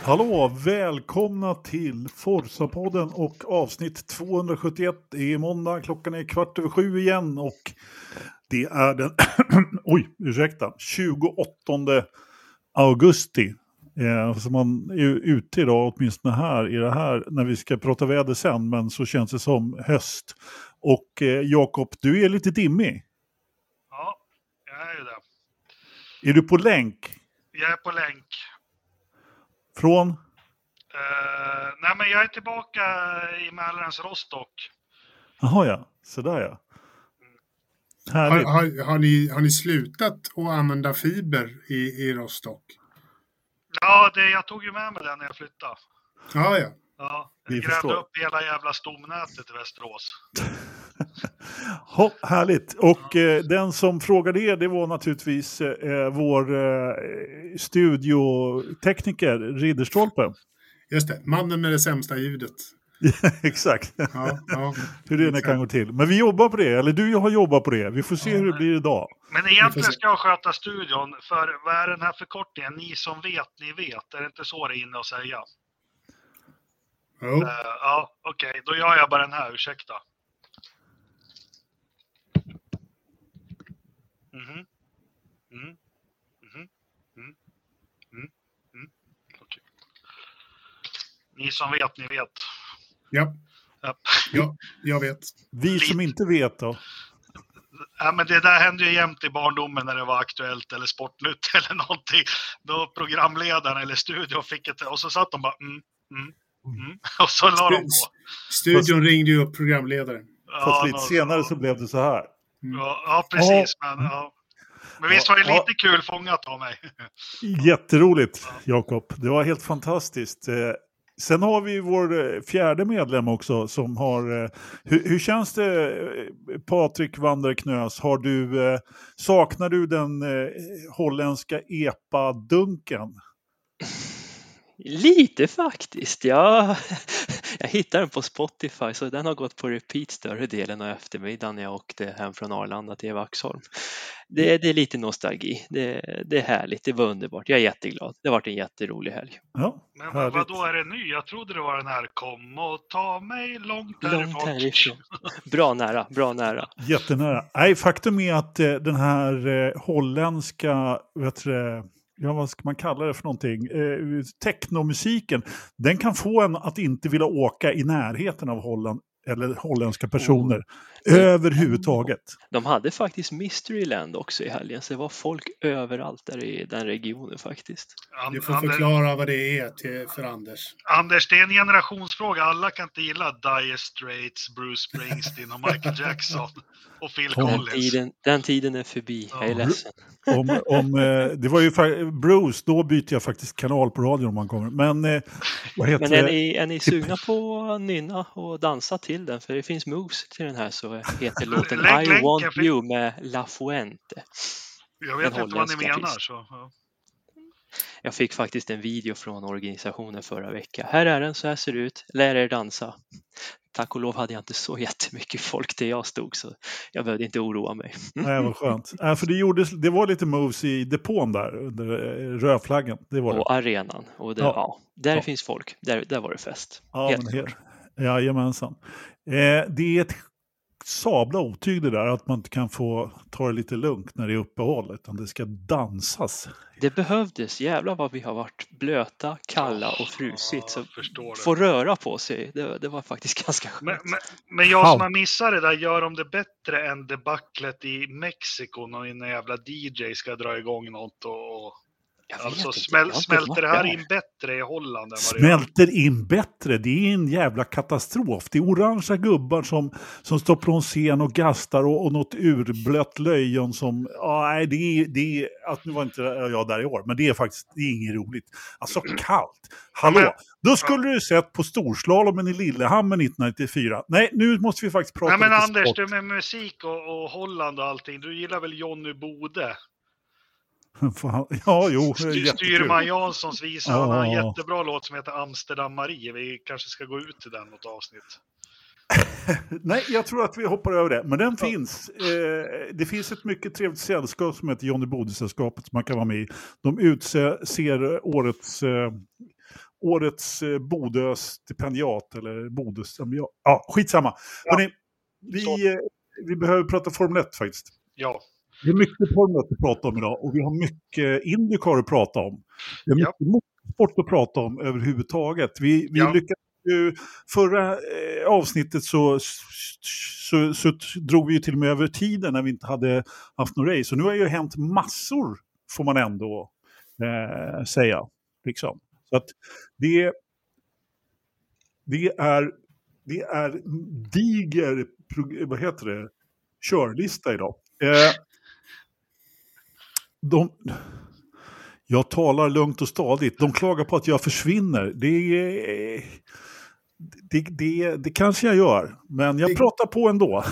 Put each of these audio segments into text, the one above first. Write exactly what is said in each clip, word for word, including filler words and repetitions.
Hallå, välkomna till Forza-podden och avsnitt tvåhundrasjuttioett. Det är måndag, klockan är kvart över sju igen och det är den oj, ursäkta, tjugoåttonde augusti. Eh, så man är ute idag, åtminstone här i det här, när vi ska prata väder sen, men så känns det som höst. Och eh, Jakob, du är lite dimmig. Ja, jag är ju det. Är du på länk? Jag är på länk. Från? Uh, nej, men jag är tillbaka i Mälarens Rostock. Jaha, ja. Sådär, ja. Har, har, har, ni, har ni slutat att använda fiber i, i Rostock? Ja, det, jag tog ju med mig den när jag flyttade. Ja, ja. Ja, jag Vi grävde förstår. upp hela jävla stomnätet i Västerås. Hopp, härligt. Och eh, den som frågade er, det var naturligtvis eh, vår eh, studiotekniker Ridderstolpe. Just det, mannen med det sämsta ljudet. Exakt. Ja, ja, hur det exakt. Kan gå till. Men vi jobbar på det, eller du har jobbat på det. Vi får se ja. hur det blir idag. Men egentligen ska jag sköta studion, för vad är den här förkortningen? Ni som vet, ni vet. Är det inte så det är inne att säga? Oh. Uh, ja, okej. Okay. Då gör jag bara den här, ursäkta. Mhm. Mm. Mhm. Mm. Mm. Mm. Mm. Okej. Ni som vet, ni vet. Ja. Ja. Ja, jag vet. Vi som Lite. inte vet då. Ja, men det där hände ju jämt i barndomen när det var Aktuellt eller Sportnytt eller någonting. Då programledaren eller studion fick ett, och så satt de bara mm, mm, mm. Och så la de på. Studion Fast, ringde ju upp programledaren. Fast ja, lite senare så. så blev det så här. Mm. Ja, ja, precis. Ja. Men, ja. men visst var det lite ja. kul fångat av mig. Jätteroligt, Jakob. Det var helt fantastiskt. Sen har vi vår fjärde medlem också som har... Hur, hur känns det, Patrik Vanderknös? Har du, saknar du den holländska E P A-dunken? Lite faktiskt, ja. Jag hittade den på Spotify så den har gått på repeat större delen av eftermiddagen när jag åkte hem från Arlanda till Vaxholm. Det, det är lite nostalgi, det, det är härligt, det var underbart, jag är jätteglad. Det har varit en jätterolig helg. Ja, men vad, vad då är det ny? Jag trodde det var den här kom och ta mig långt härifrån. Långt härifrån. Bra nära, bra nära. Jättenära. Nej, faktum är att eh, den här eh, holländska, vet du, ja, vad ska man kalla det för någonting? Eh, technomusiken, den kan få en att inte vilja åka i närheten av Holland eller holländska personer oh. överhuvudtaget. De hade faktiskt Mysteryland också i helgen, så det var folk överallt där i den regionen faktiskt. Du får förklara vad det är till, för Anders. Anders, det är en generationsfråga. Alla kan inte gilla Dire Straits, Bruce Springsteen och Michael Jackson och Phil den Collins. Tiden, den tiden är förbi, ja. Jag är ledsen. Om, om, det var ju Bruce, då byter jag faktiskt kanal på radion om man kommer. Men, vad heter Men är ni, är ni sugna på att nynna och dansa till den? För det finns moves till den här, så heter låten lägg, I lägg, Want jag... You med La Fuente. Jag vet inte vad ni menar. Så. Ja. Jag fick faktiskt en video från organisationen förra veckan. Här är den, så här ser det ut. Lär er dansa. Tack och lov hade jag inte så jättemycket folk där jag stod, så jag behövde inte oroa mig. Nej, vad skönt. Äh, för det, gjordes, det var lite moves i depån där, under rödflaggen. Det var det. Och arenan. Och det, ja. Ja, där ja. finns folk. Där, där var det fest. Ja, helt men helt, jajamensan. Eh, det är ett sabla otyg det där, att man inte kan få ta det lite lugnt när det är uppehåll, utan det ska dansas. Det behövdes, jävlar vad vi har varit blöta, kalla och frusit, så ja, få röra på sig, det, det var faktiskt ganska skönt. Men, men, men jag som har missat det där, gör de det bättre än debaclet i Mexiko när en jävla D J ska dra igång något och... Alltså smäl, smälter det här in bättre i Holland än vad det smälter gör? In bättre, det är en jävla katastrof. Det är orangea gubbar som, som står på en scen och gastar och, och något urblött löjon som, nej det är, det är, att nu var inte jag där i år, men det är faktiskt, det är inget roligt. Alltså kallt. Hallå, men, då skulle ja. du sett på storslalommen i Lillehammer nittonhundranittiofyra. Nej, nu måste vi faktiskt prata nej, men lite Anders, sport. du med musik och, och Holland och allting, du gillar väl Johnny Bode? Ja, jo. Styrman Janssons visa, han har en jättebra låt som heter Amsterdam Marie. Vi kanske ska gå ut till den något avsnitt. Nej, jag tror att vi hoppar över det. Men den ja. finns. Eh, det finns ett mycket trevligt sällskap som heter Johnny Bode-sällskapet som man kan vara med i. De utser årets, eh, årets eh, Bodö-stipendiat eller Bodö-stipendiat. Ja, skitsamma. Ja. Hörrni, vi, eh, vi behöver prata Formel ett faktiskt. Ja. Det är mycket Formel ett att prata om idag och vi har mycket IndyCar att prata om. Vi har mycket ja. motorsport att prata om överhuvudtaget. Vi, vi ja. lyckades ju, förra eh, avsnittet så, så, så, så drog vi ju till och med över tiden när vi inte hade haft någon race. Så nu har ju hänt massor, får man ändå eh, säga. Liksom. Så att det, det är det är diger, vad heter det, körlista idag. Eh, de, jag talar lugnt och stadigt. De klagar på att jag försvinner. Det, det, det, det kanske jag gör. Men jag pratar på ändå.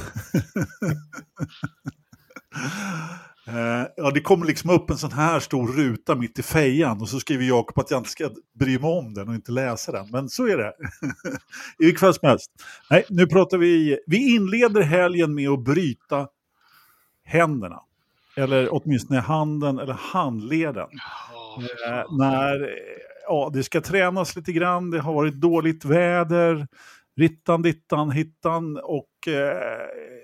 Uh, ja, det kommer liksom upp en sån här stor ruta mitt i fejan och så skriver Jakob att jag inte ska bry mig om den och inte läsa den. Men så är det. I vilket fall som helst. Nej, nu pratar vi... Vi inleder helgen med att bryta händerna. Eller åtminstone handen eller handleden. Oh, uh, när ja, det ska tränas lite grann. Det har varit dåligt väder. Rittan, dittan, hittan och... Uh,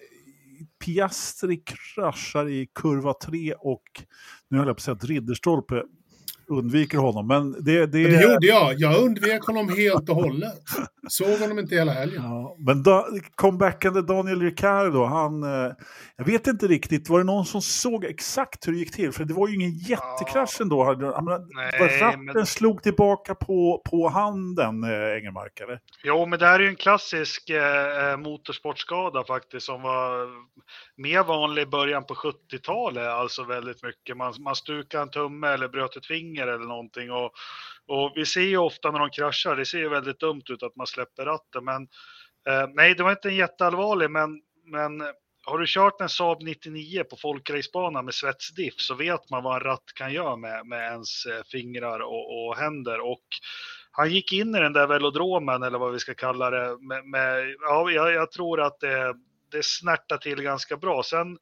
Piastri kraschar i kurva tre och nu höll jag på att säga att Ridderstolpe undviker honom. Men det, det... det gjorde jag. Jag undvek honom helt och hållet. Såg honom inte hela helgen. Ja, men da, comebackande Daniel Ricciardo, han... Eh, jag vet inte riktigt, var det någon som såg exakt hur det gick till? För det var ju ingen jättekrasch ändå. Han, Nej, ratten men... slog tillbaka på, på handen, eh, Engelmark, eller? Jo, men det här är ju en klassisk eh, motorsportskada faktiskt som var mer vanlig i början på sjuttiotalet. Alltså väldigt mycket. Man, man stukade en tumme eller bröt ett finger eller någonting och Och vi ser ju ofta när de kraschar, det ser ju väldigt dumt ut att man släpper ratten. Men eh, nej, det var inte en jätteallvarlig, men, men har du kört en Saab nittionio på folkracebanan med svetsdiff så vet man vad en ratt kan göra med, med ens fingrar och, och händer. Och han gick in i den där velodromen, eller vad vi ska kalla det, med, med, ja, jag, jag tror att det, det snärtar till ganska bra. Sen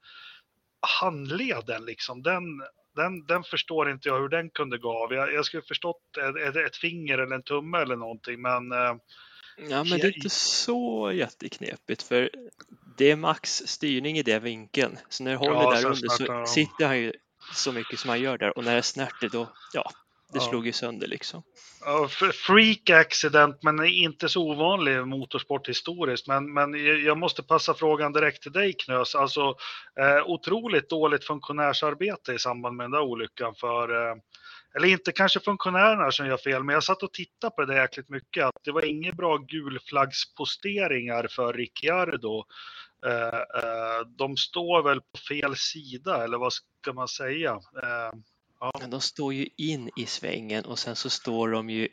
handleden liksom, den... Den, den förstår inte jag hur den kunde gå av. Jag, jag skulle förstått ett, ett finger eller en tumme eller någonting, men... Eh, ja, men det är inte så jätteknepigt, för det är max styrning i den vinkeln. Så när du håller ja, där under så de... sitter han ju så mycket som han gör där. Och när det snärter då, ja, det ja. slog ju sönder liksom. Ja, freak accident, men inte så ovanlig motorsport historiskt. Men, men jag måste passa frågan direkt till dig, Knös. Alltså eh, otroligt dåligt funktionärsarbete i samband med den där olyckan. För, eh, eller inte kanske funktionärerna som gör fel, men jag satt och tittade på det jäkligt mycket. Att det var inga bra gulflaggsposteringar för Ricciardo. Eh, eh, de står väl på fel sida, eller vad ska man säga? Eh, Ja. De står ju in i svängen och sen så står de ju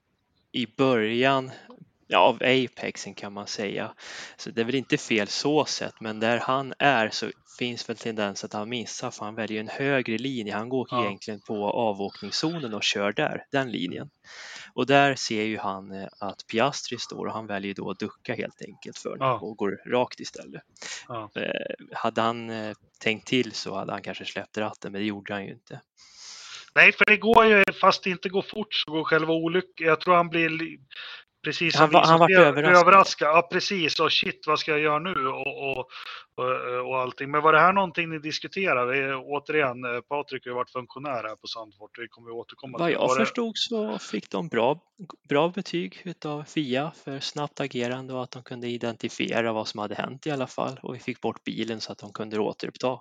i början ja, av apexen kan man säga. Så det är väl inte fel så sett, men där han är så finns väl tendens att han missar, för han väljer en högre linje. Han går ja. egentligen på avåkningszonen och kör där, den linjen. Och där ser ju han att Piastri står och han väljer då att ducka helt enkelt för ja. och går rakt istället. Ja. Hade han tänkt till så hade han kanske släppt ratten, men det gjorde han ju inte. Nej, för det går ju, fast det inte går fort så går själva olyckan. Jag tror han blir precis som han var, vi han var överraskad. överraskad. Ja, precis. Och shit, vad ska jag göra nu? Och, och, och, och allting. Men var det här någonting ni diskuterade? Återigen, Patrik har varit funktionär här på Sandfort. Vi kommer att återkomma till. Vad jag det... förstod så fick de bra, bra betyg utav F I A för snabbt agerande och att de kunde identifiera vad som hade hänt i alla fall. Och vi fick bort bilen så att de kunde återuppta.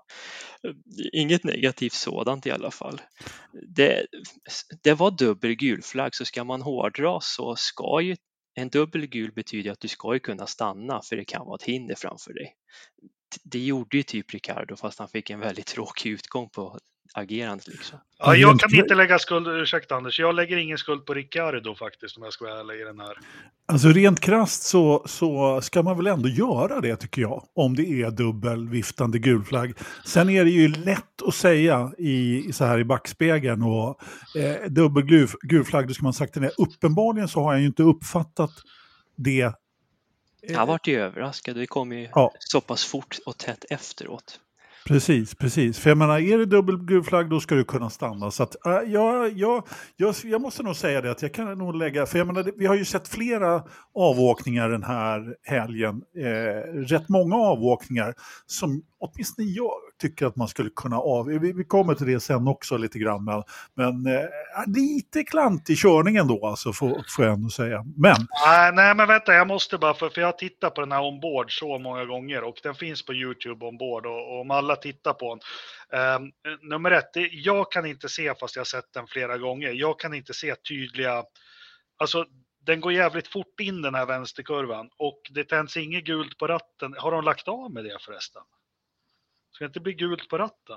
Inget negativt sådant i alla fall. Det, det var dubbel gulflagg, så ska man hårdra så ska ju en dubbel gul betyder att du ska ju kunna stanna, för det kan vara ett hinder framför dig. Det gjorde ju typ Ricciardo, fast han fick en väldigt tråkig utgång på agerandet liksom. Ja, jag kan inte lägga skuld, ursäkta Anders, jag lägger ingen skuld på Ricciardo faktiskt, om jag ska lägga den här. Alltså rent krasst så, så ska man väl ändå göra det, tycker jag, om det är dubbel viftande gulflagg. Sen är det ju lätt att säga i, så här i backspegeln och eh, dubbel gul, gulflagg, då ska man sagt det. Uppenbarligen så har jag ju inte uppfattat det. Jag har varit ju överraskad, det kom ju ja. så pass fort och tätt efteråt. Precis, precis. För jag menar, är det dubbelgul flagg då ska du kunna stanna. Så att, äh, jag, jag, jag, jag måste nog säga det att jag kan nog lägga, för jag menar, vi har ju sett flera avåkningar den här helgen. Eh, rätt många avåkningar som åtminstone jag tycker att man skulle kunna av. Vi, vi kommer till det sen också lite grann. Men, men eh, lite klant i körningen då alltså, får, får jag ändå säga. Men... Nej, nej, men vänta, jag måste bara, för, för jag tittar på den här ombord så många gånger och den finns på YouTube ombord och, och om alla tittar på den. Um, nummer ett, det, jag kan inte se, fast jag har sett den flera gånger, jag kan inte se tydliga, alltså den går jävligt fort in den här vänsterkurvan och det tänds inget gult på ratten. Har de lagt av med det förresten? Ska det inte bli gult på ratten?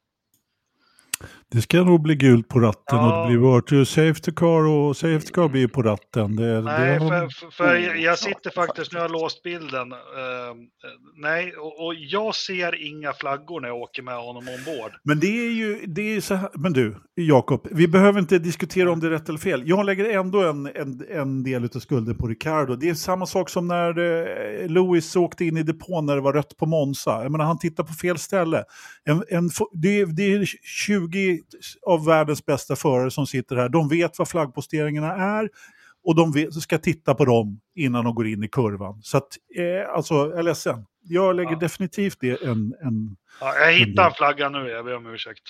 Det ska nog bli gult på ratten ja. och det blir virtual safety car och safety car blir på ratten. Det, nej, det för, för, för jag, jag sitter faktiskt, nu har jag låst bilden. Uh, nej, och, och jag ser inga flaggor när jag åker med honom ombord. Men det är ju, det är så här, men du, Jakob, vi behöver inte diskutera om det är rätt eller fel. Jag lägger ändå en, en, en del av skulden på Ricardo. Det är samma sak som när uh, Lewis åkte in i depån när det var rött på Monza. Jag menar, han tittar på fel ställe. En, en, det, det är tjugo av världens bästa förare som sitter här. De vet vad flaggposteringarna är och de vet, ska titta på dem innan de går in i kurvan. Så att, eh, alltså, jag är ledsen. Jag lägger ja. definitivt det en... en ja, jag hittar en flagga nu, jag ber om ursäkt.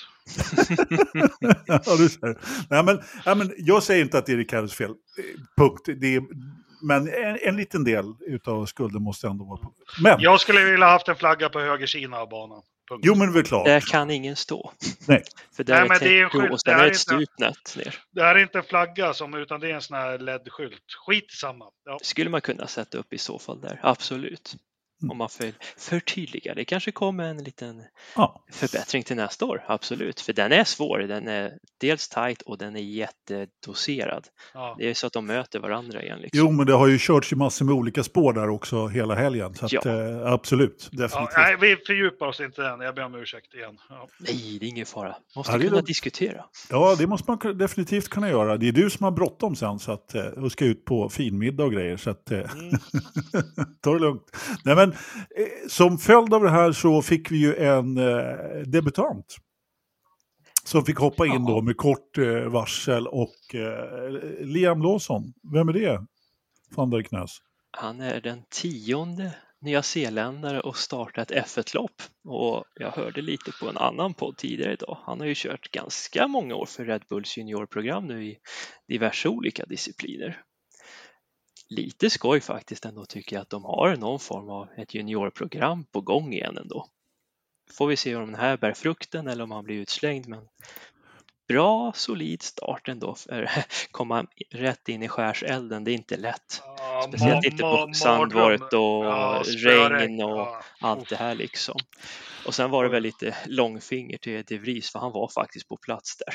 ja, du säger. Nej, men, ja, men jag säger inte att det är Ricardos fel. Punkt. Det är, men en, en liten del utav skulden måste ändå vara på. Men, jag skulle vilja ha haft en flagga på högersidan av banan. Punkt. Jo, men det är klart. Där kan ingen stå. Nej. För där Nej, men är det är en skylt. Och sen är det ett stupnät ner. Det här är inte en flagga, som, utan det är en sån här L E D-skylt. Skit samma. Ja. Det skulle man kunna sätta upp i så fall där. Absolut. Mm. Om man för, förtydligar. Det kanske kommer en liten ja. förbättring till nästa år. Absolut. För den är svår. Den är dels tight och den är jättedoserad. Ja. Det är så att de möter varandra igen. Liksom. Jo, men det har ju körts i massor med olika spår där också hela helgen. Så att, ja. eh, absolut. Definitivt. Ja, nej, vi fördjupar oss inte än. Jag ber om ursäkt igen. Ja. Nej, det är ingen fara. Måste ja, kunna det... diskutera. Ja, det måste man definitivt kunna göra. Det är du som har bråttom sen så att, och ska ut på finmiddag och grejer. Så att, mm. ta det lugnt. Nej, men som följd av det här så fick vi ju en eh, debutant som fick hoppa in då med kort eh, varsel och eh, Liam Lawson. Vem är det? Van der Knös. Han är den tionde nyzeeländare och startat ett F ett-lopp och jag hörde lite på en annan podd tidigare idag. Han har ju kört ganska många år för Red Bulls juniorprogram nu i diverse olika discipliner. Lite skoj faktiskt ändå tycker jag att de har någon form av ett juniorprogram på gång igen ändå. Får vi se om den här bär frukten eller om han blir utslängd, men bra solid start ändå för att komma rätt in i skärselden, det är inte lätt. Ja, speciellt inte på sandvaret och ja, regn och ja. allt det här liksom. Och sen var det väl lite långfinger till De Vries för han var faktiskt på plats där.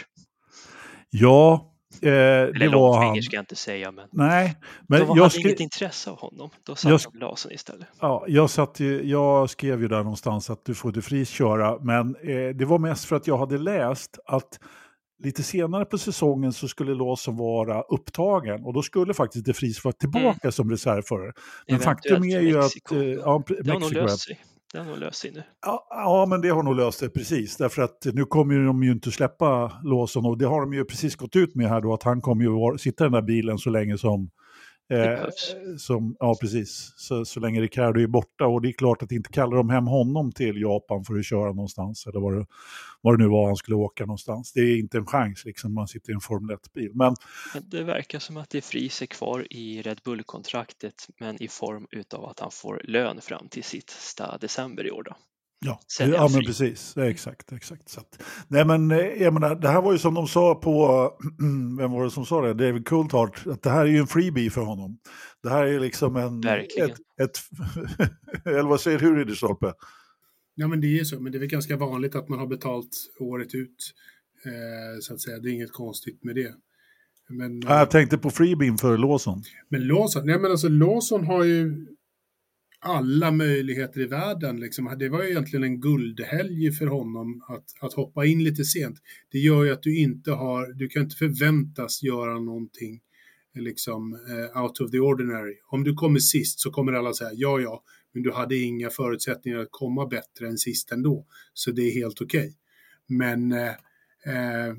Ja, Eh, Eller det var han. Ska jag inte säga, men, Nej, men de jag hade skri... inget intresse av honom. Då satt jag... de Lasen istället. Ja, jag, satt ju, jag skrev ju där någonstans att du får De Vries köra, men eh, det var mest för att jag hade läst att lite senare på säsongen så skulle Lawson vara upptagen och då skulle faktiskt De Vries vara tillbaka mm. som reservförare. Men eventuellt faktum är ju Mexico. att... Eh, ja, det har nog löst sig. Det har nog löst sig nu. Ja, ja, men det har nog löst sig precis. Därför att nu kommer de ju inte släppa Lawson och det har de ju precis gått ut med här då att han kommer ju sitta i den där bilen så länge som... Eh, som ja, precis. Så, så länge Ricardo är borta och det är klart att inte kallar de hem honom till Japan för att köra någonstans eller vad det, vad det nu var han skulle åka någonstans. Det är inte en chans liksom man sitter i en Formel ett-bil. Men det verkar som att det är Vries är kvar i Red Bull-kontraktet men i form utav att han får lön fram till sista december i år då. Ja, ja men precis. Det är exakt, exakt. Så att, nej men jag menar, det här var ju som de sa på, vem var det som sa det? David Coulthard, att det här är ju en freebie för honom. Det här är liksom en... Verkligen. Ett, ett, eller vad säger du, Ridderstolpe? Ja men det är så, men det är väl ganska vanligt att man har betalt året ut, eh, så att säga. Det är inget konstigt med det. Men, ja, jag tänkte på freebie för Lawson. Men Lawson, nej men alltså Lawson har ju alla möjligheter i världen. Liksom. Det var ju egentligen en guldhelg för honom att, att hoppa in lite sent. Det gör ju att du inte har, du kan inte förväntas göra någonting liksom eh, out of the ordinary. Om du kommer sist så kommer alla säga ja, ja, men du hade inga förutsättningar att komma bättre än sist ändå. Så det är helt okej. Okay. Men eh, eh,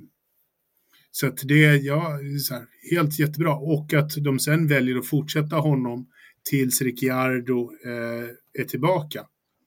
så att det är ja, så här, helt jättebra. Och att de sen väljer att fortsätta honom tills Ricciardo eh, är tillbaka.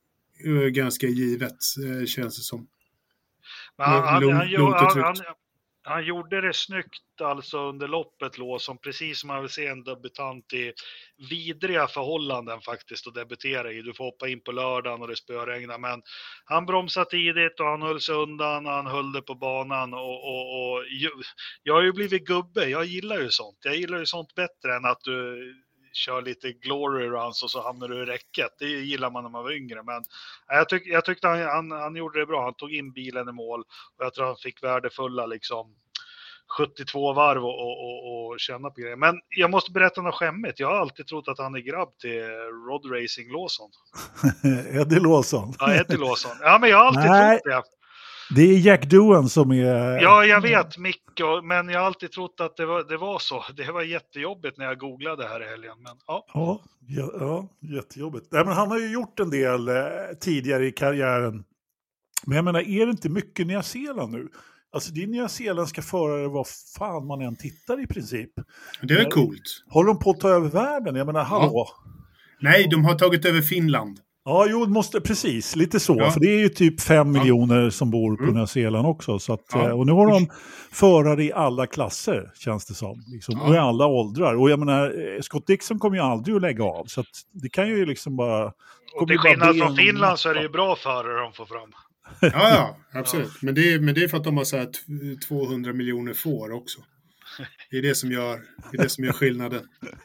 Ganska givet eh, känns det som. Men han, han, han, han, han, han gjorde det snyggt alltså under loppet, Lawson, precis som man vill se en debutant i vidriga förhållanden faktiskt att debutera i. Du får hoppa in på lördagen och det spöregnar, men han bromsade tidigt och han höll sig undan, han höll det på banan och, och, och jag har ju blivit gubbe, jag gillar ju sånt. Jag gillar ju sånt bättre än att du kör lite glory runs och så hamnar du i räcket. Det gillar man när man var yngre. Men jag, tyck, jag tyckte han, han, han gjorde det bra. Han tog in bilen i mål och jag tror han fick värdefulla liksom sjuttiotvå varv och, och, och, och känna på grejer. Men jag måste berätta något skämmigt. Jag har alltid trott att han är grabb till Rod Racing Lawson. Eddie Lawson. Ja, Eddie Lawson. Ja, men jag har alltid Nej. trott det. Det är Jack Doohan som är... Ja, jag vet, Mick, men jag har alltid trott att det var, det var så. Det var jättejobbigt när jag googlade här i helgen. Men, ja. Ja, ja, ja, jättejobbigt. Nej, men han har ju gjort en del eh, tidigare i karriären. Men jag menar, är det inte mycket Nya Zeeland nu? Alltså det är nya zeeländska förare vad fan man än tittar i princip. Det är coolt. Håller de på att ta över världen? Jag menar, hallå? Ja. Nej, de har tagit över Finland. Ja, jo, måste, precis. Lite så. Ja. För det är ju typ fem ja. miljoner som bor på mm. Nya Zeeland också. Så att, ja. Och nu har de förare i alla klasser, känns det som. Liksom, ja. Och i alla åldrar. Och jag menar, Scott Dixon kommer ju aldrig att lägga av. Så att det kan ju liksom bara... Och till skillnad från Finland så är det ju bra förare de får fram. Ja, ja, absolut. Ja. Men, det är, men det är för att de har så här tvåhundra miljoner får också. Det är det som gör, det är det som gör skillnaden.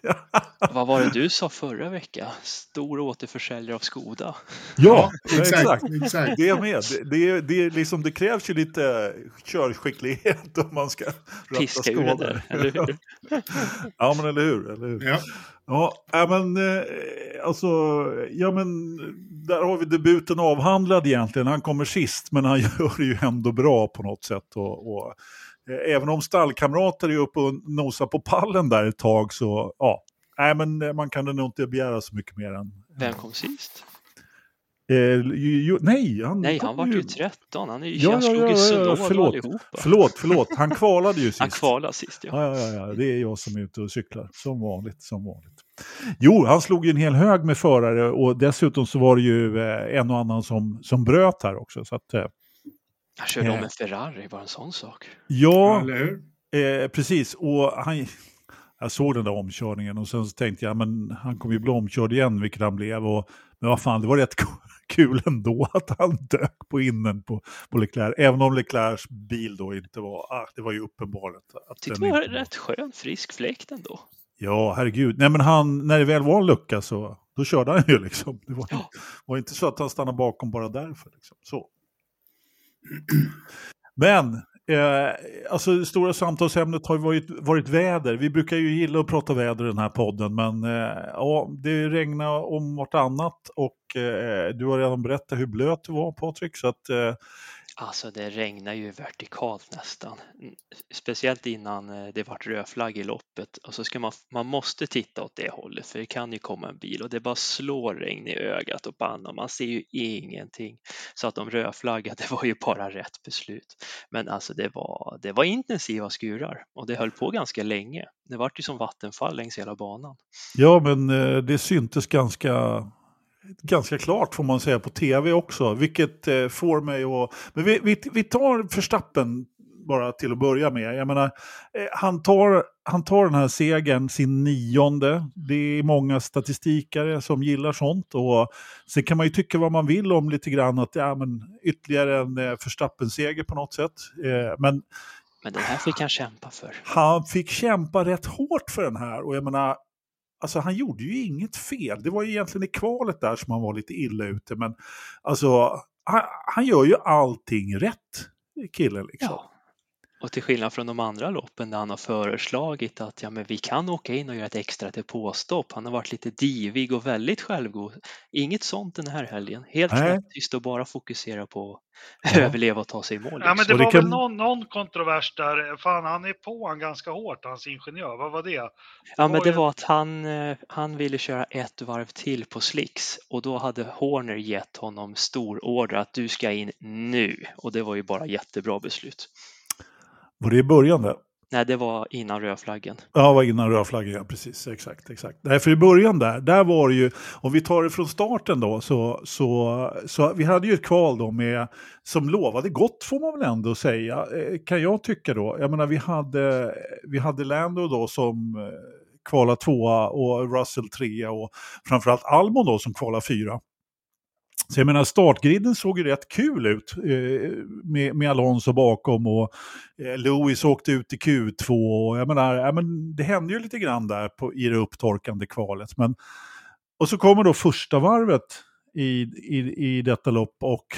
Vad var det du sa förra veckan? Stor återförsäljare av Skoda. Ja, ja exakt, exakt. exakt. Det är med. Det, det, det, är liksom, det krävs ju lite körskicklighet om man ska piska ur det, eller hur? Ja, men eller hur? Eller hur? Ja. Ja, men alltså, ja men där har vi debuten avhandlad egentligen. Han kommer sist, men han gör det ju ändå bra på något sätt. Och, och även om stallkamrater är uppe och nosar på pallen där ett tag så, ja, nej men man kan nog inte begära så mycket mer än... Vem kom sist? Eh, ju, ju, nej, han, nej, han var ju tretton. Han är ju, ja, han slog ja, ja, ju så ja, förlåt, allihopa. förlåt, förlåt. Han kvalade ju sist. Han kvalade sist, ja. Ja, ja, ja. Det är jag som är ute och cyklar. Som vanligt, som vanligt. Jo, han slog ju en hel hög med förare och dessutom så var det ju eh, en och annan som, som bröt här också. Så att, eh, han körde om en Ferrari, var en sån sak. Ja, eller hur? Eh, precis. Och han... Jag såg den där omkörningen och sen så tänkte jag, men han kommer ju bli omkörd igen, vilket han blev. Och, men vad fan, det var rätt kul ändå att han dök på innen på, på Leclerc. Även om Leclercs bil då inte var, ah, det var ju uppenbart. Att det var inte... rätt skön, frisk fläkt ändå. Ja, herregud. Nej, men han, när det väl var en lucka så, då körde han ju liksom. Det var, ja. var inte så att han stannade bakom bara därför. Liksom. Så. Men... Eh, alltså det stora samtalsämnet har ju varit, varit väder. Vi brukar ju gilla att prata väder i den här podden, men eh, ja, det regnar om vartannat och eh, du har redan berättat hur blöt det var, Patrik, så att eh, alltså det regnar ju vertikalt nästan. Speciellt innan det vart rödflagg i loppet. Och så ska man, man måste titta åt det hållet. För det kan ju komma en bil och det bara slår regn i ögat och pannan. Man ser ju ingenting. Så att de rödflaggade, det var ju bara rätt beslut. Men alltså det var, det var intensiva skurar. Och det höll på ganska länge. Det vart ju som vattenfall längs hela banan. Ja, men det syntes ganska... ganska klart får man säga på tv också, vilket eh, får mig att... Men vi, vi, vi tar Verstappen bara till att börja med. Jag menar, eh, han, tar, han tar den här segern, sin nionde. Det är många statistikare som gillar sånt och sen kan man ju tycka vad man vill om lite grann att ja, men ytterligare en eh, Verstappen-seger på något sätt. Eh, men, men den här fick han kämpa för. Han fick kämpa rätt hårt för den här och jag menar, alltså han gjorde ju inget fel. Det var ju egentligen i kvalet där som han var lite illa ute. Men alltså, han, han gör ju allting rätt, killen liksom. Ja. Och till skillnad från de andra loppen där han har föreslagit att ja, men vi kan åka in och göra ett extra till påstopp. Han har varit lite divig och väldigt självgod. Inget sånt den här helgen. Helt tyst och bara fokusera på att ja. överleva och ta sig i mål. Liksom. Ja, men det var det kan... väl någon, någon kontrovers där. Fan, han är på han ganska hårt, hans ingenjör. Vad var det? det ja, var men det ju... var att han, han ville köra ett varv till på slicks. Och då hade Horner gett honom stor order att du ska in nu. Och det var ju bara jättebra beslut. Var det i början där? Nej, det var innan rödflaggen. Ja, det var innan rödflaggen, ja, precis. Exakt, exakt. Nej, för i början där, där var det ju, om vi tar det från starten då, så, så, så vi hade ju ett kval då med, som lovade gott får man väl ändå säga, kan jag tycka då. Jag menar, vi hade, vi hade Lando då som kvala tvåa och Russell trea och framförallt Albon då som kvala fyra. Så jag menar, startgriden såg ju rätt kul ut eh, med, med Alonso bakom och eh, Lewis åkte ut i Q två. Och jag menar, ja, men det hände ju lite grann där på, i det upptorkande kvalet. Men, och så kommer då första varvet i, i, i detta lopp och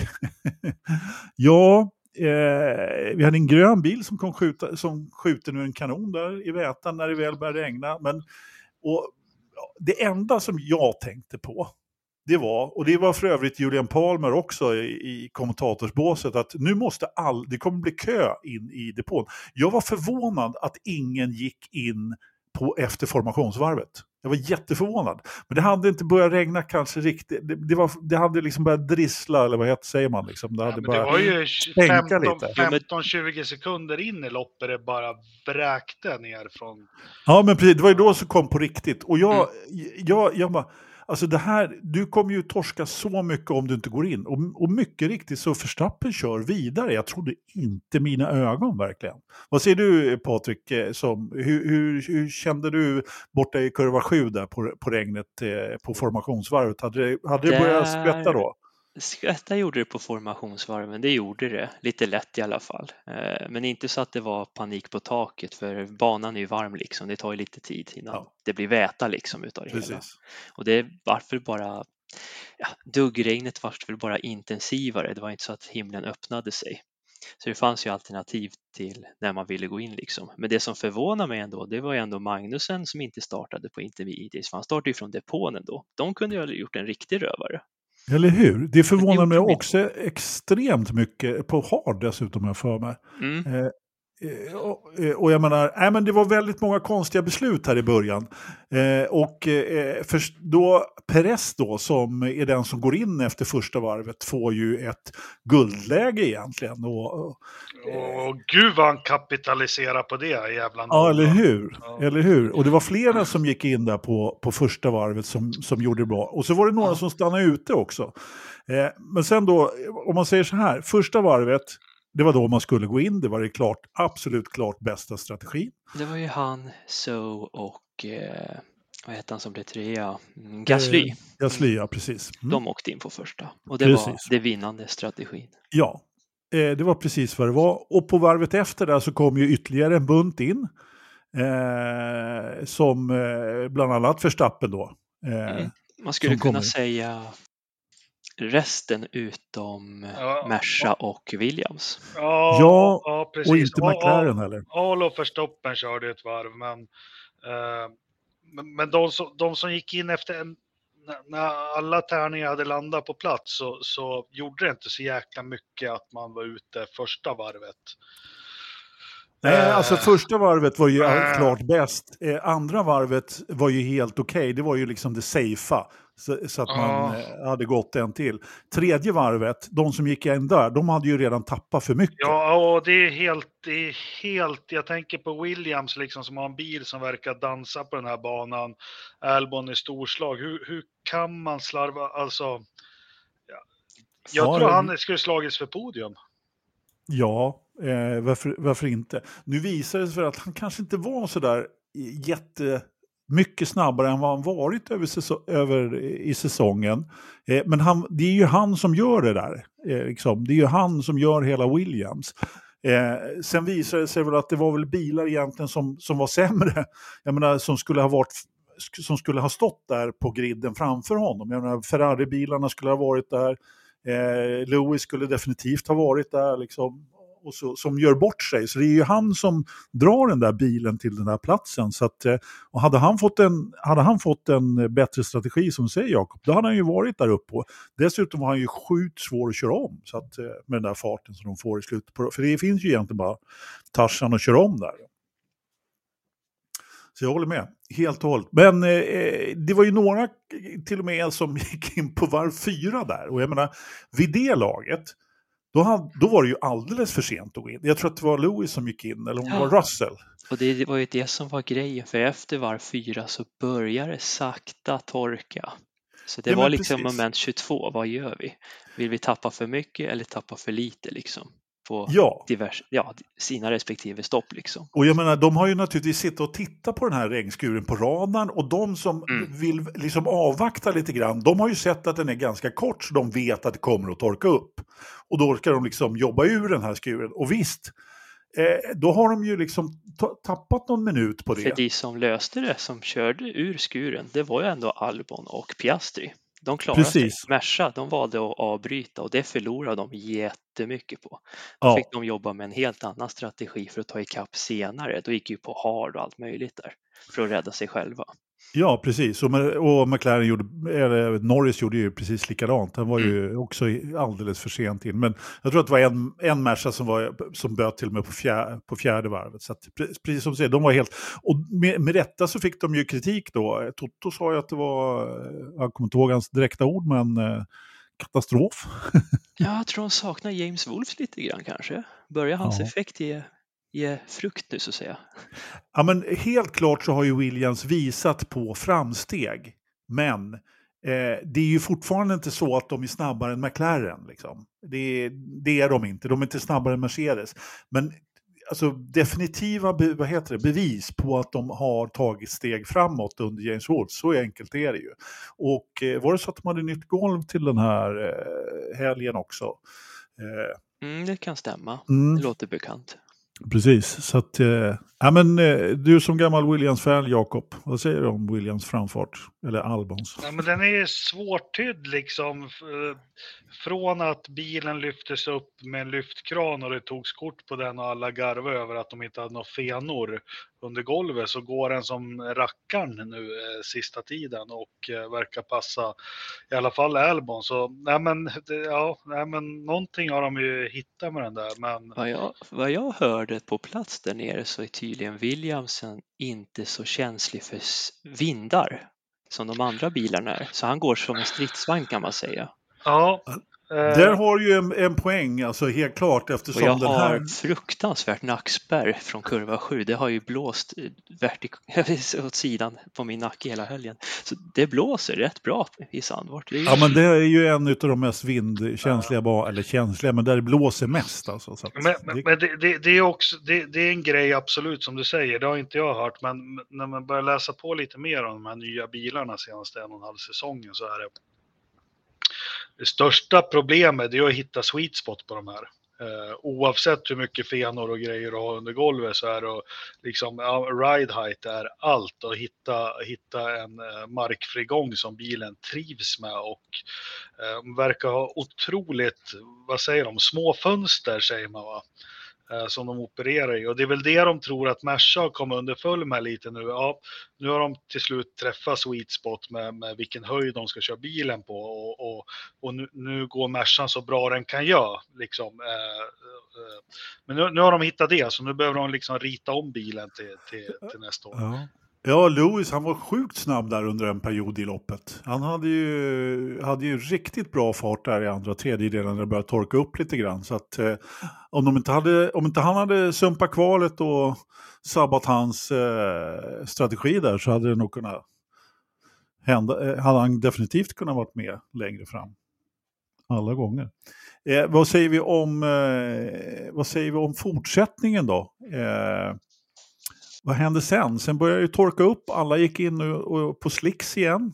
ja, eh, vi hade en grön bil som, kom skjuta, som skjuter nu en kanon där i vätan när det väl började regna. Men, och, det enda som jag tänkte på, det var, och det var för övrigt Julian Palmer också i, i kommentatorsbåset, att nu måste all, det kommer bli kö in i depån. Jag var förvånad att ingen gick in på efter formationsvarvet. Jag var jätteförvånad. Men det hade inte börjat regna kanske riktigt. Det, det, var, det hade liksom börjat drissla, eller vad heter, säger man liksom. Det, hade ja, det var ju femton till tjugo lite. sekunder in i loppet det bara bräkte ner från... Ja, men precis. Det var ju då som kom på riktigt. Och jag, mm. jag, jag bara... Alltså det här, du kommer ju torska så mycket om du inte går in. Och, och mycket riktigt så Verstappen kör vidare. Jag trodde inte mina ögon verkligen. Vad säger du, Patrik? Som, hur, hur, hur kände du borta i kurva sju där på, på regnet eh, på formationsvarvet? Hade det, hade det börjat skvätta då? Skvätta gjorde det på formationsvarven, det gjorde det. Lite lätt i alla fall. Men inte så att det var panik på taket, för banan är ju varm liksom. Det tar ju lite tid innan ja. det blir väta liksom utav det Precis. hela. Och det varför bara... Ja, duggregnet var väl bara intensivare. Det var inte så att himlen öppnade sig. Så det fanns ju alternativ till när man ville gå in liksom. Men det som förvånar mig ändå, det var ju ändå Magnussen som inte startade på intermediates. Han startade ju från depån ändå. De kunde ju ha gjort en riktig rövare. Eller hur? Det förvånar mig också extremt mycket på hard dessutom, jag för mig. Mm. Eh, och, och jag menar, nej, men det var väldigt många konstiga beslut här i början. Eh, och eh, för då Perez då, som är den som går in efter första varvet, får ju ett guldläge egentligen. Och, och, Åh, gud vad han kapitaliserar på det jävla någon. Ja, eller hur? Ja. Eller hur? Och det var flera som gick in där på, på första varvet som, som gjorde det bra. Och så var det några ja. som stannade ute också. Eh, men sen då, om man säger så här, första varvet, det var då man skulle gå in. Det var det klart, absolut klart bästa strategin. Det var ju han, So och eh, vad heter han som blev trea? Gasly. Eh, Gasly, ja, precis. Mm. De åkte in på första. Och det precis. var det vinnande strategin. Ja, eh, det var precis vad det var. Och på varvet efter där så kom ju ytterligare en bunt in. Eh, som eh, bland annat Verstappen då. Eh, mm. Man skulle kunna säga... resten utom ja, Merca och Williams. Ja, ja, ja precis. Och inte McLaren heller. All of Verstappen körde ett varv, men, uh, men, men de, som, de som gick in efter en, när alla tärningar hade landat på plats så, så gjorde det inte så jäkla mycket att man var ute första varvet. Nej, alltså första varvet var ju äh. klart bäst. Eh, andra varvet var ju helt okej. Okay. Det var ju liksom det safea. Så, så att man äh. hade gått en till. Tredje varvet, de som gick in där, de hade ju redan tappat för mycket. Ja, och det är helt, det är helt, jag tänker på Williams liksom, som har en bil som verkar dansa på den här banan. Albon i storslag. Hur, hur kan man slarva, alltså... Ja. Jag ja, tror han skulle slagits för podium. Ja, eh, varför, varför inte? Nu visar det sig för att han kanske inte var så där jättemycket snabbare än vad han varit över, säso- över i säsongen. Eh, men han, det är ju han som gör det där. Eh, liksom. Det är ju han som gör hela Williams. Eh, sen visar det sig väl att det var väl bilar egentligen som, som var sämre. Jag menar, som skulle ha varit som skulle ha stått där på griden framför honom. Jag menar, Ferrari-bilarna skulle ha varit där. Eh, Lewis skulle definitivt ha varit där liksom, och så, som gör bort sig. Så det är ju han som drar den där bilen till den där platsen. Så att, och hade han fått en, hade han fått en bättre strategi som säger Jakob, då hade han ju varit där uppe. Dessutom var han ju sjukt svår att köra om så att, med den där farten som de får i slutet på. För det finns ju egentligen bara Tarzan att köra om där. Så jag håller med, helt och hållet. Men eh, det var ju några till och med som gick in på varv fyra där. Och jag menar, vid det laget, då, hade, då var det ju alldeles för sent att gå in. Jag tror att det var Lewis som gick in, eller om det Ja. var Russell. Och det var ju det som var grejen, för efter varv fyra så började det sakta torka. Så det Ja, var liksom precis. moment tjugotvå, vad gör vi? Vill vi tappa för mycket eller tappa för lite liksom? På Ja. divers, ja, sina respektive stopp liksom. Och jag menar, de har ju naturligtvis sittat och tittat på den här regnskuren på radarn, och de som Mm. vill liksom avvakta lite grann, de har ju sett att den är ganska kort, så de vet att det kommer att torka upp. Och då ska de liksom jobba ur den här skuren. Och visst, eh, då har de ju liksom ta- tappat någon minut på det. För de som löste det, som körde ur skuren, det var ju ändå Albon och Piastri. De klarade Precis. sig. Merca, de valde att avbryta och det förlorade de jättemycket på. Då Ja. fick de jobba med en helt annan strategi för att ta ikapp senare. Då gick ju på hard och allt möjligt där för att rädda sig själva. Ja, precis. Och, och McLaren gjorde, eller Norris gjorde ju precis likadant. Han var ju Mm. också alldeles för sent in. Men jag tror att det var en, en Merca som, var, som böt till och med på, fjär, på fjärde varvet. Så att, precis som du säger, de var helt... Och med, med rätta så fick de ju kritik då. Toto sa ju att det var, jag kommer inte ihåg hans direkta ord, men eh, katastrof. Ja, jag tror de saknar James Wolfe lite grann kanske. Börjar hans Ja. effekt ge, ge frukt nu så att säga. Ja, men helt klart så har ju Williams visat på framsteg. Men eh, det är ju fortfarande inte så att de är snabbare än McLaren. Liksom. Det, det är de inte. De är inte snabbare än Mercedes. Men alltså, definitiva be, vad heter det, bevis på att de har tagit steg framåt under James Wolfe. Så enkelt är det ju. Och eh, var det så att de hade nytt golv till den här eh, helgen också? Eh, Mm, det kan stämma. mm. Det låter bekant. Precis, så att, eh, ja, men, eh, du som gammal Williams-fan, Jakob, vad säger du om Williams framfart, eller Albons? Ja, men den är svårtydd liksom, f- från att bilen lyftes upp med en lyftkran och det togs kort på den och alla garvade över att de inte hade några fenor under golvet, så går den som rackarn nu eh, sista tiden och eh, verkar passa i alla fall Albon. Så nej men, det, ja, nej men någonting har de ju hittat med den där. Men Vad jag, vad jag hörde på plats där nere så är tydligen Williamsen inte så känslig för s- vindar som de andra bilarna är. Så han går som en stridsvagn kan man säga. ja, Där har ju en, en poäng, alltså helt klart, Och eftersom jag den har här... fruktansvärt nackspärr från kurva sju. Det har ju blåst vertik- åt sidan på min nacke hela helgen. Så det blåser rätt bra i Sandvort. Det är ju... Ja, men det är ju en av de mest vindkänsliga, ba- eller känsliga, men där det blåser mest. Alltså, så att Men, det, men, men det, det, det är också det, det är en grej absolut som du säger, det har inte jag hört, men när man börjar läsa på lite mer om de här nya bilarna senaste en och en halv säsongen så är det det största problemet är att hitta sweet spot på de här. Eh, oavsett hur mycket fenor och grejer du har under golvet så är det liksom, ja, ride height är allt, och hitta, hitta en eh, markfrigång som bilen trivs med, och eh, verkar ha otroligt, vad säger de, små fönster säger man va? Eh, som de opererar i, och det är väl det de tror att Merca har kommit underfull med lite nu. Ja, nu har de till slut träffat sweet spot med, med vilken höjd de ska köra bilen på, och, och, och nu, nu går Mercan så bra den kan göra liksom. Eh, eh, men nu, nu har de hittat det, så nu behöver de liksom rita om bilen till, till, till nästa år. ja. Ja, Lewis, han var sjukt snabb där under en period i loppet. Han hade ju, hade ju riktigt bra fart där i andra tredjedelen när det började torka upp lite grann. Så att eh, om, de inte hade, om inte han hade sumpat kvalet och sabbat hans eh, strategi där, så hade det nog kunnat hända, eh, hade han definitivt kunnat varit med längre fram. Alla gånger. Eh, vad säger vi om eh, vad säger vi om fortsättningen då? Eh, Vad hände sen? Sen började det torka upp. Alla gick in och, och på slicks igen.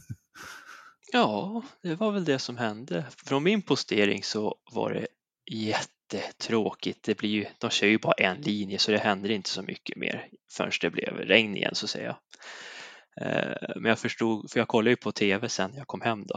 Ja, det var väl det som hände. Från min postering så var det jättetråkigt. Det blir ju, de kör ju bara en linje så det händer inte så mycket mer förrän det blev regn igen så att säga. Men jag förstod, för jag kollade ju på tv sen när jag kom hem då.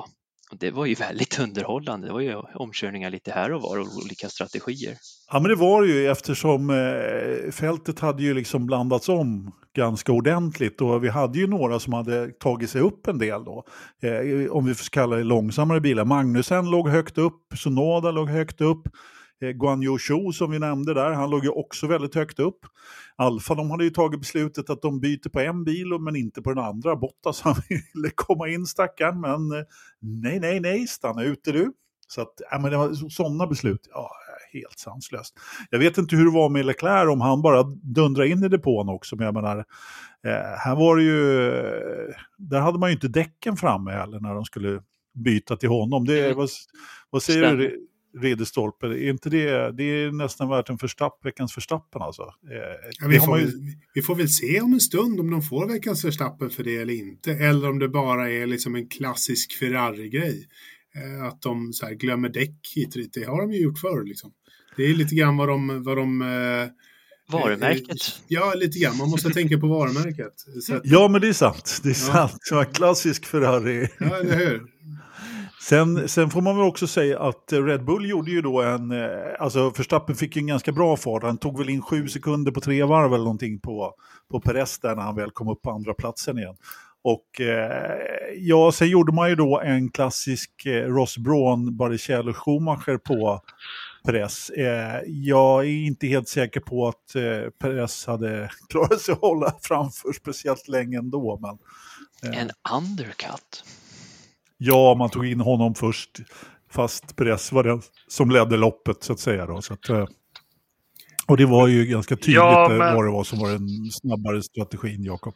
Det var ju väldigt underhållande. Det var ju omkörningar lite här och var och olika strategier. Ja, men det var ju eftersom eh, fältet hade ju liksom blandats om ganska ordentligt och vi hade ju några som hade tagit sig upp en del då. Eh, om vi får kalla det långsammare bilar. Magnussen låg högt upp, Sonoda låg högt upp. Eh, Guan Yu Zhou som vi nämnde där, han låg ju också väldigt högt upp. Alfa, de hade ju tagit beslutet att de byter på en bil men inte på den andra. Bottas, han ville komma in stackaren, men eh, nej, nej, nej, stanna ute du. Så att, ja, men det var sådana beslut, ja, helt sanslöst. Jag vet inte hur det var med Leclerc, om han bara dundrar in i depån också, men jag menar, eh, här var det ju, där hade man ju inte däcken framme heller när de skulle byta till honom. Det, mm. vad, vad säger Stämmer. du, Ridderstolpe? Är inte det, det är nästan värt en förstapp, veckans förstappen alltså. Eh, ja, vi, får, ju... vi får väl se om en stund om de får veckans förstappen för det eller inte, eller om det bara är liksom en klassisk Ferrari-grej. Att de så här glömmer däck hit och dit. Det har de ju gjort förr liksom. Det är lite grann vad de... Vad de eh, varumärket. Eh, ja, lite grann. Man måste tänka på varumärket. Så att, ja, men det är sant. Det är ja. sant. Det var klassisk Ferrari. Ja, eller hur? Sen, sen får man väl också säga att Red Bull gjorde ju då en... Alltså Verstappen fick ju en ganska bra fart. Han tog väl in sju sekunder på tre varv eller någonting på, på Perez där när han väl kom upp på andra platsen igen. Och eh, ja, sen gjorde man ju då en klassisk eh, Ross Brawn, Barrichello Schumacher på Perez. Eh, jag är inte helt säker på att eh, Perez hade klarat sig att hålla framför speciellt länge ändå. Men, eh, en undercut. Ja, man tog in honom först, fast Perez var den som ledde loppet så att säga då. Så att, eh, och det var ju ganska tydligt ja, men... vad det var som var den snabbare strategin, Jakob.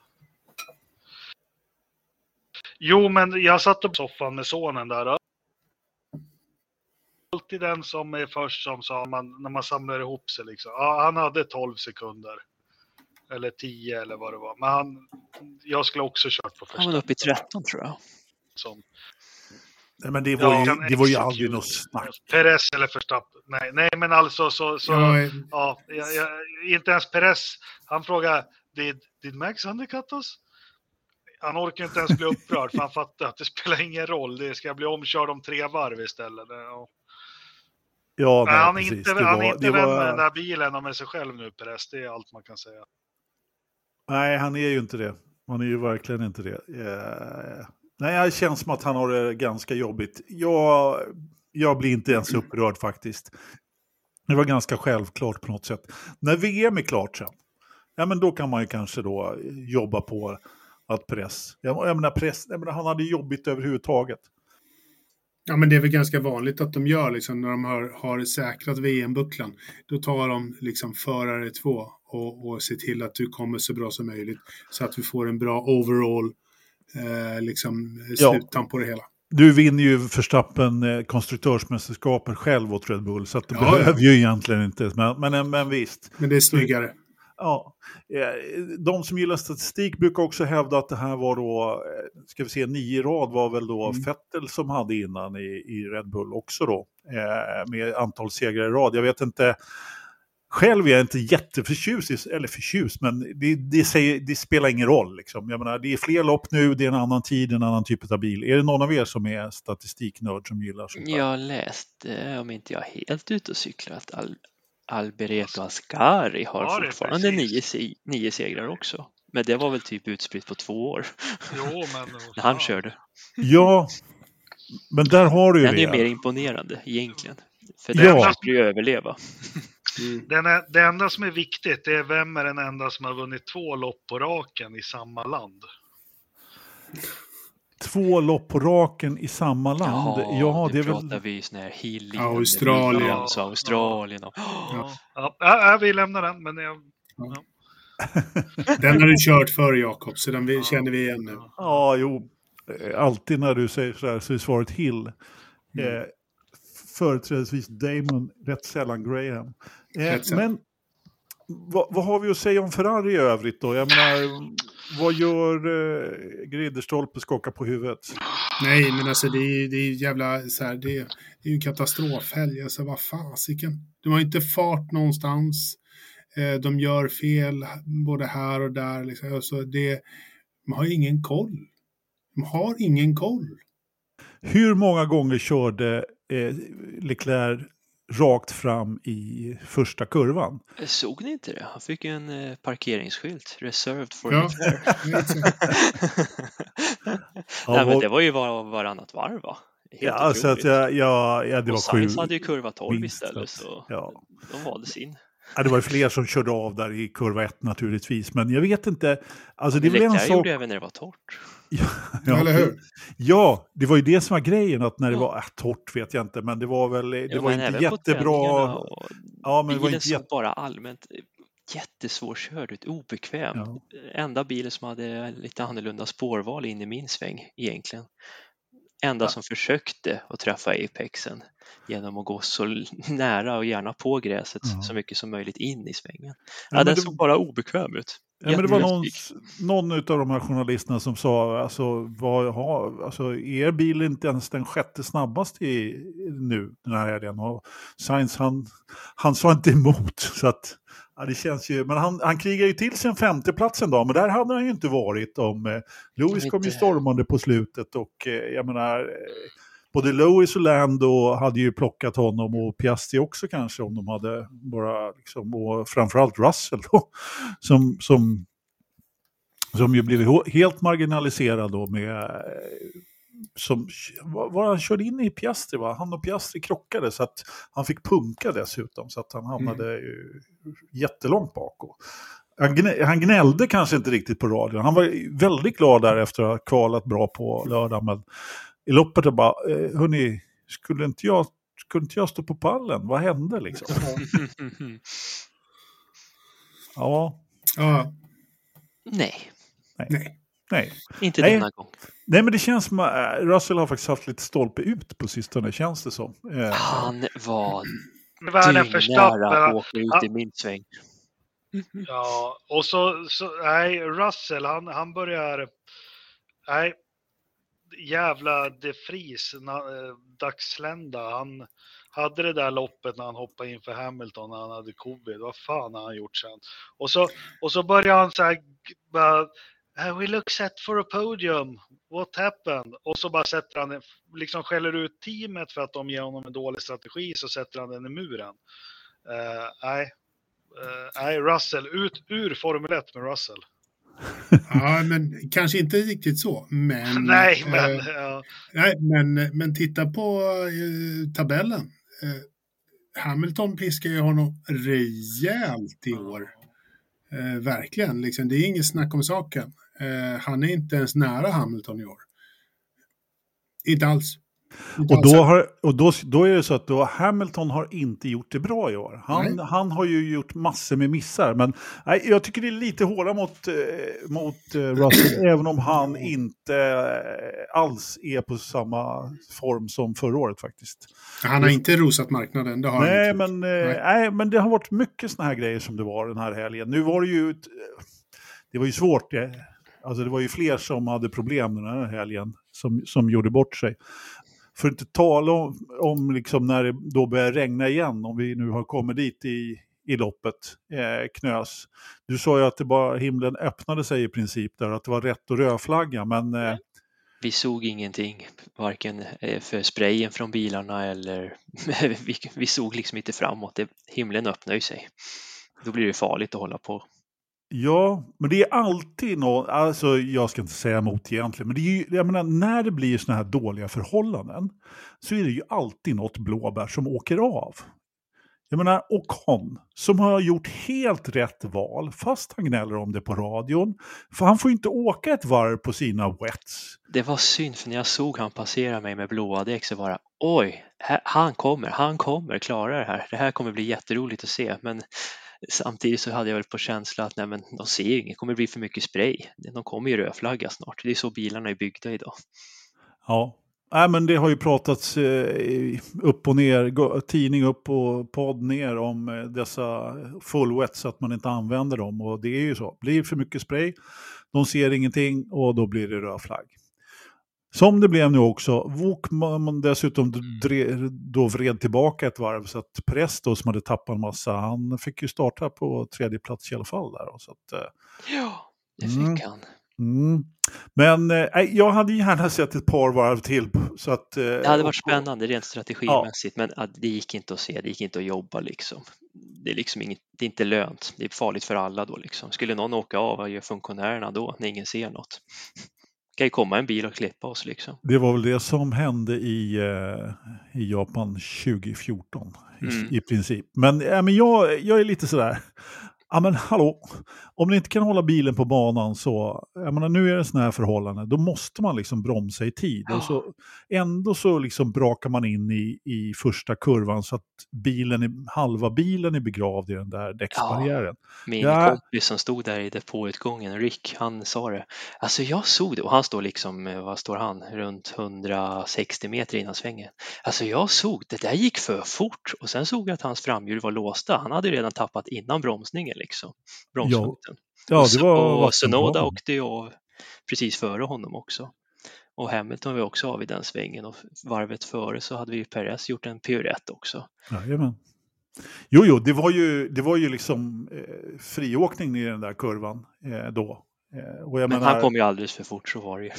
Jo, men jag satt på soffan med sonen där. Alltid den som är först som sa man, när man samlar ihop sig liksom. Ja, han hade tolv sekunder. Eller tio eller vad det var. Men han, jag skulle också kört på första. Han var uppe i tretton tror jag. Som, nej, men det var, ja, ju, det var ju aldrig något snack. Perez eller Verstappen. Nej, nej, men alltså så, så ja, ja jag, jag, inte ens Perez. Han frågade, did, did Max undercut us? Han orkar inte ens bli upprörd för han fattar att det spelar ingen roll. Det ska bli omkörd om tre varv istället. Ja, ja nej, han är precis. inte, det han var, är inte det vän var... med den där bilen och med sig själv nu, Perez. Det är allt man kan säga. Nej, han är ju inte det. Han är ju verkligen inte det. Uh... Nej, det känns som att han har det ganska jobbigt. Jag, jag blir inte ens upprörd faktiskt. Det var ganska självklart på något sätt. När V M är klart sen, ja men då kan man ju kanske då jobba på att press. Jag, jag menar press, jag menar, han hade jobbigt överhuvudtaget. Ja, men det är väl ganska vanligt att de gör liksom när de har, har säkrat V M-bucklan. Då tar de liksom förare två och, och ser till att du kommer så bra som möjligt. Så att vi får en bra overall eh, liksom sluttamp ja. på det hela. Du vinner ju Verstappen eh, konstruktörsmästerskapet själv åt Red Bull. Så att det ja, behöver ja. ju egentligen inte. Men, men, men visst. Men det är snyggare. Ja, de som gillar statistik brukar också hävda att det här var då, ska vi se, nio rad var väl då mm. Vettel som hade innan i, i Red Bull också då, eh, med antal segrar i rad. Jag vet inte, själv är jag inte jätteförtjust, eller förtjust, men det, det, säger, det spelar ingen roll liksom. Jag menar, det är fler lopp nu, det är en annan tid, en annan typ av bil. Är det någon av er som är statistiknörd som gillar sånt här? Jag har läst, om inte jag är helt ute och cyklat, all Alberto Ascari har ja, fortfarande nio, nio segrar också. Men det var väl typ utspritt på två år. Jo, men, när han körde. Ja, men där har du ju den det. Den är mer imponerande egentligen. För den ja. måste ju överleva. Mm. Den är, det enda som är viktigt är vem är den enda som har vunnit två lopp på raken i samma land. Två lopp på raken i samma land. Ja, ja det, det pratar väl... vi sån här Hilly, Australien. Ja, Australien. Och... Ja. Ja. Ja, vi lämnar den. Men jag... ja. Den har du kört för Jakob, så den vi, ja. känner vi igen nu. Ja, jo. Alltid när du säger så här så är svaret Hill. Mm. Eh, företrädesvis Damon, rätt sällan Graham. Eh, men vad, vad har vi att säga om Ferrari i övrigt då? Jag menar, vad gör eh, Ridderstolpe skaka på huvudet? Nej, men alltså det är, det är jävla så här, det är, det är ju en katastrofhelg. Alltså vad fasiken. De har inte fart någonstans. Eh, de gör fel både här och där. Liksom. Alltså det, man har ingen koll. De har ingen koll. hur många gånger körde eh, Leclerc rakt fram i första kurvan? Såg ni inte det? Han fick ju en eh, parkeringsskylt. Reserved for Ja. Leclerc. Nej, men det var ju var, varannat varv, va? Helt ja, alltså att jag, jag, ja, det och var Sainz sju. hade ju kurva tolv minst, istället, så ja. de valde sin. Ja, det var ju fler som körde av där i kurva ett naturligtvis, men jag vet inte. Alltså, det men är väl en sak... gjorde även när det var torrt. Ja, ja, eller hur? Ja, det var ju det som var grejen, att när det ja. var äh, torrt vet jag inte, men det var väl det ja, var inte jättebra. Och ja, men bilen det var inte såg jätt... bara allmänt jättesvårkörd ut, obekväm. Ja. Enda bilen som hade lite annorlunda spårval in i min sväng egentligen. Enda ja. som försökte att träffa Apexen genom att gå så nära och gärna på gräset ja. så mycket som möjligt in i svängen. Ja, ja den det... såg bara obekväm ut. Ja, men det var någon, någon av de här journalisterna som sa, alltså, vad, ha, alltså er bil är inte ens den sjätte snabbast i, nu den här helgen. Och Sainz, han, han sa inte emot, så att ja, det känns ju, men han, han krigar ju till sin femteplatsen då, men där hade han ju inte varit om eh, Lewis kom ju stormande på slutet och eh, jag menar eh, både Lewis och Lando hade ju plockat honom och Piastri också kanske om de hade bara liksom, och framförallt Russell då, som, som, som ju blev helt marginaliserad då med som var han körde in i Piastri, va? Han och Piastri krockade så att han fick punka dessutom så att han hamnade mm. jättelångt bak. Och han, gnä, han gnällde kanske inte riktigt på radion. Han var väldigt glad där efter att ha kvalat bra på lördag, men i loppet är bara, hörni, skulle inte jag skulle inte jag stå på pallen? Vad hände liksom? ja. ja. Nej. Nej. Nej. Nej. Inte Nej. denna gång. Nej, men det känns som att Russell har faktiskt haft lite stolpe ut på sistone, känns det som. Han var nära att åka ut ja. i min sväng. Ja, och så, så nej, Russell, han, han börjar, nej, jävla De Vries, dagslända, han hade det där loppet när han hoppade in för Hamilton när han hade covid, vad fan har han gjort sen? Och så, och så börjar han så här, bara, we look set for a podium, what happened? Och så bara sätter han, liksom skäller ut teamet för att de ger honom en dålig strategi, så sätter han den i muren. Uh, nej, uh, nej, Russell, ut ur Formel ett med Russell. Ja, men kanske inte riktigt så. Men, nej, men, äh, ja. nej, men, men titta på äh, tabellen. Äh, Hamilton piskar ju honom rejält i år. Äh, verkligen, liksom, det är inget snack om saken. Äh, han är inte ens nära Hamilton i år. Inte alls. Inte och alls. då, har, och då, då är det så att då Hamilton har inte gjort det bra i år. Han, han har ju gjort massor med missar. Men nej, jag tycker det är lite hårda mot, eh, mot eh, Russell. Även om han inte eh, alls är på samma form som förra året faktiskt. Han har inte rosat marknaden. Det har nej, han inte men, eh, nej. nej, men det har varit mycket såna här grejer som det var den här helgen. Nu var det ju... Det var ju svårt. Det, alltså det var ju fler som hade problem den här helgen. Som, som gjorde bort sig. För att inte tala om, om liksom när det då börjar regna igen, om vi nu har kommit dit i, i loppet, eh, Knös. Du sa ju att det bara himlen öppnade sig i princip där, att det var rätt och rödflagga, men... Eh... Vi såg ingenting, varken för sprayen från bilarna eller vi, vi såg liksom inte framåt. Det, himlen öppnar ju sig. Då blir det farligt att hålla på. Ja, men det är alltid något, alltså jag ska inte säga emot egentligen, men det är ju, jag menar, när det blir såna här dåliga förhållanden så är det ju alltid något blåbär som åker av. Jag menar, Ocon som har gjort helt rätt val, fast han gnäller om det på radion, för han får inte åka ett varv på sina wets. Det var synd, för när jag såg han passera mig med blåa däck så var det, oj, här, han kommer, han kommer klara det här. Det här kommer bli jätteroligt att se, men samtidigt så hade jag väl på känsla att nej, men de ser ju inget, det kommer bli för mycket spray. De kommer ju rödflagga snart. Det är så bilarna är byggda idag. Ja, nej, men det har ju pratats eh, upp och ner, tidning upp och podd ner om eh, dessa full wet så att man inte använder dem. Och det är ju så, blir för mycket spray, de ser ingenting och då blir det rödflagg. Som det blev nu också, Vok man dessutom drev, då vred tillbaka ett varv så att Presto som hade tappat en massa, han fick ju starta på tredje plats i alla fall där. Så att, ja, det fick mm, han. Mm. Men eh, jag hade gärna sett ett par varv till Så att, det hade varit spännande rent strategimässigt, ja. Men det gick inte att se, det gick inte att jobba liksom. Det är liksom inget, det är inte lönt, det är farligt för alla då liksom. Skulle någon åka av, vad gör funktionärerna då när ingen ser något? Det kan ju komma en bil och klippa oss liksom. Det var väl det som hände i, eh, i Japan tjugo fjorton i, mm. i princip. Men, äh, men jag, jag är lite sådär, ja men hallå, om ni inte kan hålla bilen på banan så, jag menar, nu är det sådana här förhållanden, då måste man liksom bromsa i tid. Ja. Och så, ändå så liksom brakar man in i, i första kurvan så att bilen är, halva bilen är begravd i den där däcksbarriären. Ja, min ja. kompis som stod där i depåutgången, Rick, han sa det. Alltså jag såg det, och han står liksom, vad står han, runt hundrasextio meter innan svängen. Alltså jag såg, det där gick för fort, och sen såg jag att hans framhjul var låsta. Han hade redan tappat innan bromsningen liksom. Bromspunkten. Ja, ja, det var och Sonoda åkte ju av precis före honom också. Och Hamilton var också av i den svängen, och varvet före så hade vi ju Perez gjort en pirouette också. Jajamän. Jo, jo, det var ju, det var ju liksom eh, friåkning i den där kurvan eh, då. Eh, och jag Men menar, han kom ju alldeles för fort, så var det ju.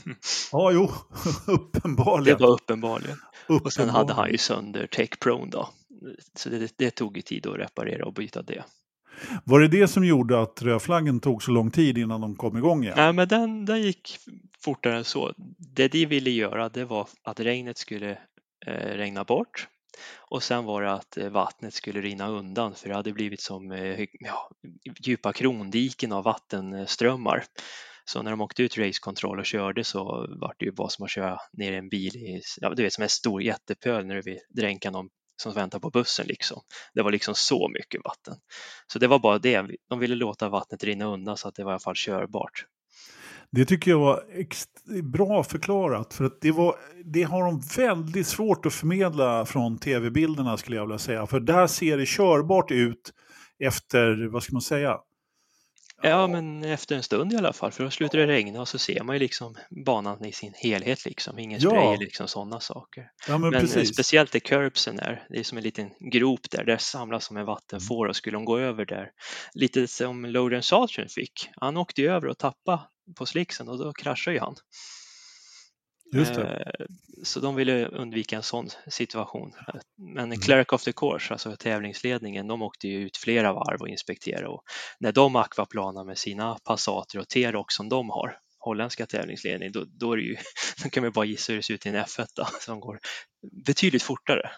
Ja, jo, uppenbarligen. Det var uppenbarligen. uppenbarligen. Och sen hade han ju sönder Tech Prone då. Så det, det tog ju tid att reparera och byta det. Var det det som gjorde att rödflaggen tog så lång tid innan de kom igång igen? Nej, men den, den gick fortare än så. Det de ville göra, det var att regnet skulle eh, regna bort. Och sen var det att eh, vattnet skulle rinna undan, för det hade blivit som eh, ja, djupa krondiken av vattenströmmar. Så när de åkte ut racekontroll och körde så var det ju bara som att köra ner en bil i, ja, du vet, som en stor jättepöl när du vill dränka någon som väntar på bussen liksom. Det var liksom så mycket vatten. Så det var bara det. De ville låta vattnet rinna undan så att det var i alla fall körbart. Det tycker jag var ext- bra förklarat. För att det, var, det har de väldigt svårt att förmedla från tv-bilderna, skulle jag vilja säga. För där ser det körbart ut efter, vad ska man säga? Ja, men efter en stund i alla fall, för då slutar det regna och så ser man ju liksom banan i sin helhet liksom, ingen spray, ja. Liksom sådana saker. Ja, men men precis. Speciellt i curbsen är, det är som en liten grop där, där samlas som en vattenfår, och skulle de gå över där, lite som Logan Sargent fick, han åkte ju över och tappade på slicksen och då kraschade ju han. Just det. Så de ville undvika en sån situation. Men Clerk of the Course, alltså tävlingsledningen, de åkte ju ut flera varv och inspekterade, och när de akvaplanar med sina Passater och T-Roc som de har, holländska tävlingsledning, då, då är det ju, då kan man bara gissa hur det ser ut i en F ett som går betydligt fortare.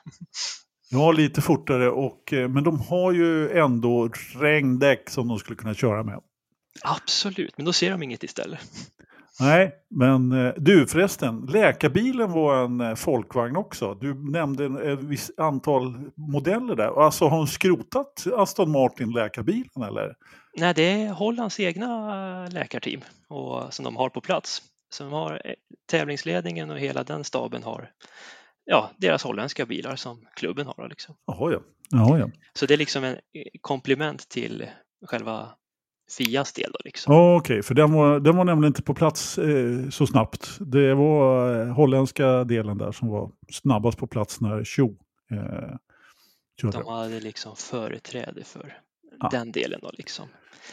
Ja, lite fortare, och, men de har ju ändå regndäck som de skulle kunna köra med. Absolut, men då ser de inget istället. Nej, men du förresten, läkarbilen var en folkvagn också. Du nämnde ett visst antal modeller där. Alltså har de skrotat Aston Martin läkarbilen eller? Nej, det är Hollands egna läkarteam och, som de har på plats. Så de har tävlingsledningen och hela den staben har, ja, deras holländska bilar som klubben har. Liksom. Jaha, ja. Jaha, ja. Så det är liksom en komplement till själva F I As del då liksom. Okej, okay, för den var, den var nämligen inte på plats eh, så snabbt. Det var eh, holländska delen där som var snabbast på plats när Tjo eh, körde. De hade liksom företräde för ja. den delen då liksom.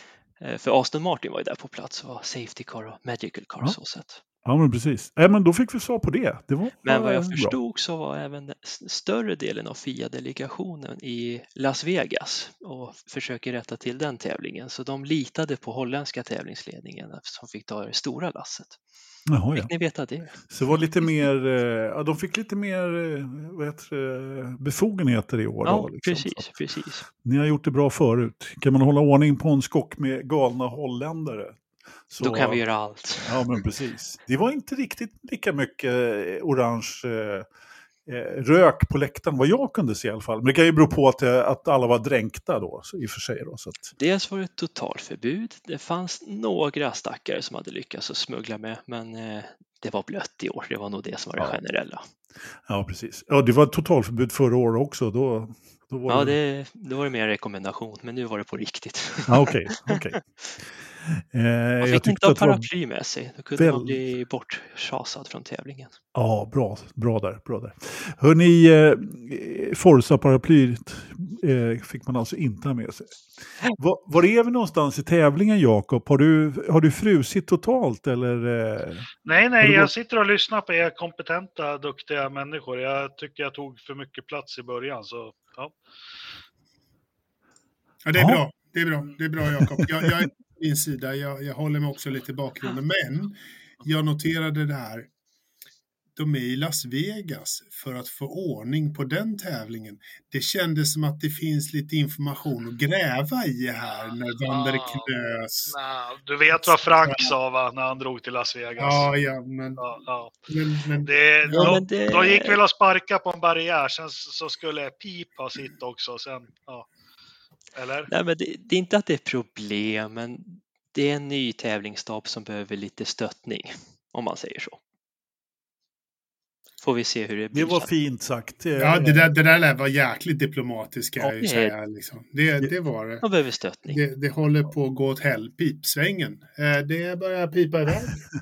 Eh, för Aston Martin var ju där på plats och var safety car och magical car ja. så sätt. Ja, men precis. Äh, men då fick vi svar på det. det var, men vad jag äh, förstod bra. så var även den större delen av F I A-delegationen i Las Vegas och försöker rätta till den tävlingen. Så de litade på holländska tävlingsledningen som fick ta det stora lasset. Jaha, fick ja. ni veta det? Så det var lite mer, ja, de fick lite mer vad heter det, befogenheter i år. Ja, då, liksom. precis, så. precis. Ni har gjort det bra förut. Kan man hålla ordning på en skock med galna holländare? Så, då kan vi göra allt. Ja, men precis. Det var inte riktigt lika mycket orange eh, rök på läktaren, vad jag kunde se i alla fall. Men det kan ju bero på att, att alla var dränkta då, i och för sig. Då, så att... Dels var det ett totalförbud. Det fanns några stackare som hade lyckats att smuggla med, men eh, det var blött i år. Det var nog det som var det ja. generella. Ja, precis. Ja, det var ett totalförbud förra året också. Då, då var ja, det... Det, då var det mer en rekommendation, men nu var det på riktigt. Ja, okej, okay, okej. Okay. Eh, man fick inte ha paraply var... med sig. Då kunde väl... man bli bortchasad från tävlingen. Ja, bra, bra där. Bra där. Hörrni, eh, Forza-paraplyt eh, fick man alltså inte ha med sig. Var, var är vi någonstans i tävlingen, Jakob? Har du, har du frusit totalt eller? Eh, nej, nej, jag gått... sitter och lyssnar på er kompetenta, duktiga människor. Jag tycker jag tog för mycket plats i början, så ja. Ja, det är ja. bra. Det är bra, det är bra Jakob. Jag, jag är på din sida, jag, jag håller mig också lite i bakgrunden. Men jag noterade det här. De är i Las Vegas för att få ordning på den tävlingen. Det kändes som att det finns lite information att gräva i här när Vander Knös. Nah, du vet vad Frank sa, va, när han drog till Las Vegas. Ja, ja, men... Ja, ja. men, men det, ja, de, men det... de gick väl att sparka på en barriär, sen så skulle Pip ha sitt också. Sen, ja. Eller? Nej, men det, det är inte att det är problem, men det är en ny tävlingsstab som behöver lite stöttning, om man säger så. Får vi se hur det blir. Det var fint sagt. Ja, det där, det där var jäkligt diplomatiskt, ska ja, jag ju säga. Liksom. Det, det var det. De behöver stöttning. Det, det håller på att gå åt hell. Pipsvängen. Det börjar pipa iväg.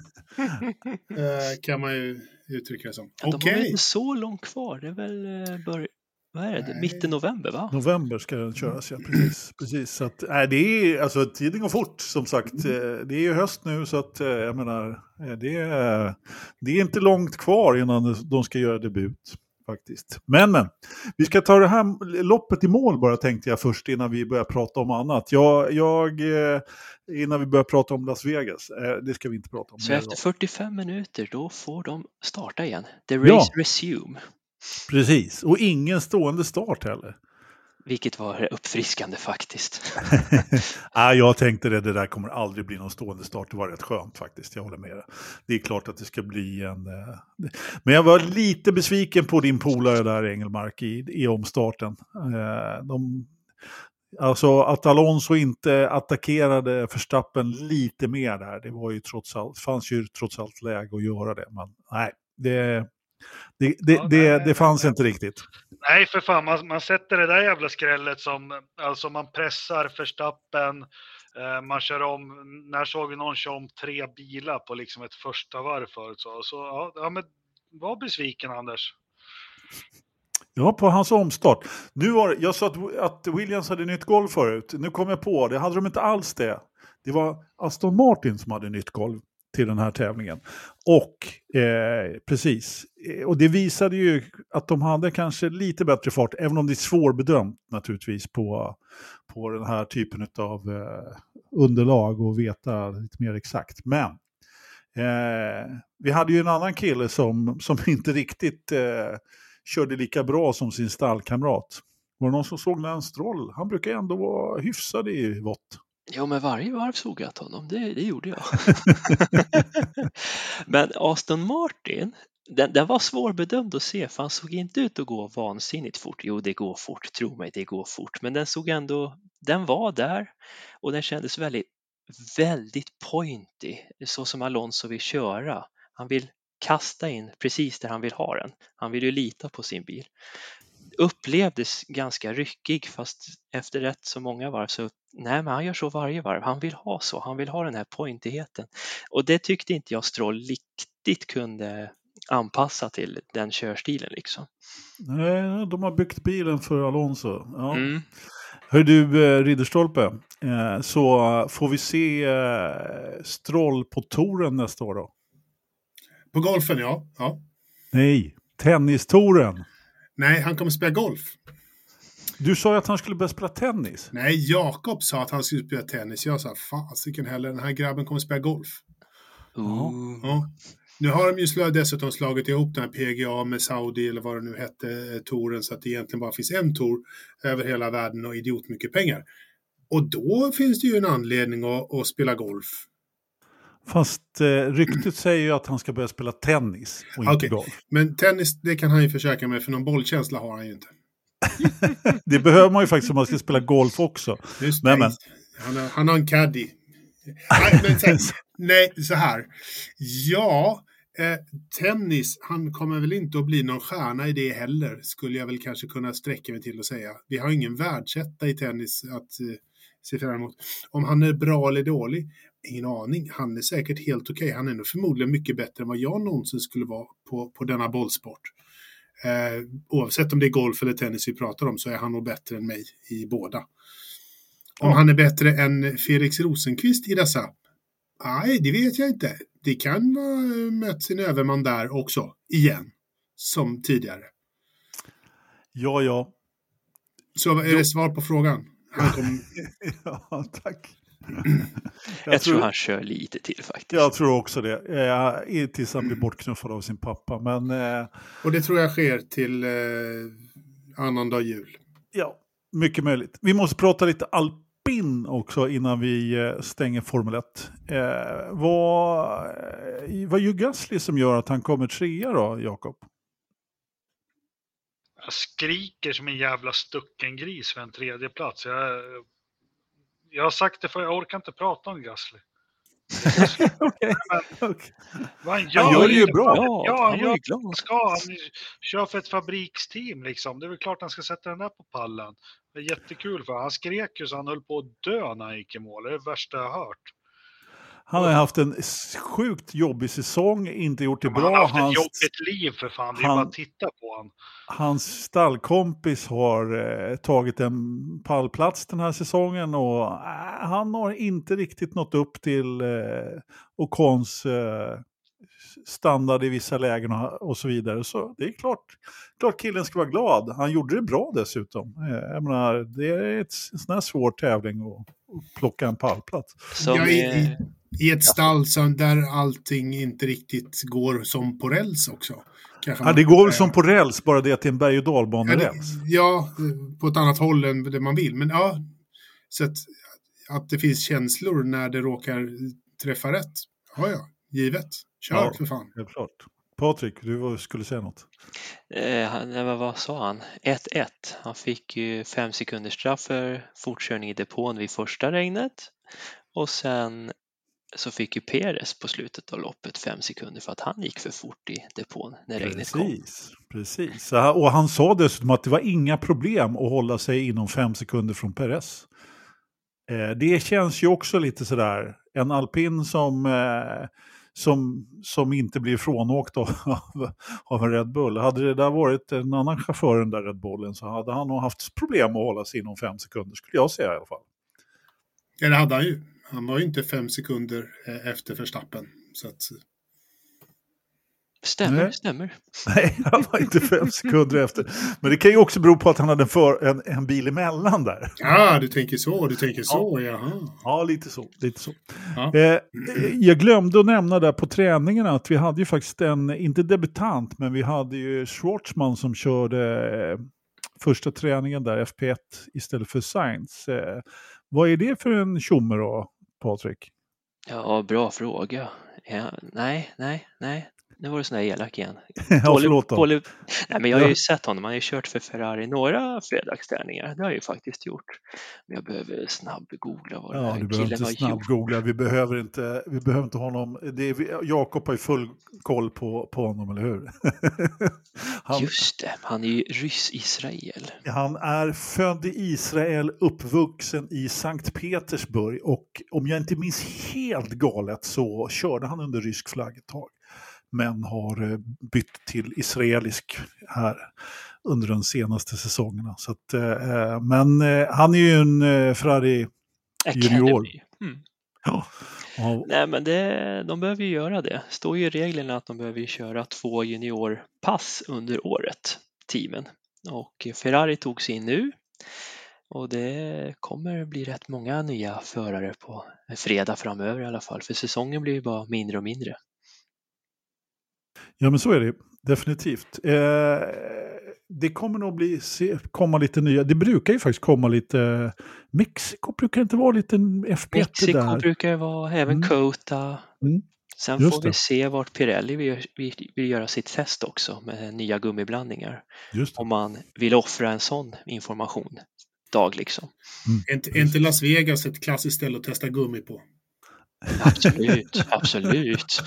kan man ju uttrycka det som. Ja, de Okej. har inte så långt kvar. Det är väl bör... Vad är det? Mitten november, va? November ska den köras, ja. Precis. precis. Så att, äh, det är, alltså, tiden går fort, som sagt. Det är ju höst nu, så att, jag menar, det är, det är inte långt kvar innan de ska göra debut, faktiskt. Men, men, vi ska ta det här loppet i mål bara, tänkte jag först, innan vi börjar prata om annat. Jag, jag innan vi börjar prata om Las Vegas, det ska vi inte prata om. Så efter fyrtiofem minuter, då får de starta igen. The race ja. resume. Precis, och ingen stående start heller. Vilket var uppfriskande faktiskt. ah, jag tänkte det, det där kommer aldrig bli någon stående start. Det var rätt skönt faktiskt, jag håller med. Det är klart att det ska bli en... Eh... Men jag var lite besviken på din polare där, Engelmark, i, i omstarten. Eh, de... Alltså att Alonso inte attackerade Verstappen lite mer där. Det var ju trots allt, fanns ju trots allt läge att göra det. Men nej, det... Det, det, ja, det, det fanns nej, inte riktigt. Nej, för fan. Man, man sätter det där jävla skrället som... Alltså man pressar Verstappen. Eh, man kör om... När såg vi någon köra om tre bilar på liksom ett första varv förut? Så, så ja, ja, men var besviken, Anders. Ja, på hans omstart. Nu var, jag sa att, att Williams hade nytt golv förut. Nu kom jag på, det hade de inte alls det. Det var Aston Martin som hade nytt golv till den här tävlingen. Och eh, precis, och det visade ju att de hade kanske lite bättre fart, även om det är svårbedömt naturligtvis på, på den här typen av eh, underlag och veta lite mer exakt. Men eh, vi hade ju en annan kille som, som inte riktigt eh, körde lika bra som sin stallkamrat. Var det någon som såg Lance Stroll? Han brukar ändå vara hyfsad i vått. Jo, men varje varv såg jag honom. Det, det gjorde jag. Men Aston Martin, den, den var svårbedömd att se, för han såg inte ut att gå vansinnigt fort. Jo, det går fort, tro mig, det går fort. Men den såg ändå, den var där och den kändes väldigt, väldigt pointy. Så som Alonso vill köra. Han vill kasta in precis där han vill ha den. Han vill ju lita på sin bil. Upplevdes ganska ryckig, fast efter rätt så många varv så nej, men han gör så varje varv. Han vill ha så, han vill ha den här pointigheten. Och det tyckte inte jag Stroll riktigt kunde anpassa till den körstilen liksom. Nej, de har byggt bilen för Alonso. Ja. Mm. Hör du, eh, Ridderstolpe, eh, så får vi se eh, Stroll på touren nästa år då? På golfen, ja. ja. Nej, tennistouren. Nej, han kommer spela golf. Du sa ju att han skulle börja spela tennis. Nej, Jakob sa att han skulle spela tennis. Jag sa, fasiken heller, den här grabben kommer spela golf. Mm. Ja. Nu har de ju slagit, dessutom slagit ihop den här P G A med Saudi eller vad det nu hette, touren, så att det egentligen bara finns en tour över hela världen och idiot mycket pengar. Och då finns det ju en anledning att, att spela golf. Fast eh, ryktet säger ju att han ska börja spela tennis och inte okay. golf. Men tennis, det kan han ju försöka med, för någon bollkänsla har han ju inte. Det behöver man ju faktiskt om man ska spela golf också. Just men, men. Han, har, han har en caddy. nej, men sen, nej, så här. Ja, eh, tennis, han kommer väl inte att bli någon stjärna i det heller, skulle jag väl kanske kunna sträcka mig till att säga. Vi har ingen världsetta i tennis att eh, se fram emot. Om han är bra eller dålig, ingen aning. Han är säkert helt okej. Okay. Han är nog förmodligen mycket bättre än vad jag någonsin skulle vara på, på denna bollsport. Eh, oavsett om det är golf eller tennis vi pratar om så är han nog bättre än mig i båda. Om ja. han är bättre än Felix Rosenqvist i dessa? Nej, det vet jag inte. Det kan ha mött sin överman där också, igen, som tidigare. Ja, ja. Så är det svar på frågan? Han kom... ja, tack. jag, jag tror, tror han kör lite till faktiskt. Jag tror också det. Eh, tills han blir bortknuffad av sin pappa. Men, eh... Och det tror jag sker till eh, annandag jul. Ja, mycket möjligt. Vi måste prata lite alpin också innan vi eh, stänger Formel ett. Eh, vad, eh, vad gör Gasly som gör att han kommer trea då, Jakob? Jag skriker som en jävla stucken gris för en tredje plats. Jag, jag har sagt det för jag orkar inte prata om Gasly. Okej. Okay. Han gör, han gör det ju bra. Ja, ja han gör glad. Ska han kör för ett fabriksteam liksom. Det är väl klart han ska sätta den där på pallen. Det är jättekul för han skrek ju så han höll på att dö när han gick i mål. Det är det värsta jag har hört. Han har haft en sjukt jobbig säsong, inte gjort det ja, bra. Han har haft hans, ett jobbigt liv för fan, det är han, bara att titta på honom. Hans stallkompis har eh, tagit en pallplats den här säsongen och eh, han har inte riktigt nått upp till eh, Ocons eh, standard i vissa lägen och, och så vidare. Så det är klart, klart killen ska vara glad. Han gjorde det bra dessutom. Eh, jag menar, det är ett, en sån här svår tävling att, att plocka en pallplats. Som ja, i, i, I ett stall så där allting inte riktigt går som på räls också. Ja, det går väl som på räls, bara det att det är en berg- och dalbaneräls. Ja, på ett annat håll än det man vill. Men ja, så att, att det finns känslor när det råkar träffa rätt. Ja, ja, givet. Kör ja, för fan. Helt klart. Patrik, du skulle säga något. Eh, vad sa han? ett ett. Han fick ju fem sekunders straff för fortkörning i depån vid första regnet. Och sen så fick ju Perez på slutet av loppet fem sekunder för att han gick för fort i depån när regnet precis, kom. Precis, och han sa dessutom att det var inga problem att hålla sig inom fem sekunder från Perez. Eh, det känns ju också lite sådär, en alpin som, eh, som, som inte blir frånåkt av, av en Red Bull. Hade det där varit en annan chaufför än där Red Bullen så hade han nog haft problem att hålla sig inom fem sekunder, skulle jag säga i alla fall. Ja, det hade han ju. Han var ju inte fem sekunder efter Verstappen. Så att... Stämmer, Nej. stämmer. Nej, han var inte fem sekunder efter. Men det kan ju också bero på att han hade för en, en bil emellan där. Ja, du tänker så, du tänker så, ja. Jaha. Ja, lite så. Lite så. Ja. Eh, jag glömde att nämna där på träningarna att vi hade ju faktiskt en, inte debutant, men vi hade ju Schwartzman som körde eh, första träningen där, F P ett istället för Sainz. Eh, vad är det för en tjomme då, Patrik? Ja, bra fråga. Ja, nej, nej, nej. Nu var det sån här elak igen. Ja, förlåt då. Dålig... Nej, men jag har ju sett honom. Han har ju kört för Ferrari några fredagsträningar. Det har jag ju faktiskt gjort. Men jag behöver snabb-googla vad ja, den här du behöver killen inte har gjort. snabb-googla. Vi behöver inte, vi behöver inte honom. Det är, Jakob har ju full koll på, på honom, eller hur? han, Just det, han är ju ryss-Israel. Han är född i Israel, uppvuxen i Sankt Petersburg. Och om jag inte minns helt galet så körde han under rysk flagg ett tag. Men har bytt till israelisk här under de senaste säsongerna. Så att, eh, men eh, han är ju en eh, Ferrari junior. Mm. Ja. Ja. Nej, men det, de behöver ju göra det. Står ju i reglerna att de behöver köra två juniorpass under året, teamen. Och Ferrari tog sig in nu. Och det kommer bli rätt många nya förare på fredag framöver i alla fall. För säsongen blir ju bara mindre och mindre. Ja, men så är det definitivt. Eh, det kommer nog bli, se, komma lite nya. Det brukar ju faktiskt komma lite. Mexiko brukar inte vara lite F P ett Mexiko där. brukar det vara, även mm. Kota. Mm. Sen Just får vi det. se vart Pirelli vill, vill, vill göra sitt test också med nya gummiblandningar. Just det. Om man vill offra en sån information dag liksom. Mm. Är inte, är inte Las Vegas ett klassiskt ställe att testa gummi på? Absolut, absolut.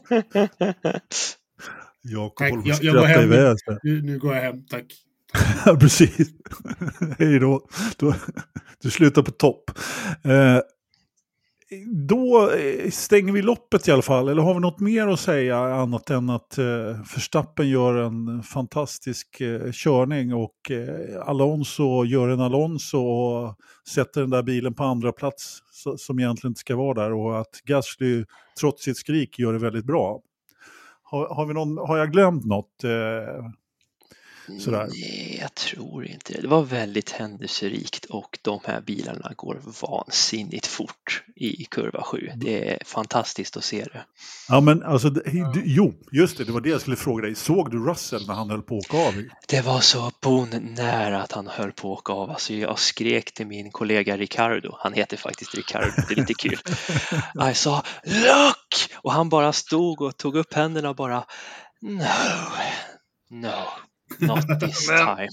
Jakob tack, håller jag, på jag går att skratta hem. iväg. Nu, nu går jag hem, tack. Ja, precis. Hej då. Du, du slutar på topp. Eh, då stänger vi loppet i alla fall. Eller har vi något mer att säga annat än att eh, Verstappen gör en fantastisk eh, körning och eh, Alonso gör en Alonso och sätter den där bilen på andra plats så, som egentligen inte ska vara där, och att Gasly trots sitt skrik gör det väldigt bra. Har, har, vi någon, har jag glömt något? Eh, Sådär. Nej, jag tror inte det. Det var väldigt händelserikt och de här bilarna går vansinnigt fort i kurva sju. Det är fantastiskt att se det. Ja, men alltså, du, jo, just det, det var det jag skulle fråga dig. Såg du Russell när han höll på att åka av? Det var så nära att han höll på att åka av. Alltså jag skrek till min kollega Ricardo. Han heter faktiskt Ricardo, det är lite kul. Jag sa, look! Och han bara stod och tog upp händerna och bara, no, no. Not this men, time.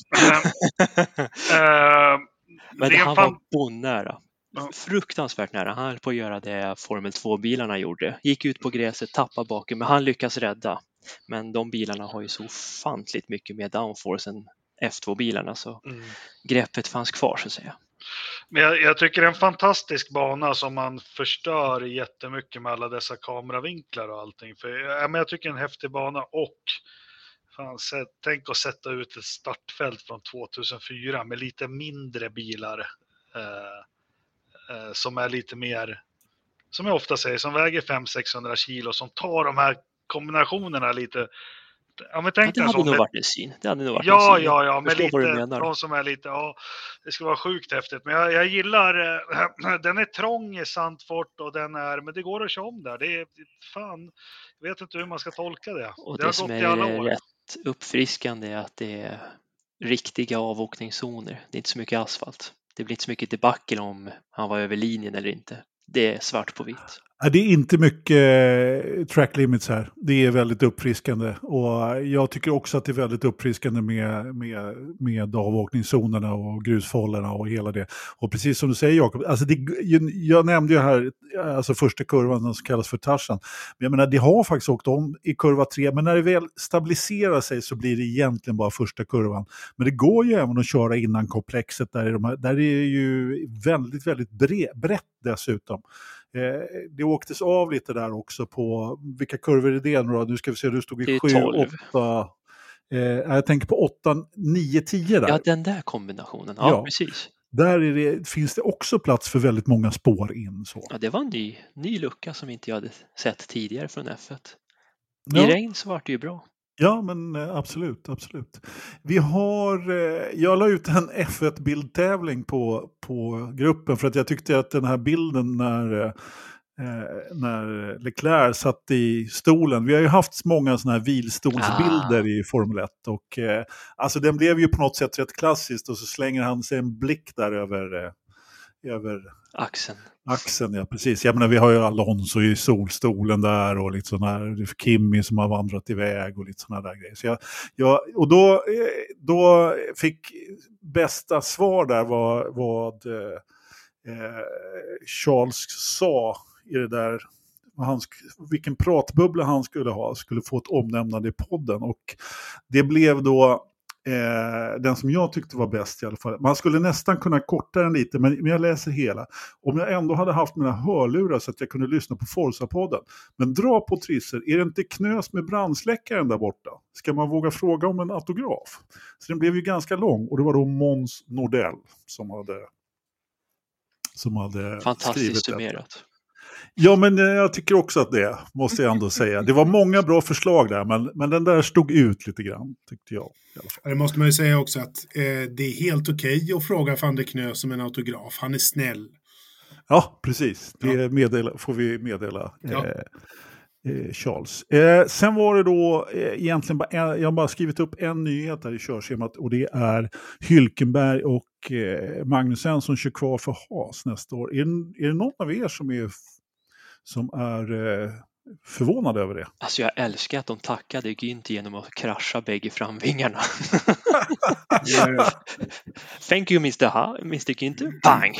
äh, Men det han fan... var bonnära. Fruktansvärt nära. Han höll på att göra det Formel två-bilarna gjorde. Gick ut på gräset, tappade baken, men han lyckas rädda. Men de bilarna har ju så ofantligt mycket mer downforce än F två-bilarna, så mm. greppet fanns kvar så att säga. Men jag, jag tycker det är en fantastisk bana som man förstör jättemycket med alla dessa kameravinklar och allting. För, ja, men jag tycker en häftig bana och fan, tänk att sätta ut ett startfält från tvåtusenfyra med lite mindre bilar eh, eh, som är lite mer, som jag ofta säger, som väger fem till sexhundra kilo, som tar de här kombinationerna lite. Ja, men tänk ja, det hade nog med, varit en syn. Det hade nog varit ja, en syn. ja, ja, men lite, de som är lite, ja, det ska vara sjukt häftigt. Men jag, jag gillar, äh, den är trång i Sandfort och den är, men det går att köra om där. Det är fan, jag vet inte hur man ska tolka det. Och det, det har som gått är i alla år. Rätt uppfriskande är att det är riktiga avåkningszoner. Det är inte så mycket asfalt. Det blir inte så mycket debacle om han var över linjen eller inte. Det är svart på vitt. Det är inte mycket track limits här. Det är väldigt uppfriskande. Och jag tycker också att det är väldigt uppfriskande med, med, med avåkningszonerna och grusfållerna och hela det. Och precis som du säger, Jakob, alltså det, jag nämnde ju här alltså första kurvan som kallas för Tarzan. Men jag menar, det har faktiskt åkt om i kurva tre, men när det väl stabiliserar sig så blir det egentligen bara första kurvan. Men det går ju även att köra innan komplexet där, är de här, där är det ju väldigt, väldigt bre, brett dessutom. Det åktes av lite där också på, vilka kurvor är det nu då? Nu ska vi se, du stod i sju, åtta, eh, jag tänker på åtta, nio, tio där. Ja, den där kombinationen, ja, ja. Precis. Där är det, finns det också plats för väldigt många spår in. Så. Ja, det var en ny, ny lucka som inte jag hade sett tidigare från F ett. I ja. regn så var det ju bra. Ja, men absolut, absolut. Vi har, jag la ut en F ett-bildtävling på, på gruppen för att jag tyckte att den här bilden när, när Leclerc satt i stolen, vi har ju haft många sådana här vilstolsbilder ah. i Formel ett och alltså den blev ju på något sätt rätt klassiskt och så slänger han sig en blick där över, över axeln. Axeln, ja precis. Jag menar, vi har ju Alonso i solstolen där och lite sådana här Kimi som har vandrat iväg och lite sådana där grejer. Så jag, jag, och då, då fick bästa svar där var vad eh, Charles sa i det där, han, vilken pratbubbla han skulle ha, skulle få ett omnämnande i podden och det blev då Eh, den som jag tyckte var bäst i alla fall. Man skulle nästan kunna korta den lite, men, men jag läser hela. Om jag ändå hade haft mina hörlurar så att jag kunde lyssna på Forza-podden. Men dra på trisser, är det inte knös med brandsläckaren där borta? Ska man våga fråga om en autograf? Så den blev ju ganska lång och det var då Måns Nordell som hade som hade fantastiskt summerat. Ja, men jag tycker också att det måste jag ändå säga. Det var många bra förslag där, men, men den där stod ut lite grann, tyckte jag. I alla fall. Det måste man ju säga också att eh, det är helt okej okay att fråga van der Knös som en autograf. Han är snäll. Ja, precis. Det ja. Meddela, får vi meddela ja. eh, eh, Charles. Eh, sen var det då eh, egentligen bara, en, jag har bara skrivit upp en nyhet här i körschemat och det är Hülkenberg och eh, Magnussen som kör kvar för Haas nästa år. Är, är det någon av er som är som är eh, förvånad över det? Alltså jag älskar att de tackade Günther genom att krascha bägge framvingarna. yeah. Thank you mister Ha, mister Günther. Bang!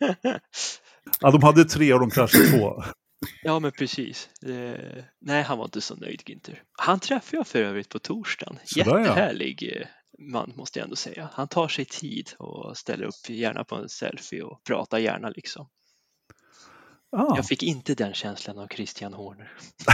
Ja, de hade tre och de kraschade två. Ja, men precis. Eh, nej, han var inte så nöjd, Günther. Han träffade jag för övrigt på torsdagen. Sådär, jättehärlig ja. Man, måste jag ändå säga. Han tar sig tid och ställer upp gärna på en selfie och pratar gärna liksom. Ah. Jag fick inte den känslan av Christian Horner.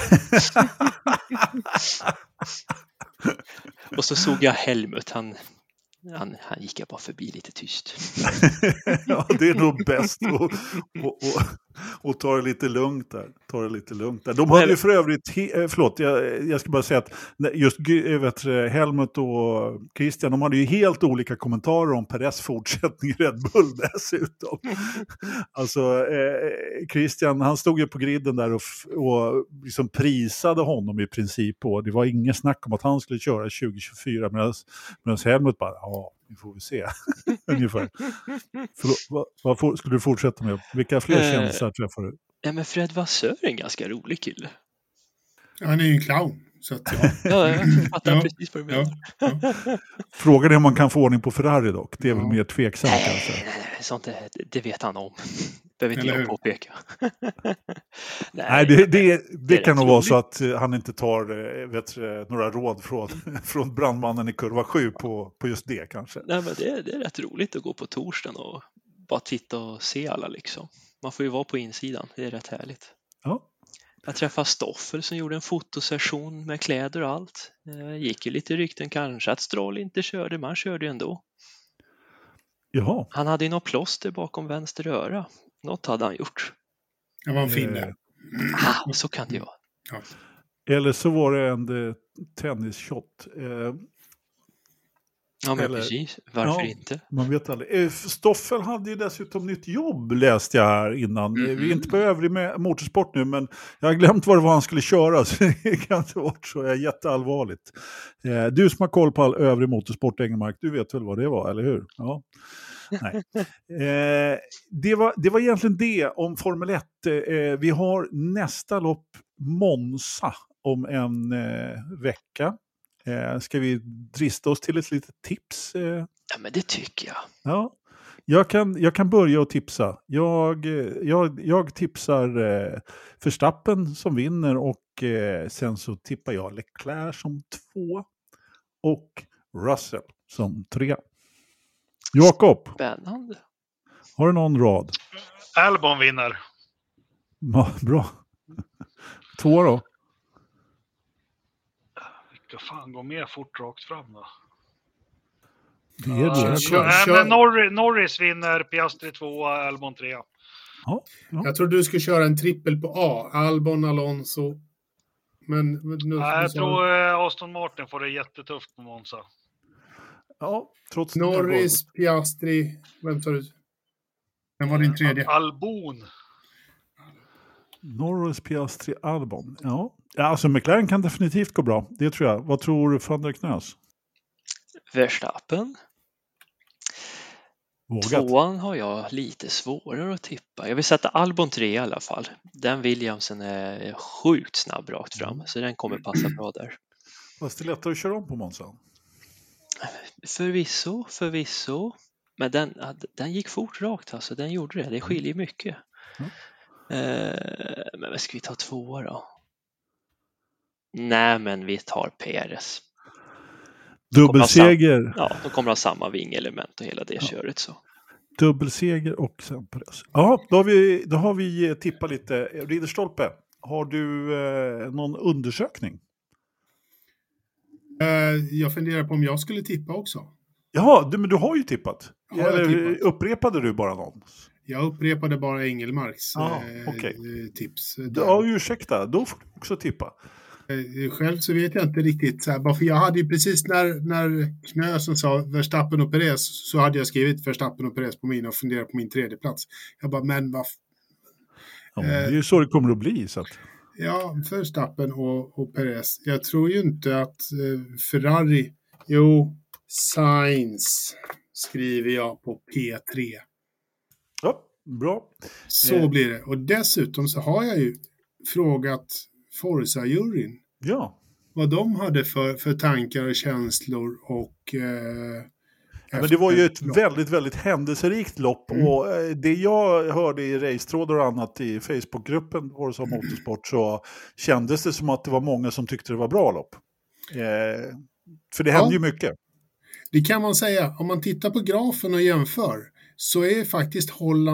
Och så såg jag Helmut, han, han, han gick jag bara förbi lite tyst. Ja, det är nog bäst att och, och, och ta det lite lugnt där. Ta det lite lugnt där. De hade ju för övrigt, förlåt, jag, jag ska bara säga att just vet, Helmut och Christian, de hade ju helt olika kommentarer om Perez fortsättning i Red Bull dessutom. Alltså, eh, Christian, han stod ju på griden där och, och liksom prisade honom i princip på. Det var ingen snack om att han skulle köra tjugo tjugofyra, medan, medan Helmut bara, ja, vi får vi se. Ungefär. För, vad, vad for, skulle du fortsätta med? Vilka fler uh, kändisar träffar du? Ja, men Fred Vasseur är en ganska rolig kille. Han är ju en clown. Så att, ja. Ja, jag fattar ja, precis vad du menar. Ja, ja. Frågan är om man kan få ordning på Ferrari dock. Det är ja. väl mer tveksamt nej, kanske. Nej, sånt det, det vet han om. Behöver inte jag påpeka. nej, nej, det, det, det, det kan nog vara så att han inte tar vet, några råd från, från brandmannen i kurva sju på, på just det kanske. Nej, men det, det är rätt roligt att gå på torsdagen och bara titta och se alla liksom. Man får ju vara på insidan, det är rätt härligt. Ja. Jag träffade Stoffel som gjorde en fotosession med kläder och allt. Det gick ju lite rykten kanske att Stroll inte körde, men han körde ju ändå. Jaha. Han hade ju något plåster bakom vänster öra. Något hade han gjort. Det var en finne. Eh. Ah, så kan det vara. Ja. Eller så var det en eh, tennisshot. Eh. Ja, men Eller, precis. Varför ja, inte? Man vet aldrig. Stoffel hade ju dessutom nytt jobb, läste jag här innan. Mm-hmm. Vi är inte på övrig med motorsport nu, men jag har glömt vad det var han skulle köra, så det kan inte vara så. Jag är jätteallvarligt. Eh, du som har koll på all övrig motorsport, Engelmark, du vet väl vad det var, eller hur? Ja. Nej. Eh, det, var, det var egentligen det om Formel ett. Eh, vi har nästa lopp Monza om en eh, vecka. Eh, ska vi drista oss till ett litet tips? Eh? Ja, men det tycker jag. Ja, jag kan, jag kan börja och tipsa. Jag, jag, jag tipsar eh, Verstappen som vinner och eh, sen så tippar jag Leclerc som två och Russell som tre. Jakob. Spännande. Har du någon rad? Albon vinner. Ja, bra. Två då? Vilka fan går mer fort rakt fram då? Det är det. Uh, kör, kör. Men Norris, Norris vinner, Piastri två, Albon tre. Ja, ja. Jag tror du ska köra en trippel på A. Albon, Alonso. Men, men nu, Nej, jag tror uh, Aston Martin får det jättetufft på Monza. Ja, trots Norris, Piastri. Vem tar du? Vem var din tredje? Albon. Norris, Piastri, Albon. Ja. Ja, alltså McLaren kan definitivt gå bra. Det tror jag. Vad tror van der Knös? Verstappen. Vågat. Tvåan har jag lite svårare att tippa. Jag vill sätta Albon tre i alla fall. Den Williamsen är sjukt snabb rakt fram. Så den kommer passa bra där. Fast det är lättare att köra om på Monza. Förvisso, förvisso. Men den, den gick fort rakt alltså. Den gjorde det. Det skiljer mycket. Mm. Eh, men vad ska vi ta två då? Nej, men vi tar Perez. Dubbelseger. Ja, de kommer ha samma vingelement och hela det ja. köret så. Dubbelseger och sen Perez. Ja, då har vi, då har vi tippat lite. Ridderstolpe, har du eh, någon undersökning? Uh, jag funderar på om jag skulle tippa också. Jaha, du, men du har ju tippat. Har Eller tippat? Upprepade du bara någon? Jag upprepade bara Engelmarks ah, eh, okay. tips. Ja, ursäkta. Då får du också tippa. Eh, själv så vet jag inte riktigt. Så här, bara för jag hade ju precis när, när Knösen sa Verstappen och Perez så hade jag skrivit Verstappen och Perez på min och funderat på min tredje plats. Jag bara, men vad... Ja, det är ju så det kommer att bli. Så att... Ja, Verstappen och, och Perez. Jag tror ju inte att eh, Ferrari... Jo, Sainz skriver jag på P tre. Ja, bra. Så eh. blir det. Och dessutom så har jag ju frågat Forza-juryn. Ja. Vad de hade för, för tankar och känslor och... Eh, ja, men det var ju ett lopp. väldigt, väldigt händelserikt lopp. Mm. Och eh, det jag hörde i racetrådar och annat i Facebookgruppen Forza Motorsport så kändes det som att det var många som tyckte det var bra lopp. Eh, för det hände ja. ju mycket. Det kan man säga. Om man tittar på grafen och jämför så är faktiskt Holland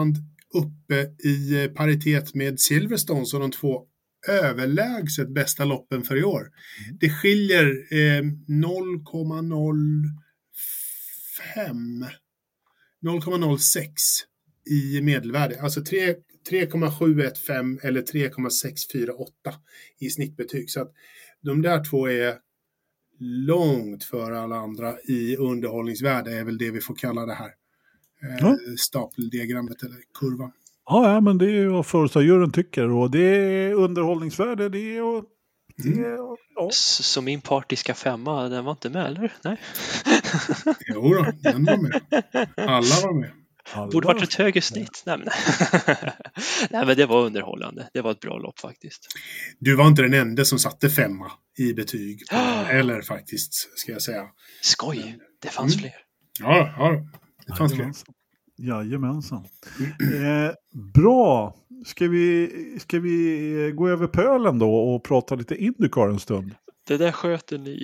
uppe i paritet med Silverstone som de två överlägset bästa loppen för i år. Mm. Det skiljer eh, noll komma noll fem noll komma noll sex i medelvärde. Alltså tre komma sju ett fem eller tre komma sex fyra åtta i snittbetyg. Så att de där två är långt före alla andra i underhållningsvärde är väl det vi får kalla det här. Eh, mm. Stapeldiagrammet eller kurvan. Ja, men det är vad förutsägaren tycker. Och det är underhållningsvärde. Det är, och, det är, och, ja. Så min partiska femma, den var inte med, eller? Nej. Jo då, den var med. Alla var med. Alla. Borde varit ett högre snitt. Nej men. Nej, men det var underhållande. Det var ett bra lopp faktiskt. Du var inte den enda som satte femma i betyg. På, eller faktiskt, ska jag säga. Skoj, det fanns mm. fler. Ja, ja, det fanns fler. Jajamensan. Eh, bra. Ska vi, ska vi gå över pölen då och prata lite IndyCar en stund? Det där sköter ni.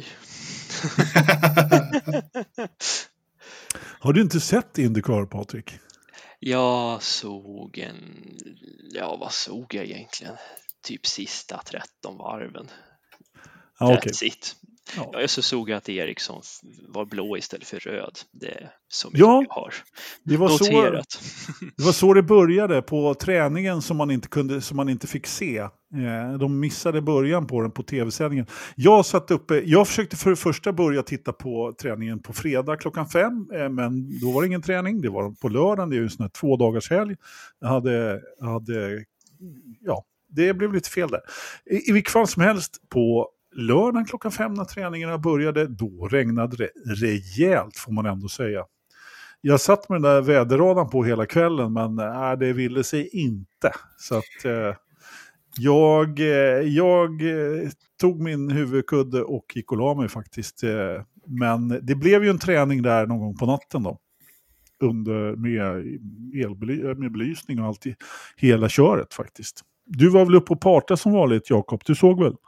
Har du inte sett IndyCar, Patrik? Jag såg en... Ja, vad såg jag egentligen? Typ sista tretton varven. Ah, okay. That's it. Ja. Jag så såg att Eriksson var blå istället för röd. Det är så mycket ja, jag har det var noterat. Så, det var så det började på träningen som man inte, kunde, som man inte fick se. De missade början på den på tv-sändningen. Jag satt uppe, jag försökte för det första börja titta på träningen på fredag klockan fem. Men då var det ingen träning, det var på lördagen. Det är ju en sån här två dagars helg. Jag hade, jag hade, ja, det blev lite fel där. I, i vilket fall som helst på lördagen klockan fem när träningarna började, då regnade det rejält får man ändå säga. Jag satt med den där väderradan på hela kvällen men äh, det ville sig inte. Så att eh, jag, eh, jag eh, tog min huvudkudde och gick och la mig faktiskt. Eh, men det blev ju en träning där någon gång på natten då. Under med, elbely- med belysning och allt i hela köret faktiskt. Du var väl uppe på parta som vanligt, Jakob? Du såg väl?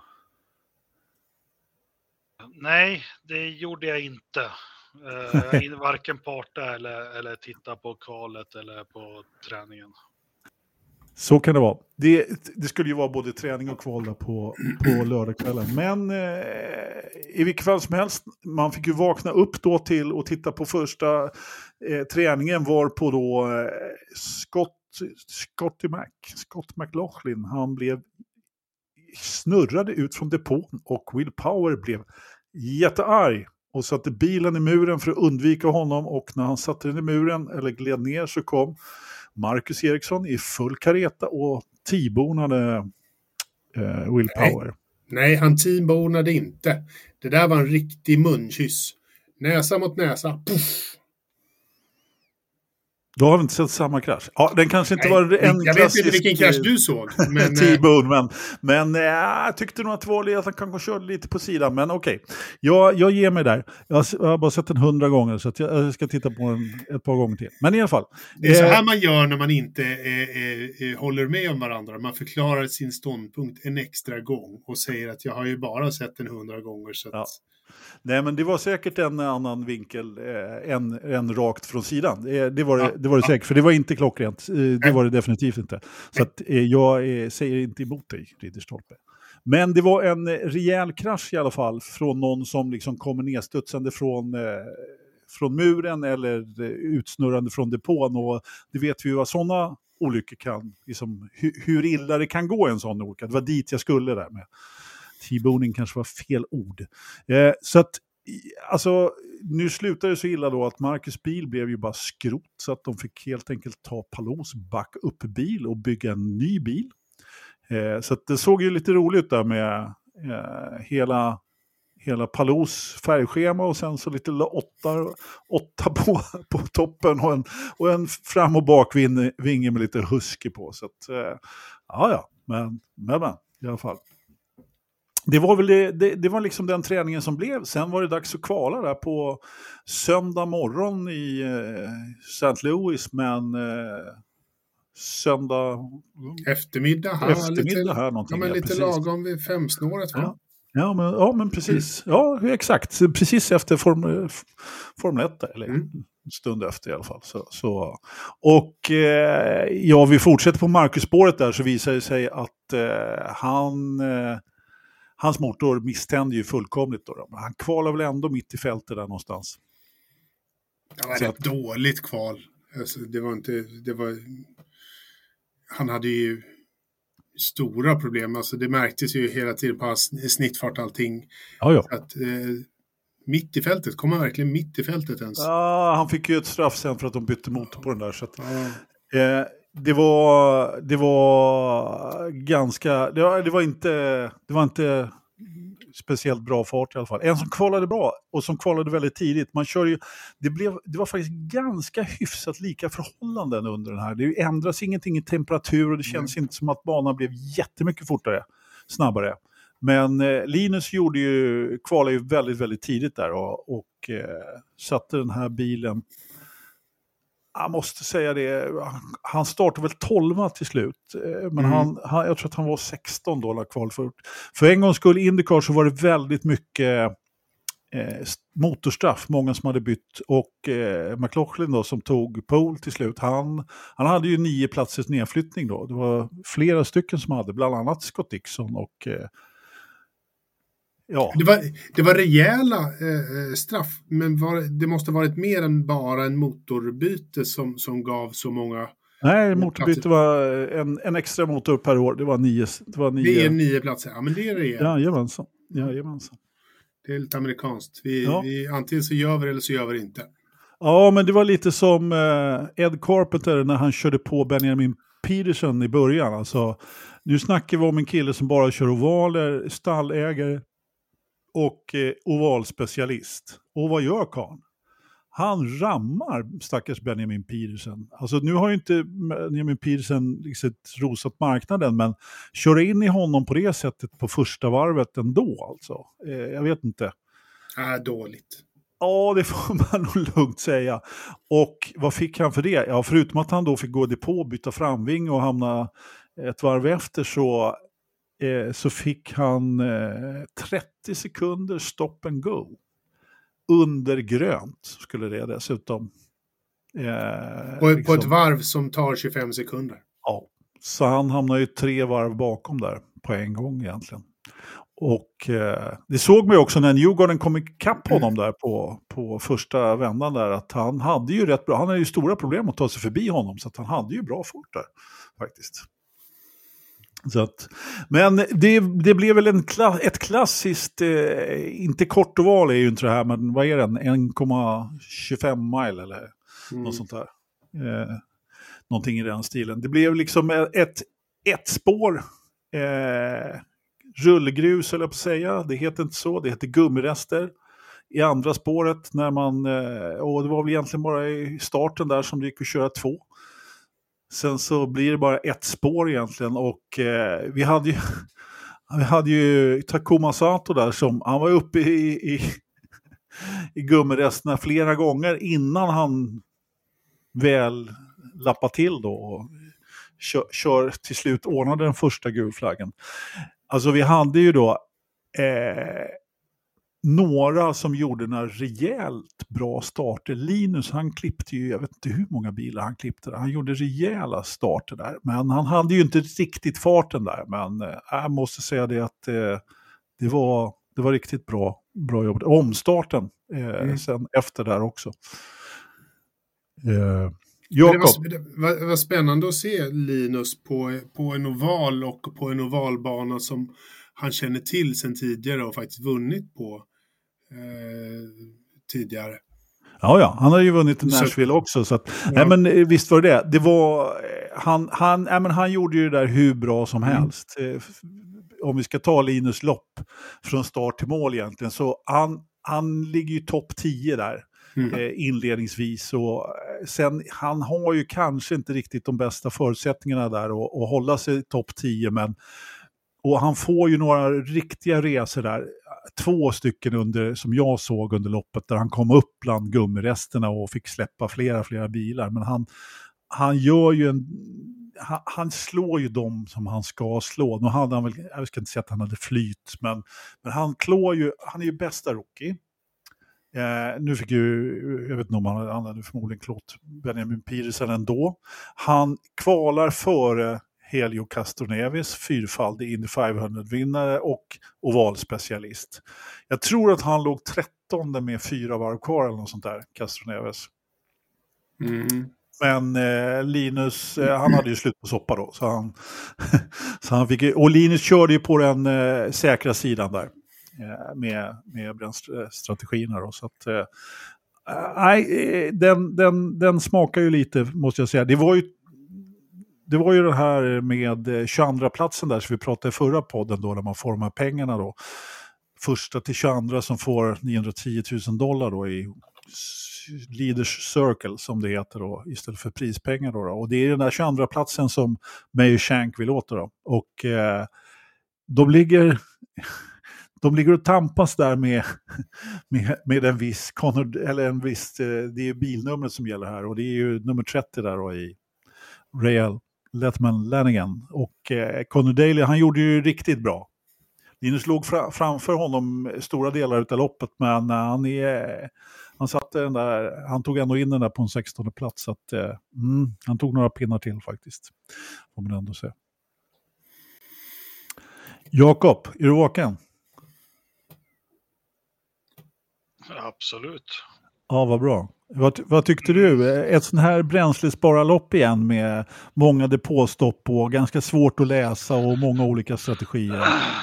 Nej, det gjorde jag inte. Uh, varken parta eller, eller titta på kvalet eller på träningen. Så kan det vara. Det, det skulle ju vara både träning och kval på, på lördagskvällen. Men eh, i vilket fall som helst, man fick ju vakna upp då till och titta på första eh, träningen var på då eh, Scott, Scotty Mac, Scott McLaughlin. Han blev snurrade ut från depån och Will Power blev jättearg och satte bilen i muren för att undvika honom, och när han satte den i muren eller gled ner så kom Marcus Eriksson i full kareta och T-bonade eh, Will Power. Nej, nej han T-bonade inte. Det där var en riktig munkyss. Näsa mot näsa. Puff. Då har vi inte sett samma krasch. Ja, den kanske inte Nej, var en jag klassisk... vet inte vilken krasch du såg. Men... T-bone, men, men äh, jag tyckte nog att det var att han kanske körde lite på sidan. Men okej, okay. jag, jag ger mig där. Jag har, jag har bara sett den hundra gånger så att jag, jag ska titta på den ett par gånger till. Men i alla fall. Det är så här man gör när man inte eh, eh, håller med om varandra. Man förklarar sin ståndpunkt en extra gång och säger att jag har ju bara sett den hundra gånger. Så att... ja. Nej, men det var säkert en annan vinkel eh, än, än rakt från sidan. Det, det, var, ja, det var det ja. säkert, för det var inte klockrent. Eh, det Nej. var det definitivt inte. Så att, eh, jag eh, säger inte emot dig, Ridderstolpe. Men det var en rejäl krasch i alla fall från någon som liksom kommer nedstudsande från, eh, från muren eller eh, utsnurrande från depån. Och det vet vi ju vad sådana olyckor kan, liksom, hu- hur illa det kan gå en sån olycka. Det var dit jag skulle där med. T-boning kanske var fel ord. Eh, så att, alltså, nu slutade det så illa då att Marcus bil blev ju bara skrot, så att de fick helt enkelt ta Palos back upp bil och bygga en ny bil. Eh, så att det såg ju lite roligt ut där med eh, hela, hela Palos färgschema och sen så lite åtta, åtta på, på toppen och en, och en fram- och bakvinge med lite husky på. Så att, eh, ja ja, men, men, men i alla fall. Det var väl det, det, det var liksom den träningen som blev. Sen var det dags att kvala där på söndag morgon i eh, Saint Louis, men eh, söndag eftermiddag här, eftermiddag lite, här någonting. Ja, men lite ja, lagom vid femsnåret. Ja. Ja, men, ja, men precis. Ja, exakt. Precis efter Form, Formel ett. Eller, mm. stund efter i alla fall. Så, så. Och eh, ja, vi fortsätter på Marcus-spåret där, så visar det sig att eh, han, eh, hans motor misstände ju fullkomligt. Då, då. Han kvalar väl ändå mitt i fältet där någonstans. Det var ett dåligt kval. Alltså, det var inte... Det var, han hade ju stora problem. Alltså, det märktes ju hela tiden på hans snittfart allting. Ja, ja. Att, eh, mitt i fältet, kom han verkligen mitt i fältet ens? Ja, han fick ju ett straff sen för att de bytte motor på den där. Så att, ja. eh, det, var, det var ganska... Det var, det var inte... Det var inte speciellt bra fart i alla fall. En som kvalade bra och som kvalade väldigt tidigt. Man kör ju, det, blev, det var faktiskt ganska hyfsat lika förhållanden under den här. Det ändras ingenting i temperatur och det känns mm. inte som att banan blev jättemycket fortare, snabbare. Men eh, Linus gjorde ju, kvalade ju väldigt, väldigt tidigt där och, och eh, satte den här bilen. Jag måste säga det, han startade väl tolva till slut, men mm. han, han, jag tror att han var sexton dollar kval för. För en gång skulle IndyCar så var det väldigt mycket eh, motorstraff, många som hade bytt, och eh, McLaughlin då som tog pole till slut, han, han hade ju nio platsers nedflyttning då, det var flera stycken som hade, bland annat Scott Dixon och eh, ja. Det var, det var rejäla eh, straff, men var, det måste varit mer än bara en motorbyte som, som gav så många. Nej, motorbyte var en, en extra motor per år, det var nio. Det, var nio. Det är nio platser, ja men det är det. Jajamensan, jajamensan. Det är lite amerikanskt, vi, ja. vi, antingen så gör vi det eller så gör vi det inte. Ja, men det var lite som eh, Ed Carpenter när han körde på Benjamin Pedersen i början. Alltså, nu snackar vi om en kille som bara kör ovaler, stallägare och eh, ovalspecialist. Och vad gör Kahn? Han rammar stackars Benjamin Pedersen. Alltså nu har ju inte Benjamin Pedersen liksom rosat marknaden, men köra in i honom på det sättet på första varvet ändå alltså. Eh, jag vet inte. Äh, dåligt. Ja, det får man nog lugnt säga. Och vad fick han för det? Ja, förutom att han då fick gå depå, byta framving och hamna ett varv efter, så Eh, så fick han eh, trettio sekunder stop and go. Under grönt skulle det dessutom. Eh, på, liksom. På ett varv som tar tjugofem sekunder. Ja, så han hamnar ju tre varv bakom där på en gång egentligen. Och eh, det såg man ju också när Newgarden kom ikapp honom där på, på första vändan där, att han hade ju rätt bra, han hade ju stora problem att ta sig förbi honom, så att han hade ju bra fort där faktiskt. Så att, men det, det blev väl en kla, ett klassiskt, eh, inte kort oval är ju inte det här, men vad är den? en komma tjugofem mile eller mm. något sånt där. Eh, någonting i den stilen. Det blev liksom ett, ett spår eh, rullgrus, eller på att säga. Det heter inte så, det heter gummirester. I andra spåret när man, eh, och det var väl egentligen bara i starten där som det gick att köra två. Sen så blir det bara ett spår egentligen, och eh, vi hade ju vi hade ju Takuma Sato där som, han var uppe i, i, i gummiresterna flera gånger innan han väl lappade till då och kör, kör till slut ordnade den första gulflaggen. Alltså vi hade ju då eh, några som gjorde några rejält bra starter. Linus, han klippte ju, jag vet inte hur många bilar han klippte. Han gjorde rejäla starter där. Men han hade ju inte riktigt farten där. Men äh, jag måste säga det att eh, det, var, det var riktigt bra, bra jobb. Omstarten eh, mm. sen efter där också. Eh, det, var, det var, var spännande att se Linus på, på en oval och på en ovalbana som han känner till sedan tidigare och faktiskt vunnit på eh, tidigare. Ja, ja, han har ju vunnit i Nashville så, också. Så att, ja. Nej, men visst var det det. Det var, han, han, nej, men han gjorde ju det där hur bra som mm. helst. Eh, om vi ska ta Linus lopp från start till mål egentligen. Så han, han ligger ju topp tio där mm. eh, inledningsvis. Och sen, han har ju kanske inte riktigt de bästa förutsättningarna där att, att hålla sig topp tio, men och han får ju några riktiga resor där. Två stycken under, som jag såg under loppet, där han kom upp bland gummiresterna och fick släppa flera, flera bilar. Men han, han gör ju en... Han, han slår ju dem som han ska slå. Nu hade han väl, jag ska inte säga att han hade flyt, men, men han klår ju... Han är ju bästa rookie. Eh, nu fick ju, jag vet inte om han använde förmodligen klott Benjamin Pedersen ändå. Han kvalar före Helio Castroneves, fyrfaldig Indy femhundra-vinnare och ovalspecialist. Jag tror att han låg trettonde med fyra varv kvar eller något sånt där, Castroneves. Mm. Men eh, Linus, eh, han hade ju slut på soppa då. Så han, så han fick, och Linus körde ju på den eh, säkra sidan där. Eh, med, med brännstrategierna då. Så att, eh, nej, den, den, den smakar ju lite, måste jag säga. Det var ju Det var ju det här med tjugoandra platsen där som vi pratade i förra podden då, när man får de här pengarna då. Första till tjugoandra som får niohundratio tusen dollar då i Leaders Circle som det heter då, istället för prispengar då. då. Och det är den där tjugoandra platsen som Meyer Shank vill åt då. Och eh, de ligger... De ligger och tampas där med, med, med en viss, Connor, eller en viss, det är bilnumret som gäller här och det är ju nummer trettio där då i Real Letman Lanigan. Och eh, Connor Daly, han gjorde ju riktigt bra. Linus låg fra, framför honom stora delar av loppet, men han, är, han, satte den där, han tog ändå in den där på en sextonde plats. Så att, eh, mm, han tog några pinnar till faktiskt, får man ändå säga. Jakob, är du vaken? Absolut. Ja, vad bra. Vad, vad tyckte du? Ett sån här bränslespararlopp igen med många depåstopp och ganska svårt att läsa och många olika strategier.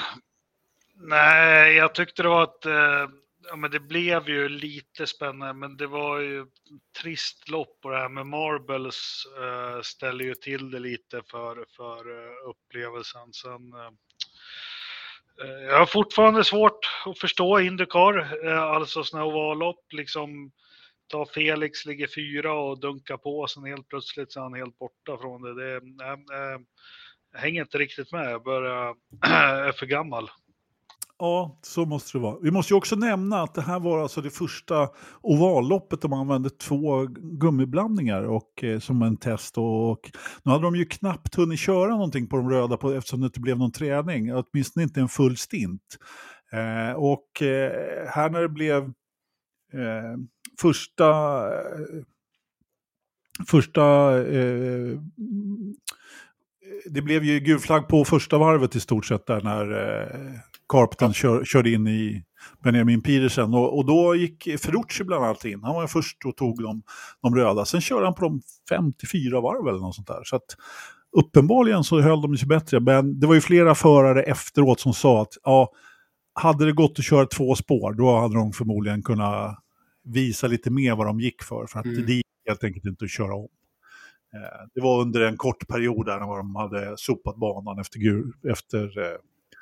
Nej, jag tyckte det var att eh, ja, men det blev ju lite spännande, men det var ju trist lopp och det här med Marbles eh, ställer ju till det lite för, för eh, upplevelsen. Sen, eh, jag har fortfarande svårt att förstå IndyCar, eh, alltså såna här ovallopp, liksom ta Felix, ligger fyra och dunkar på, sen helt plötsligt så är han helt borta från det. Det äh, äh, jag hänger inte riktigt med, jag börjar, är för gammal. Ja, så måste det vara. Vi måste ju också nämna att det här var alltså det första ovalloppet där man använde två gummiblandningar och, eh, som en test. Och, och nu hade de ju knappt hunnit köra någonting på de röda på, eftersom det inte blev någon träning. Åtminstone inte en full stint. Eh, och eh, här när det blev eh, första... Eh, första eh, det blev ju gul flagg på första varvet i stort sett där när eh, Carpenter kör, körde in i Benjamin Pedersen och, och då gick Ferrucci bland annat in. Han var först och tog de, de röda. Sen körde han på de femtiofyra varv eller något sånt där. Så att uppenbarligen så höll de sig bättre. Men det var ju flera förare efteråt som sa att ja, hade det gått att köra två spår då hade de förmodligen kunnat visa lite mer vad de gick för. För att mm. det gick helt enkelt inte att köra om. Det var under en kort period där när de hade sopat banan efter, gul, efter, eh,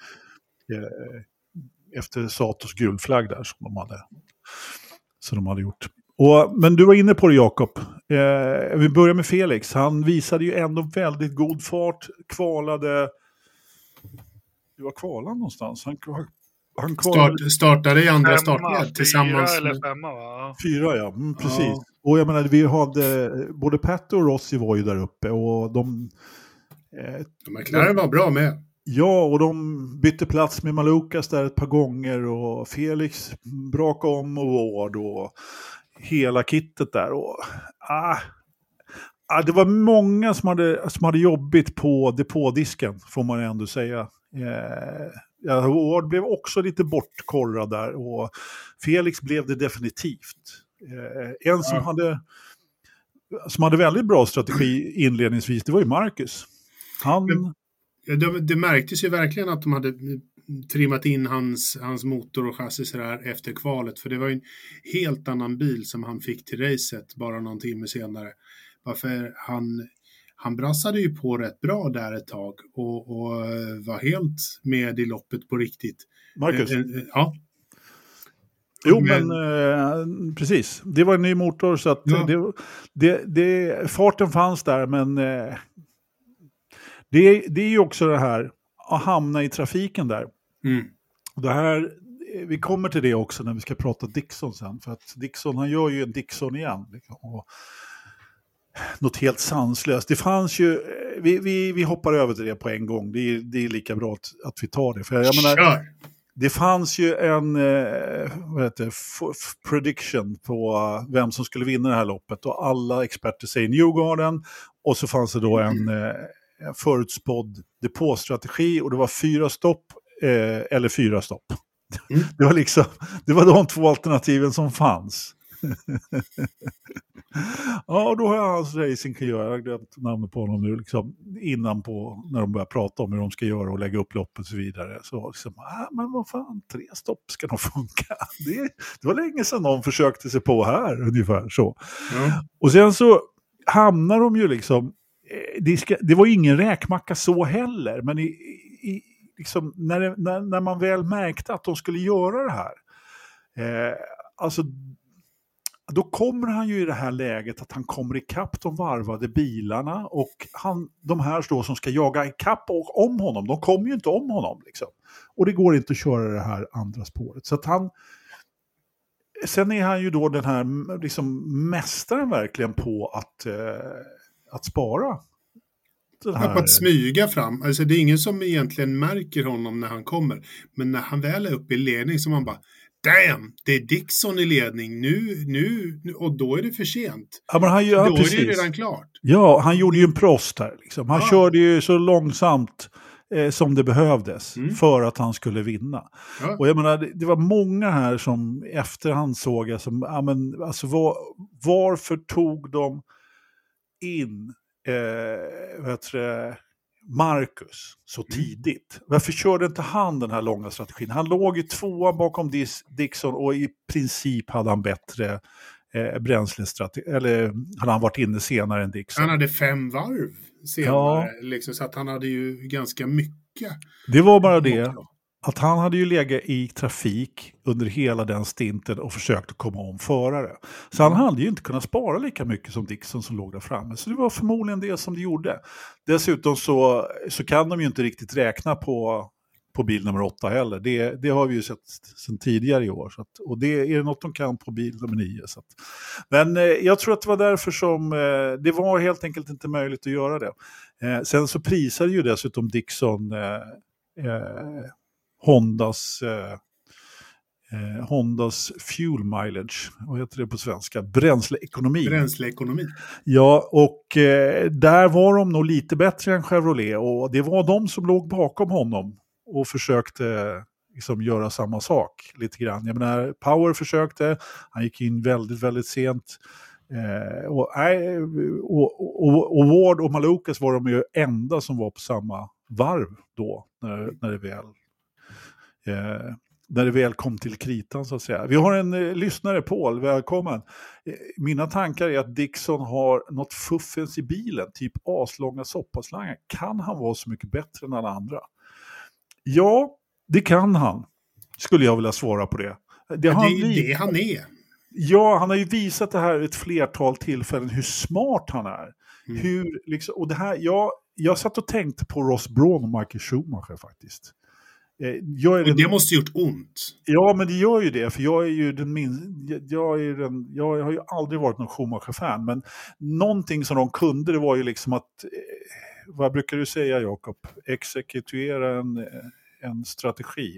efter Satos gulflagg där som de hade, som de hade gjort. Och, men du var inne på det, Jakob. Eh, vi börjar med Felix. Han visade ju ändå väldigt god fart. Kvalade... Du var kvalad någonstans. Han, han kvalade... Start, startade i andra startled tillsammans. Fyra eller femma, va? Fyra, ja. Mm, precis. Ja. Och jag menar, vi hade... Både Pato och Rossi var ju där uppe. Och de... Eh, de McLaren var bra med. Ja, och de bytte plats med Malukas där ett par gånger. Och Felix brakade om och Ward och hela kittet där. Och, ah, ah, det var många som hade, som hade jobbigt på depådisken, får man ändå säga. Eh, ja, Ward blev också lite bortkorrad där. Och Felix blev det definitivt. Eh, en som, ja. hade, som hade väldigt bra strategi inledningsvis, det var ju Marcus. Han... Men... Det, det märktes ju verkligen att de hade trimmat in hans, hans motor och chassi så där efter kvalet. För det var en helt annan bil som han fick till racet bara någon timme senare. Varför han, han brassade ju på rätt bra där ett tag och, och var helt med i loppet på riktigt. Marcus? Eh, eh, ja. Jo, men, men eh, precis. Det var en ny motor så att ja. det, det, det, farten fanns där, men... Eh, Det, det är ju också det här att hamna i trafiken där. Mm. Det här, vi kommer till det också när vi ska prata Dixon sen. För att Dixon, han gör ju en Dixon igen. Liksom, och något helt sanslöst. Det fanns ju, vi, vi, vi hoppar över till det på en gång. Det är, det är lika bra att, att vi tar det. För jag menar, det fanns ju en eh, vad heter, f- prediction på uh, vem som skulle vinna det här loppet. Och alla experter säger Newgarden. Och så fanns det då en eh, förutspådd depåstrategi. Och det var fyra stopp eh, eller fyra stopp. Mm. Det var liksom, det var de två alternativen som fanns. Ja, då har jag hans racingingenjör, jag har glömt namnet på honom nu, liksom, innan på, när de börjar prata om hur de ska göra och lägga upp loppet och så vidare. Så liksom, ah, men vad fan, tre stopp ska nog funka. Det, det var länge sedan någon försökte sig på här, ungefär så. Mm. Och sen så hamnar de ju liksom, det, ska, det var ju ingen räkmacka så heller, men i, i, liksom, när, det, när, när man väl märkte att de skulle göra det här, eh, alltså då kommer han ju i det här läget att han kommer ikapp de varvade bilarna och han, de här då som ska jaga ikapp och om honom, de kommer ju inte om honom liksom. Och det går inte att köra det här andra spåret. Så att han, sen är han ju då den här liksom mästaren verkligen på att, eh, att spara. Här... Att smyga fram. Alltså det är ingen som egentligen märker honom när han kommer. Men när han väl är uppe i ledning så man bara, damn, det är Dixon i ledning nu, nu, nu och då är det för sent. Ja, men han, ja, då precis. är det redan klart. Ja, han gjorde ju en prost här. Liksom. Han ja. körde ju så långsamt eh, som det behövdes mm. för att han skulle vinna. Ja. Och jag menar, det, det var många här som efterhand såg jag som, ja, men, alltså, var, varför tog de in eh, vad heter det, Marcus så tidigt? Varför körde inte han den här långa strategin? Han låg ju tvåa bakom Dixon och i princip hade han bättre eh, bränslestrategi, eller hade han varit inne senare än Dixon. Han hade fem varv senare, ja. liksom, så att han hade ju ganska mycket. Det var bara det att han hade ju legat i trafik under hela den stinten och försökt att komma om förare. Så han hade ju inte kunnat spara lika mycket som Dixon som låg där framme. Så det var förmodligen det som det gjorde. Dessutom så, så kan de ju inte riktigt räkna på, på bil nummer åtta heller. Det, det har vi ju sett sedan tidigare i år. Så att, och det är något de kan på bil nummer nio. Så att, men eh, jag tror att det var därför som eh, det var helt enkelt inte möjligt att göra det. Eh, sen så prisade ju dessutom Dixon eh, eh, Hondas eh, eh, Hondas fuel mileage, vad heter det på svenska? Bränsleekonomi. Bränsleekonomi. Ja, och eh, där var de nog lite bättre än Chevrolet och det var de som låg bakom honom och försökte liksom göra samma sak lite grann. Jag menar, Power försökte, han gick in väldigt, väldigt sent. Eh, och, och, och, och Ward och Malukas var de ju enda som var på samma varv då, när, när det väl Eh, när det väl kom till kritan så att säga. Vi har en eh, lyssnare, Paul, välkommen. Eh, mina tankar är att Dixon har något fuffens i bilen, typ aslånga soppaslangar. Kan han vara så mycket bättre än alla andra? Ja, det kan han. Skulle jag vilja svara på det. Det, ja, det är det han är. Ja, han har ju visat det här ett flertal tillfällen hur smart han är. Mm. Hur, liksom, och det här, jag, jag satt och tänkte på Ross Brawn och Michael Schumacher faktiskt. Jag är och det den... måste gjort ont. Ja, men det gör ju det. För jag är ju den min... jag, är den... jag har ju aldrig varit någon Schumacher-fan. Men någonting som de kunde, det var ju liksom att, vad brukar du säga, Jakob? Exekuera en, en strategi.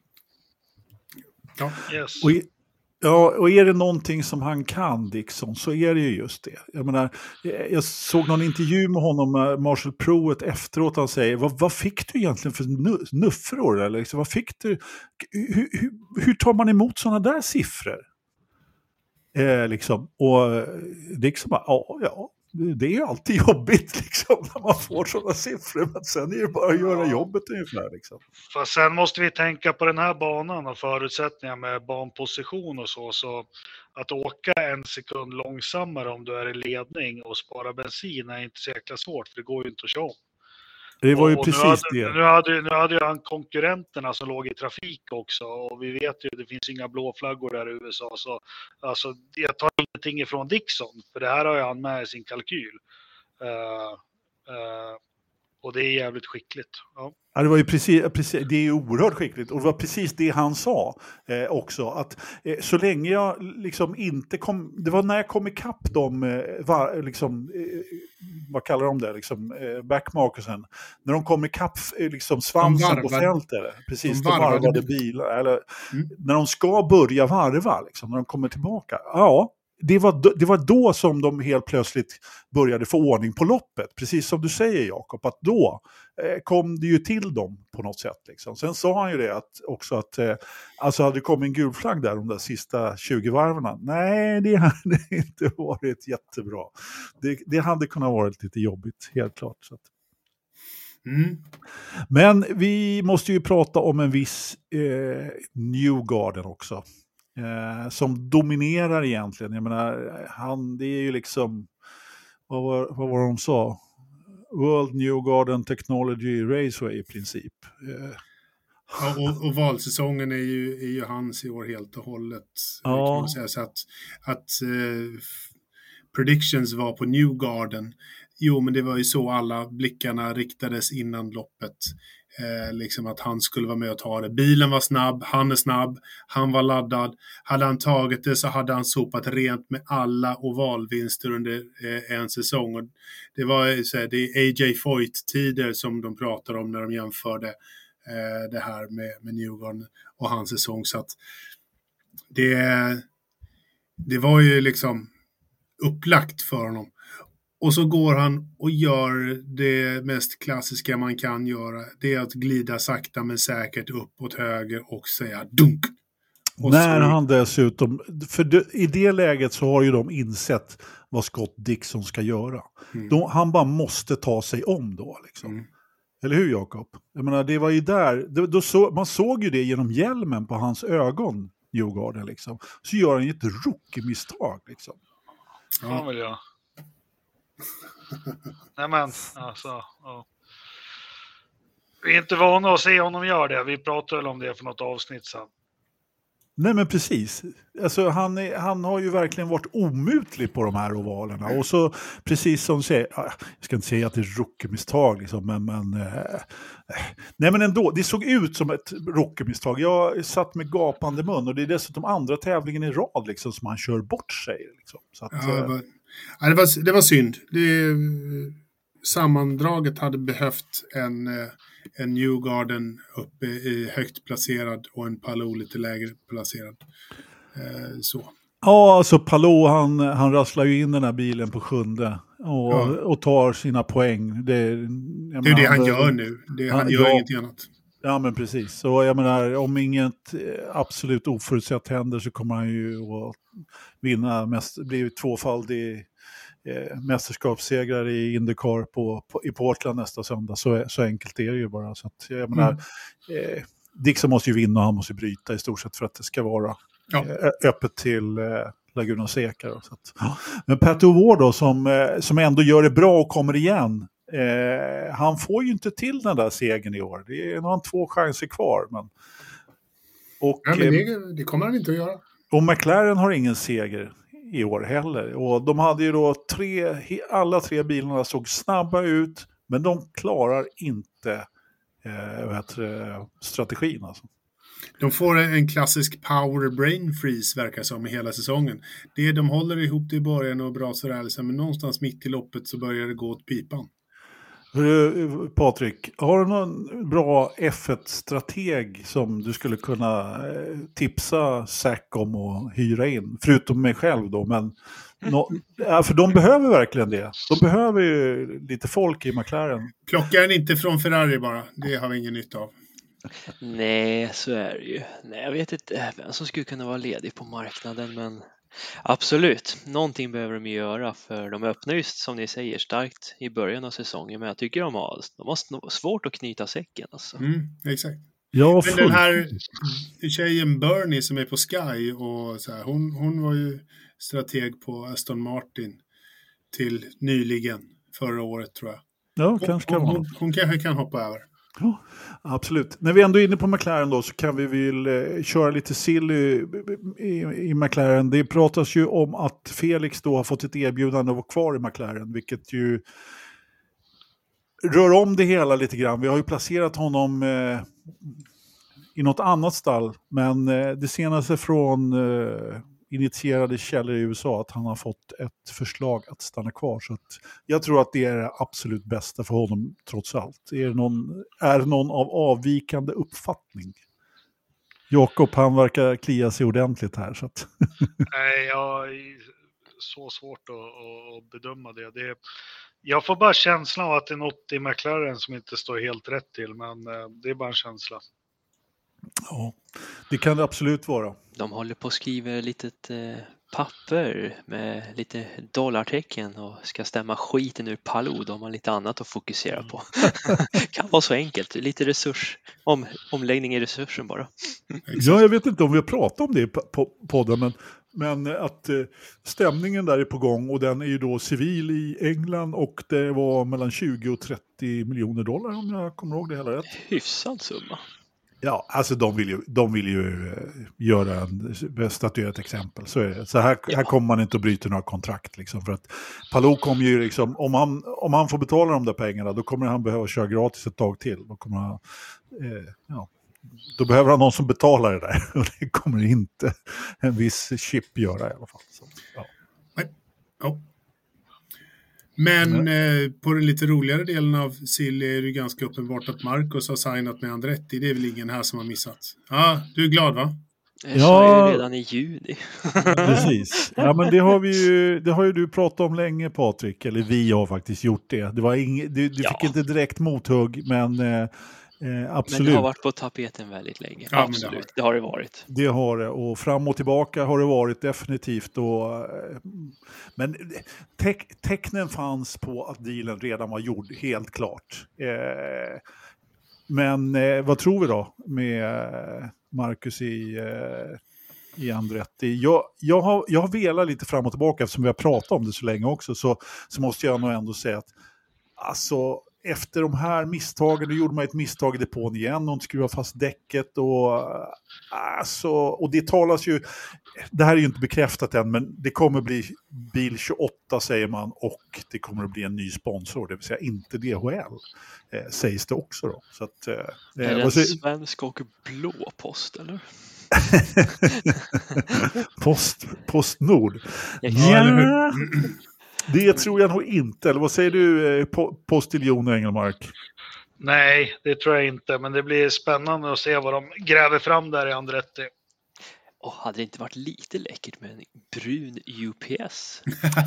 Ja. Yes. Och i... Ja, och är det någonting som han kan, Dixon, så är det ju just det. Jag menar, jag såg någon intervju med honom, Marshall Pruett, efteråt. Han säger, vad, vad fick du egentligen för nuffror? Eller liksom, vad fick du? Hur, hur, hur tar man emot sådana där siffror? Eh, liksom. Och Dixon bara, ja, ja. Det är ju alltid jobbigt liksom, när man får sådana siffror. Men sen är det bara att göra jobbet ungefär. Liksom. För sen måste vi tänka på den här banan och förutsättningar med banposition och så. Så att åka en sekund långsammare om du är i ledning och spara bensin är inte så jäkla svårt. För det går ju inte att köra om. Det var ju och precis nu hade, det. Nu hade, nu hade ju han konkurrenterna som låg i trafik också. Och vi vet ju att det finns inga blå flaggor där i U S A. Så alltså, jag tar ingenting ifrån Dixon. För det här har ju han med i sin kalkyl. Uh, uh, Och det är jävligt skickligt. Ja. Ja, det var ju precis, precis, det är ju oerhört skickligt och det var precis det han sa eh, också, att eh, så länge jag liksom inte kom, det var när jag kom ikapp dem, eh, var, liksom, eh, vad kallar de det, liksom, eh, backmarkersen, när de kom ikapp eh, liksom svansen på fältet, precis, de varvade, de varvade bilar, eller mm. när de ska börja varva, liksom, när de kommer tillbaka, ja. Det var, det var då som de helt plötsligt började få ordning på loppet. Precis som du säger, Jakob, att då eh, kom det ju till dem på något sätt. Liksom. Sen sa han ju det att, också att eh, alltså hade det kommit en gul flagg där de där sista tjugo varvarna. Nej, det hade inte varit jättebra. Det, det hade kunnat varit lite jobbigt, helt klart. Så att. Mm. Men vi måste ju prata om en viss eh, Newgarden också. Eh, som dominerar egentligen. Jag menar, han, det är ju liksom, vad var, vad var de sa? World Newgarden Technology Raceway i princip. Eh. Ja, och, och valsäsongen är ju, är ju hans i år helt och hållet. Ja. Kan man säga. Så att, att eh, predictions var på Newgarden. Jo, men det var ju så alla blickarna riktades innan loppet. Eh, liksom att han skulle vara med och ta det. Bilen var snabb, han är snabb, han var laddad. Hade han tagit det så hade han sopat rent med alla ovalvinster under eh, en säsong. Och det var så här, det är A J Foyt-tider som de pratar om när de jämförde eh, det här med, med Newgarden och hans säsong. Så att det, det var ju liksom upplagt för honom. Och så går han och gör det mest klassiska man kan göra. Det är att glida sakta men säkert uppåt höger och säga dunk. Och när så... han dessutom, för det, i det läget så har ju de insett vad Scott Dixon ska göra. Mm. De, han bara måste ta sig om då liksom. Mm. Eller hur, Jakob? Jag menar, det var ju där, det, då så, man såg ju det genom hjälmen på hans ögon, Newgarden liksom. Så gör han ju ett rookie-misstag liksom. Ja, väl ja. Nej men, alltså, ja. Vi är inte vana att se honom göra det. Vi pratade väl om det för något avsnitt sedan. Nej men precis. Alltså, han, är, han har ju verkligen varit omutlig på de här ovalerna. Och så precis som du säger, jag ska inte säga att det är rookie-misstag liksom, men, men eh, nej men ändå, det såg ut som ett rookie-misstag. Jag satt med gapande mun och det är dessutom andra tävlingen i rad liksom, som han kör bort sig. Liksom. Så att, ja, det, var, ja, det, var, det var synd. Det, sammandraget hade behövt en... en Newgarden uppe i högt placerad och en Palou lite lägre placerad. Eh, så. Ja, alltså Palou han, han rasslar ju in den här bilen på sjunde och, ja. och tar sina poäng. Det, det är menar, det han, han gör nu. Det, han, han gör ja, ingenting annat. Ja, men precis. Så jag menar, om inget absolut oförutsett händer så kommer han ju att vinna. Mest, blir tvåfaldig Eh, mästerskapssegrare i IndyCar på, på, i Portland nästa söndag. Så, så enkelt är det ju bara. Så att, jag menar, mm. eh, Dixon måste ju vinna och han måste bryta i stort sett för att det ska vara ja. eh, öppet till eh, Laguna Seca. Då, så att, ja. Men Pat O'Ward då som, eh, som ändå gör det bra och kommer igen. Eh, han får ju inte till den där segern i år. Det är nog två chanser kvar. Men, och, ja, men det, det kommer han inte att göra. Och McLaren har ingen seger i år heller. Och de hade ju då tre, alla tre bilarna såg snabba ut, men de klarar inte eh, vad heter det, strategin alltså. De får en klassisk power brain freeze verkar som i hela säsongen. Det de håller ihop det i början och brasar rälsen, men någonstans mitt i loppet så börjar det gå åt pipan. Patrik, har du någon bra F ett-strateg som du skulle kunna tipsa Zack om att hyra in? Förutom mig själv då, men no, ja, för de behöver verkligen det. De behöver ju lite folk i McLaren. Plockar den inte från Ferrari bara, det har vi ingen nytta av. Nej, så är det ju. Nej, jag vet inte vem som skulle kunna vara ledig på marknaden, men absolut, någonting behöver de göra, för de öppnar just som ni säger starkt i början av säsongen, men jag tycker de har, de har svårt att knyta säcken alltså. Mm, exakt. Ja, men den här tjejen Bernie som är på Sky och så här, hon, hon var ju strateg på Aston Martin till nyligen förra året tror jag. Ja, hon, kanske kan hon, hon, hon, hon kanske kan hoppa över. Ja, absolut. När vi ändå är inne på McLaren då så kan vi väl eh, köra lite silly i, i, i McLaren. Det pratas ju om att Felix då har fått ett erbjudande att vara kvar i McLaren, vilket ju rör om det hela lite grann. Vi har ju placerat honom eh, i något annat stall. Men eh, det senaste från eh, initierade källor i U S A att han har fått ett förslag att stanna kvar. Så att jag tror att det är det absolut bästa för honom trots allt. Är det någon, är det någon av avvikande uppfattning? Jakob, han verkar klia sig ordentligt här. Så att Nej, jag är så svårt att, att bedöma det. det. Jag får bara känslan av att det är något i McLaren som inte står helt rätt till, men det är bara en känsla. Ja, det kan det absolut vara. De håller på att skriva litet eh, papper med lite dollartecken och ska stämma skiten ur Palou. De har lite annat att fokusera på. Kan vara så enkelt. Lite resurs, om, omläggning i resursen bara. Ja, jag vet inte om vi har pratat om det i på podden, men, men att eh, stämningen där är på gång och den är ju då civil i England och det var mellan tjugo och trettio miljoner dollar om jag kommer ihåg det hela rätt. Hyfsad summa. Ja, alltså de vill ju, de vill ju uh, göra en, statuera ett exempel. Så är det. Så här, ja. här kommer man inte att bryta några kontrakt. Liksom, för att Palou kommer ju liksom, om han, om han får betala de där pengarna, då kommer han behöva köra gratis ett tag till. Då, kommer han, eh, ja, då behöver han någon som betalar det där. Och det kommer inte en viss chip göra i alla fall. Så, ja. Ja. Men eh, på den lite roligare delen av Silly är det ganska uppenbart att Marcus har signat med Andretti. Det är väl ingen här som har missat. Ja, du är glad va? Jag sa ju redan i juni. Precis. Ja, men det har vi ju, det har ju du pratat om länge, Patrik. Eller vi har faktiskt gjort det. Det var ing, du du ja. fick inte direkt mothugg, men eh, Eh, absolut. Men det har varit på tapeten väldigt länge. Ja, absolut, det har det. det har det varit. Det har det, och fram och tillbaka har det varit definitivt. Och, eh, men te- tecknen fanns på att dealen redan var gjord, helt klart. Eh, men eh, vad tror vi då med Marcus i, eh, i Andretti? Jag, jag, har, jag har velat lite fram och tillbaka, eftersom vi har pratat om det så länge också, så, så måste jag nog ändå säga att alltså efter de här misstagen, då gjorde man ett misstag i depån igen och skruva fast däcket och alltså, och det talas ju, det här är ju inte bekräftat än, men det kommer bli bil tjugoåtta säger man, och det kommer att bli en ny sponsor, det vill säga inte D H L, eh, sägs det också då. Så att, eh, är det en svensk och blå post eller? post, Postnord. Ja, det tror jag nog inte. Eller vad säger du, Postiljon och Engelmark? Nej, det tror jag inte. Men det blir spännande att se vad de gräver fram där i Andretti. Och hade det inte varit lite läckert med en brun U P S?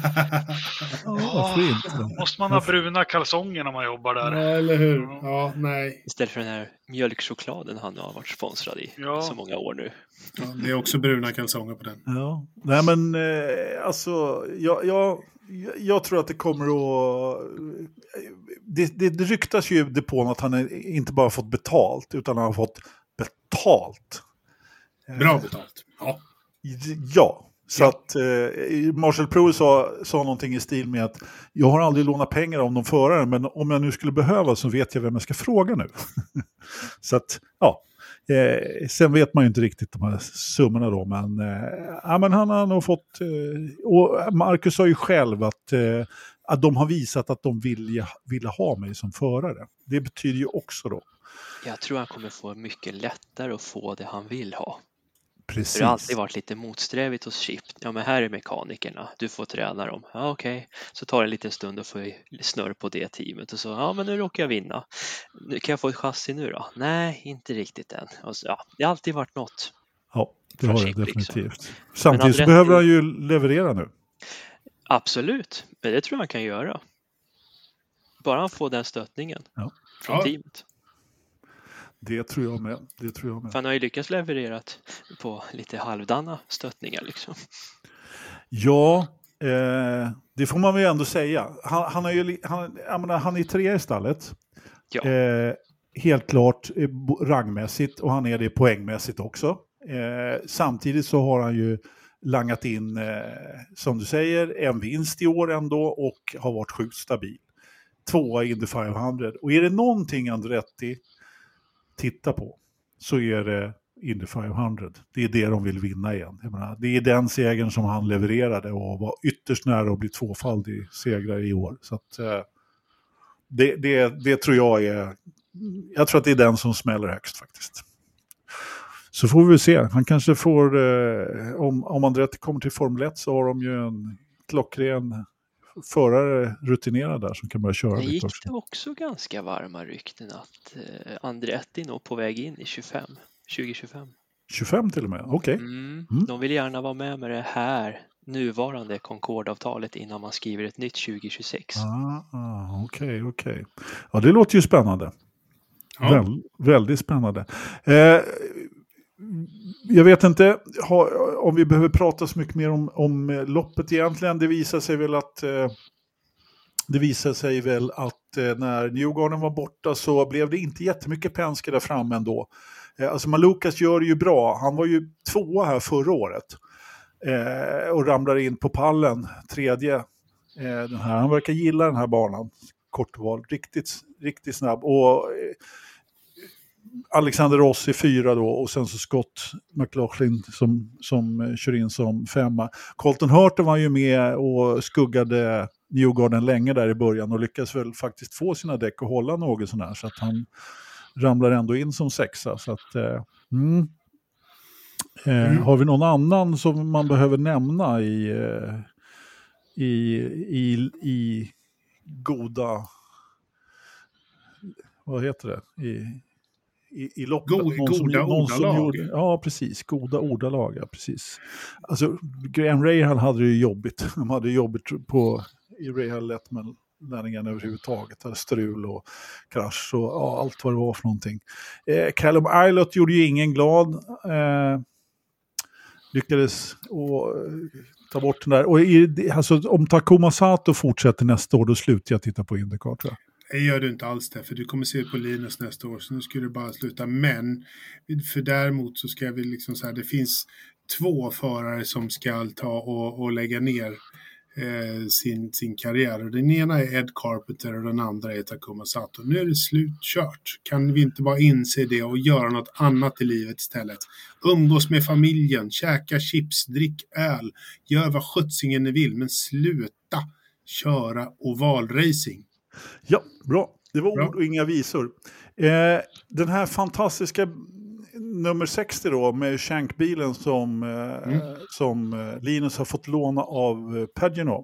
oh, måste man ha bruna kalsonger när man jobbar där? Ja, eller hur? Ja, nej. Istället för den här mjölkchokladen han har varit sponsrad i ja. så många år nu. Ja, det är också bruna kalsonger på den. Ja, nej men eh, alltså, jag, jag, jag tror att det kommer att... Det, det, det ryktas ju depån att han inte bara fått betalt, utan han har fått betalt. Bra betalt, ja. Ja, så ja. att eh, Marshall Pro sa, sa någonting i stil med att jag har aldrig lånat pengar av någon förare, men om jag nu skulle behöva så vet jag vem jag ska fråga nu. Så att, ja. Eh, sen vet man ju inte riktigt de här summorna då, men, eh, ja, men han har nog fått, eh, och Marcus sa ju själv att, eh, att de har visat att de vill, vill ha mig som förare. Det betyder ju också då. Jag tror han kommer få mycket lättare att få det han vill ha. Precis. Det har alltid varit lite motsträvigt hos Chip. Ja, men här är mekanikerna. Du får träna dem. Ja, okej. Okay. Så tar det en liten stund att få snurr på det teamet. Och så, ja, men nu råkar jag vinna. Nu kan jag få ett chassi nu då? Nej, inte riktigt än. Och så, ja, det har alltid varit något. Ja, det har det definitivt. Liksom. Samtidigt så behöver han ju leverera nu. Absolut. Men det tror jag han kan göra. Bara han får den stöttningen ja. från ja. teamet. Det tror jag med. Det tror jag med. För han har ju lyckats leverera på lite halvdana stöttningar liksom. Ja, eh, det får man väl ändå säga. Han, han, har ju, han, jag menar, han är tre i stallet. Ja. Eh, helt klart eh, rangmässigt, och han är det poängmässigt också. Eh, samtidigt så har han ju langat in, eh, som du säger, en vinst i år ändå och har varit sjukt stabil. Tvåa i Indy femhundra. Och är det någonting Andretti titta på så är det Indy femhundra. Det är det de vill vinna igen. Jag menar, det är den segern som han levererade och var ytterst nära att bli tvåfaldig segrare i år. Så att, det, det, det tror jag är... Jag tror att det är den som smäller högst faktiskt. Så får vi se. Han kanske får... Eh, om, om Andretti kommer till Formel ett så har de ju en klockren förare rutinerad där som kan börja köra. Det gick lite det också ganska varma rykten att eh, Andretti nog på väg in i tjugofem, tjugo tjugofem. tjugofem till och med, okej. Okay. Mm. Mm. De vill gärna vara med med det här nuvarande Concorde-avtalet innan man skriver ett nytt tjugo tjugosex. Ah, ah, okej, okay, okej. Okay. Ja, det låter ju spännande. Ja. Väl, väldigt spännande. Eh, jag vet inte ha, om vi behöver prata så mycket mer om, om loppet egentligen. Det visar sig väl att eh, det visar sig väl att eh, när Newgarden var borta så blev det inte jättemycket Penske där framme ändå. Eh, alltså Malukas gör det ju bra. Han var ju tvåa här förra året. Eh, och ramlar in på pallen, tredje. Eh, den här. Han verkar gilla den här banan. Kortval, riktigt, riktigt snabb. Och eh, Alexander Rossi fyra då och sen så Scott McLaughlin som, som kör in som femma. Colton Hurta var ju med och skuggade Newgarden länge där i början och lyckas väl faktiskt få sina däck och hålla något sån här så att han ramlar ändå in som sexa. Så att, eh, mm. Eh, mm. Har vi någon annan som man behöver nämna i, eh, i, i, i goda, vad heter det? I, i, i loppet. God, någon goda som, någon som ordalag. Gjorde, ja, precis. Goda ordalag, ja, precis. Alltså, Graham Rahal hade det ju jobbigt. De hade jobbigt på i Rahal Lettman lärningen överhuvudtaget. Hade strul och krasch och ja, allt vad det var för någonting. Eh, Callum Ilott gjorde ju ingen glad. Eh, lyckades och, ta bort den där. Och i, alltså, om Takuma Sato fortsätter nästa år, då slutar jag titta på IndyCar, tror jag. Det gör du inte alls det, för du kommer se på Linus nästa år, så nu skulle du bara sluta. Men, för däremot så ska vi liksom så här, det finns två förare som ska ta och, och lägga ner eh, sin, sin karriär. Och den ena är Ed Carpenter och den andra är Takuma Sato. Nu är det slutkört. Kan vi inte bara inse det och göra något annat i livet istället? Umgås med familjen, käka chips, drick öl, gör vad skjutsingen ni vill, men sluta köra ovalracing. Ja, bra. Det var bra. Ord och inga visor. Eh, den här fantastiska nummer sextio då med Shankbilen som, eh, mm. som Linus har fått låna av Pagino.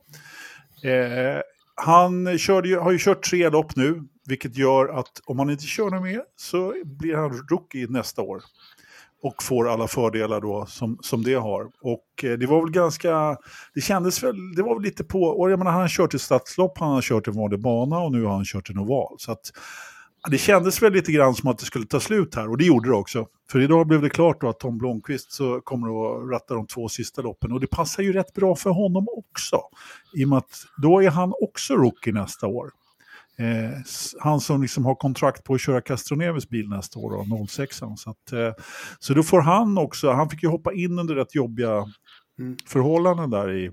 Eh, han körde ju, har ju kört tre lopp nu, vilket gör att om han inte kör något mer så blir han rookie nästa år. Och får alla fördelar då som, som det har. Och eh, det var väl ganska, det kändes väl, det var väl lite på, och jag menar han har kört ett stadslopp, han har kört en vanlig bana och nu har han kört en oval. Så att det kändes väl lite grann som att det skulle ta slut här och det gjorde det också. För idag blev det klart då att Tom Blomqvist så kommer att ratta de två sista loppen och det passar ju rätt bra för honom också. I och med att då är han också rookie nästa år. Eh, han som liksom har kontrakt på att köra Castroneves bil nästa år då, noll sex. Så, att, eh, så då får han också, han fick ju hoppa in under rätt jobbiga mm. förhållanden där i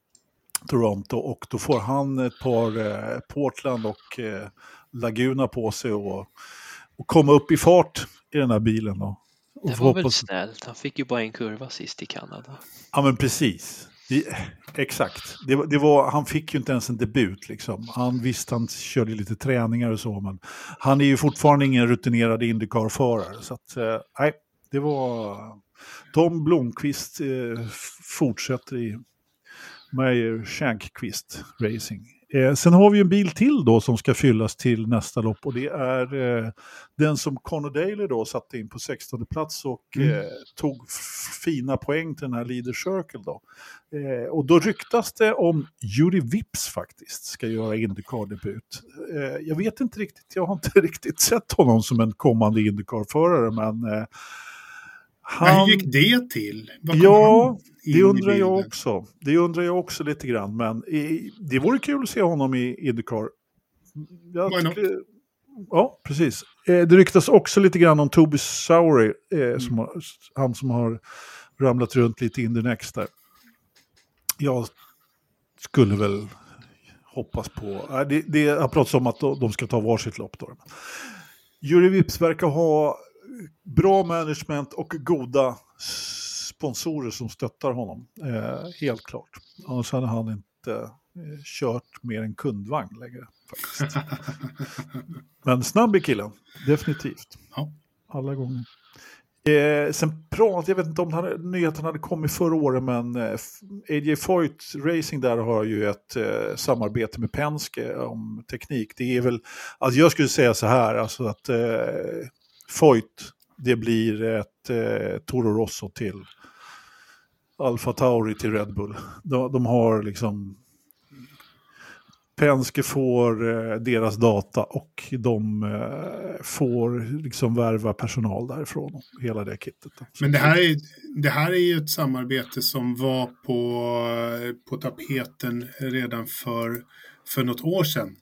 Toronto och då får han ett par eh, Portland och eh, Laguna på sig och, och komma upp i fart i den här bilen då. Och det var väl snällt, han fick ju bara en kurva sist i Kanada. Ja men precis. Det, exakt. Det, det var, han fick ju inte ens en debut. Liksom. Han visste han körde lite träningar och så. Men han är ju fortfarande ingen rutinerad IndyCar-förare. Så att, eh, nej, det var... Tom Blomqvist eh, fortsätter i Meyer Shankqvist Racing. Eh, sen har vi en bil till då som ska fyllas till nästa lopp. Och det är eh, den som Conor Daly då satte in på sextonde plats och mm. eh, tog f- fina poäng till den här Leader Circle då. Eh, och då ryktas det om Juri Vips faktiskt ska göra IndyCar-debut. Eh, jag vet inte riktigt, jag har inte riktigt sett honom som en kommande IndyCar-förare men eh, han... Hur gick det till? Ja, det undrar jag också. Det undrar jag också lite grann. Men i, det vore kul att se honom i IndyCar. Jag tycker, ja, precis. Eh, det ryktas också lite grann om Toby Sowery. Eh, mm. som har, han som har ramlat runt lite in the next där. Jag skulle väl hoppas på... Eh, det, det har pratats om att de ska ta varsitt lopp då. Juri Vips verkar ha bra management och goda sponsorer som stöttar honom. Eh, helt klart. Annars hade han inte kört mer en kundvagn längre. Faktiskt. Men snabb i killen, definitivt. Ja. Alla gånger. Eh, sen pratade, jag vet inte om han, nyheten hade kommit förra året, men eh, A J Foyt Racing där har ju ett eh, samarbete med Penske om teknik. Det är väl, alltså jag skulle säga så här, alltså att eh, Foyt, det blir ett eh, Toro Rosso till Alfa Tauri till Red Bull. De, de har liksom Penske får eh, deras data och de eh, får liksom värva personal därifrån, hela det kittet. Men det här är, det här är ju ett samarbete som var på, på tapeten redan för, för något år sedan.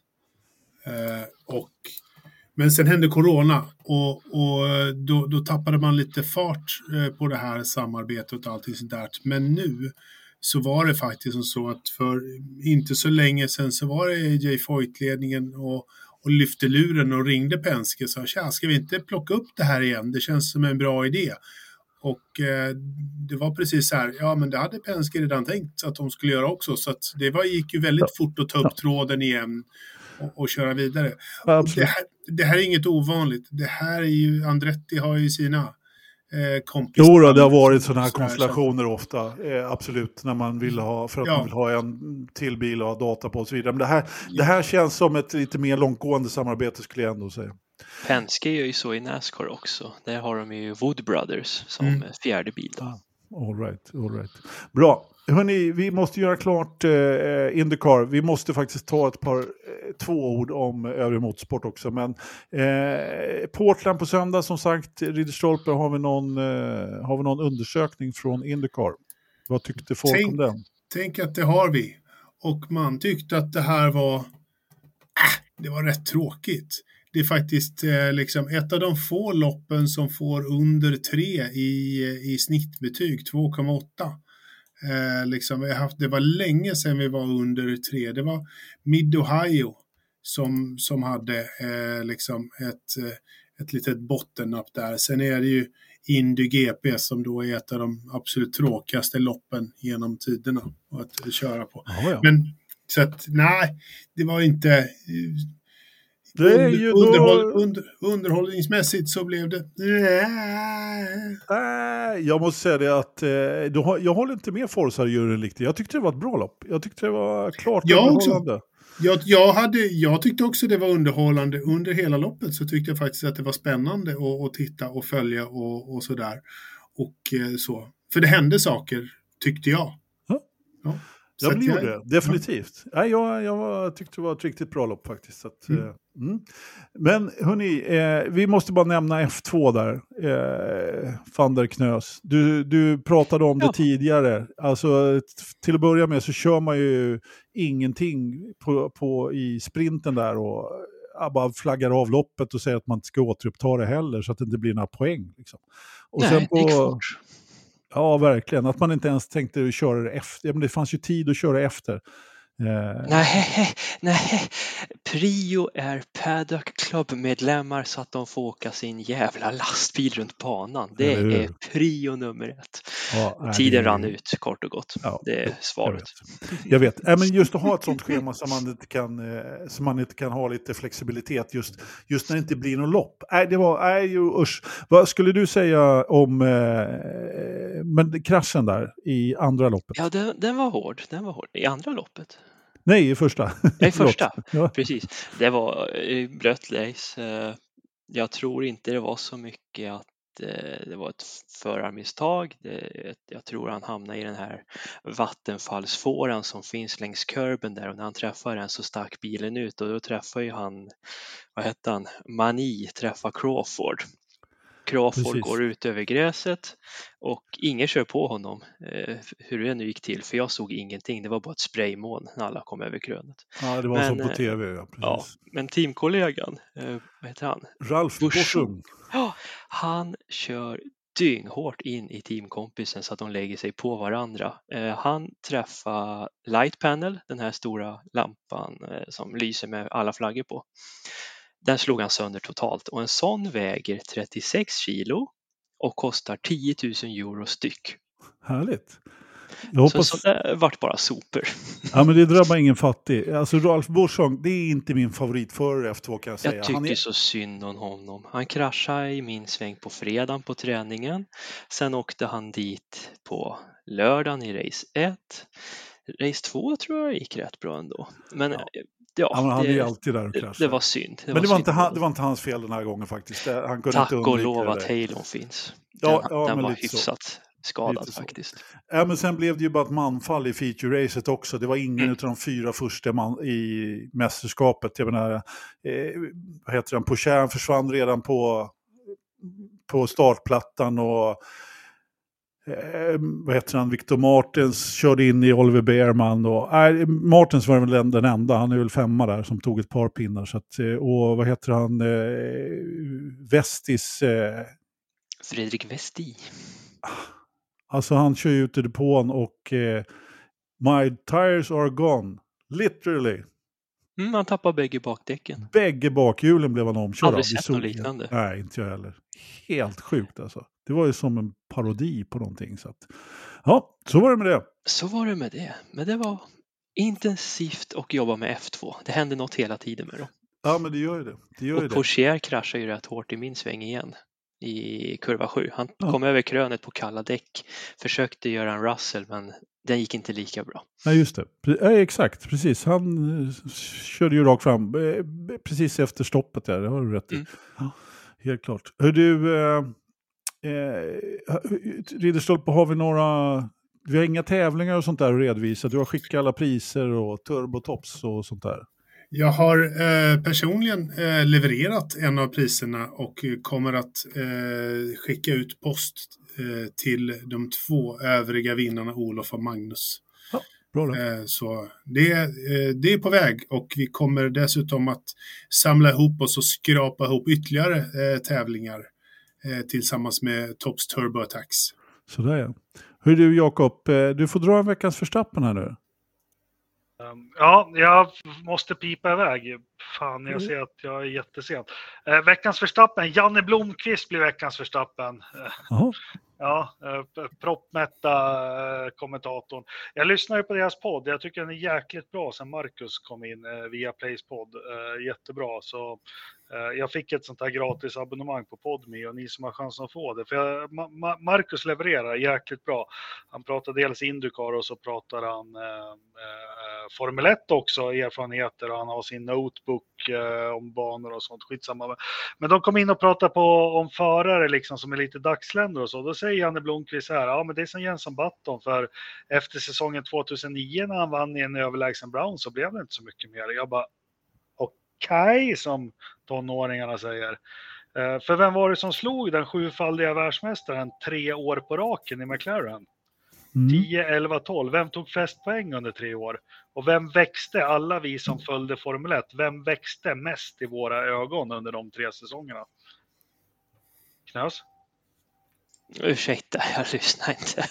Eh, och, men sen hände corona och, och då, då tappade man lite fart eh, på det här samarbetet och allting sånt där. Men nu så var det faktiskt som så att för inte så länge sedan så var det A J Foyt-ledningen och, och lyfte luren och ringde Penske och sa, tja, ska vi inte plocka upp det här igen? Det känns som en bra idé. Och eh, det var precis så här, ja men det hade Penske redan tänkt att de skulle göra också. Så att det var, gick ju väldigt ja. fort att ta upp ja. tråden igen och, och köra vidare. Ja, och det, här, det här är inget ovanligt. Det här är ju, Andretti har ju sina kompisar. Jo då, det har varit sådana här konstellationer ofta, eh, absolut, när man vill ha, för att ja. man vill ha en till bil och ha data på och så vidare. Men det här, ja. det här känns som ett lite mer långtgående samarbete, skulle jag ändå säga. Penske gör ju så i NASCAR också. Där har de ju Wood Brothers som mm. fjärde bil. Då. Ah, all right, all right. Bra. Hörrni, vi måste göra klart eh, IndyCar. Vi måste faktiskt ta ett par, eh, två ord om övrig motorsport också. Men eh, Portland på söndag, som sagt, Ridderstolpe, har vi någon, eh, har vi någon undersökning från IndyCar? Vad tyckte folk tänk, om den? Tänk att det har vi. Och man tyckte att det här var, äh, det var rätt tråkigt. Det är faktiskt eh, liksom ett av de få loppen som får under tre i, i snittbetyg, två komma åtta. Eh, liksom, vi har haft, det var länge sedan vi var under tre. Det var Mid-Ohio som, som hade eh, liksom ett, ett litet bottennapp där. Sen är det ju Indy G P som då är ett av de absolut tråkigaste loppen genom tiderna att köra på. Oh, ja. Men så att nej, det var inte... Det är ju då... Underhåll, under, underhållningsmässigt så blev det... Äh, jag måste säga det att eh, du har, jag håller inte med Forza-juryn riktigt. Jag tyckte det var ett bra lopp. Jag tyckte det var klart jag underhållande. Också, jag, jag, hade, jag tyckte också det var underhållande. Under hela loppet så tyckte jag faktiskt att det var spännande att, att titta och följa och, och sådär. Och eh, så. För det hände saker, tyckte jag. Ja. Ja. Jag blev jag, det, definitivt. Ja. Nej, jag, jag tyckte det var ett riktigt bra lopp faktiskt. Så att, mm. Eh, mm. Men hörni, eh, vi måste bara nämna F två där. Eh, Van der Knös. Du, du pratade om ja. det tidigare. Alltså, till att börja med så kör man ju ingenting på, på, i sprinten där och bara flaggar av loppet och säger att man inte ska återuppta det heller så att det inte blir några poäng. Liksom. Och Nej, sen på, det gick fort. Ja, verkligen. Att man inte ens tänkte köra det efter. Ja, men det fanns ju tid att köra efter. Eh. Nej, nej. Prio är Paddock Club-medlemmar så att de får åka sin jävla lastbil runt banan. Det är, är prio nummer ett. Ja, tiden det... rann ut, kort och gott. Ja, det är svaret. Jag vet. Jag vet. Äh, men just att ha ett sånt schema som man inte kan, eh, som man inte kan ha lite flexibilitet just, just när det inte blir någon lopp. Äh, det var, äh, ju, usch. Vad skulle du säga om eh, men kraschen där i andra loppet? Ja, den, den var hård. Den var hård. I andra loppet? Nej, i första. I första, ja. Precis. Det var blött race. Jag tror inte det var så mycket att det var ett förarmisstag. Jag tror han hamnade i den här vattenfallsfåran som finns längs kurben där och när han träffar den så stack bilen ut och då träffar ju han, vad heter han, Mani träffar Crawford. Crawford Precis. Går ut över gräset och ingen kör på honom eh, hur det nu gick till, för jag såg ingenting, det var bara ett spraymoln när alla kom över krönet. Ja, det var men, som på tv. Ja, precis. Ja, men teamkollegan, eh, vad heter han? Ralf Boschung. Ja, han kör dynghårt in i teamkompisen så att de lägger sig på varandra. Eh, han träffar light panel, den här stora lampan eh, som lyser med alla flaggor på. Den slog han sönder totalt och en sån väger trettiosex kilo och kostar tio tusen euro styck. Härligt. Jag hoppas... Så, så det vart bara super. Ja, men det drabbar ingen fattig. Alltså Ralf Borsson, det är inte min favoritförare F två kan jag säga. Jag tycker Han är... så synd om honom. Han kraschade i min sväng på fredagen på träningen. Sen åkte han dit på lördagen i race ett. Race två tror jag gick rätt bra ändå. Men ja, ja, ja men han det, är ju alltid där och kraschar. Det, det var synd. Det men det var, var inte han, det var inte hans fel den här gången faktiskt. Han kunde Tack inte och lov att Halon finns. Den, ja, ja, den var lite hyfsat så. skadad Lite faktiskt. Så. Ja, men sen blev det ju bara ett manfall i feature-racet också. Det var ingen mm. av de fyra första man i mästerskapet. Jag menar, eh, vad heter den? Pochern försvann redan på, på startplattan och eh, vad heter han? Victor Martens körde in i Oliver Bearman. Och, eh, Martens var väl den enda. Han är väl femma där som tog ett par pinnar. Så att, och vad heter han? Eh, Vestis... Eh, Fredrik Westi. Alltså han kör ju ut i depån och eh, my tires are gone. Literally. Mm, han tappar bägge bakdäcken. Bägge bakhjulen blev han omkörd. Aldrig sett något liknande. Nej, inte jag heller. Helt sjukt alltså. Det var ju som en parodi på någonting. Så att, ja, så var det med det. Så var det med det. Men det var intensivt att jobba med F två. Det hände något hela tiden med dem. Ja, men det gör ju det. det, gör och ju det. Porsche kraschar ju rätt hårt i min sväng igen. I kurva sju. Han ja. kom över krönet på kalla däck. Försökte göra en Russell men den gick inte lika bra. Nej, just det. Ja, exakt, precis. Han eh, körde ju rakt fram eh, precis efter stoppet där. Det har du rätt i. Mm. Ja, helt klart. Hör du, eh, eh, Ridderstolpe, har vi några... Vi har inga tävlingar och sånt där att redovisa. Du har skickat alla priser och turbotops och sånt där. Jag har eh, personligen eh, levererat en av priserna och kommer att eh, skicka ut post eh, till de två övriga vinnarna, Olof och Magnus. Ja, bra då. Eh, så det, eh, det är på väg och vi kommer dessutom att samla ihop oss och skrapa ihop ytterligare eh, tävlingar eh, tillsammans med Tops Turbo Attacks. Sådär ja. Hur du Jakob, eh, du får dra en veckans Verstappen här nu. Ja, jag måste pipa iväg. Fan, jag ser att jag är jättesent. Eh, veckans Verstappen. Janne Blomqvist blir veckans Verstappen. Aha. Ja, eh, proppmätta eh, kommentatorn. Jag lyssnar ju på deras podd. Jag tycker den är jäkligt bra sen Marcus kom in eh, via Plays podd. Eh, jättebra. Så eh, jag fick ett sånt här gratis abonnemang på Podme och ni som har chansen att få det. För jag, Ma- Marcus levererar jäkligt bra. Han pratar dels Indycar och så pratar han eh, eh, Formel ett också, erfarenheter, och han har sin notebook eh, om banor och sånt, skitsamma. Men de kom in och pratade på, om förare liksom, som är lite dagsländer och så. Då säger Janne Blomqvist så här, ja men det är som Jenson Button, för efter säsongen tjugohundranio när han vann i en överlägsen Brown så blev det inte så mycket mer. Jag bara, okej, okay, som tonåringarna säger. Eh, för vem var det som slog den sjufaldiga världsmästaren tre år på raken i McLaren? Mm. tio, elva, tolv. Vem tog flest poäng under tre år? Och vem växte, alla vi som följde Formel ett, vem växte mest i våra ögon under de tre säsongerna? Knös? Ursäkta, jag lyssnar inte.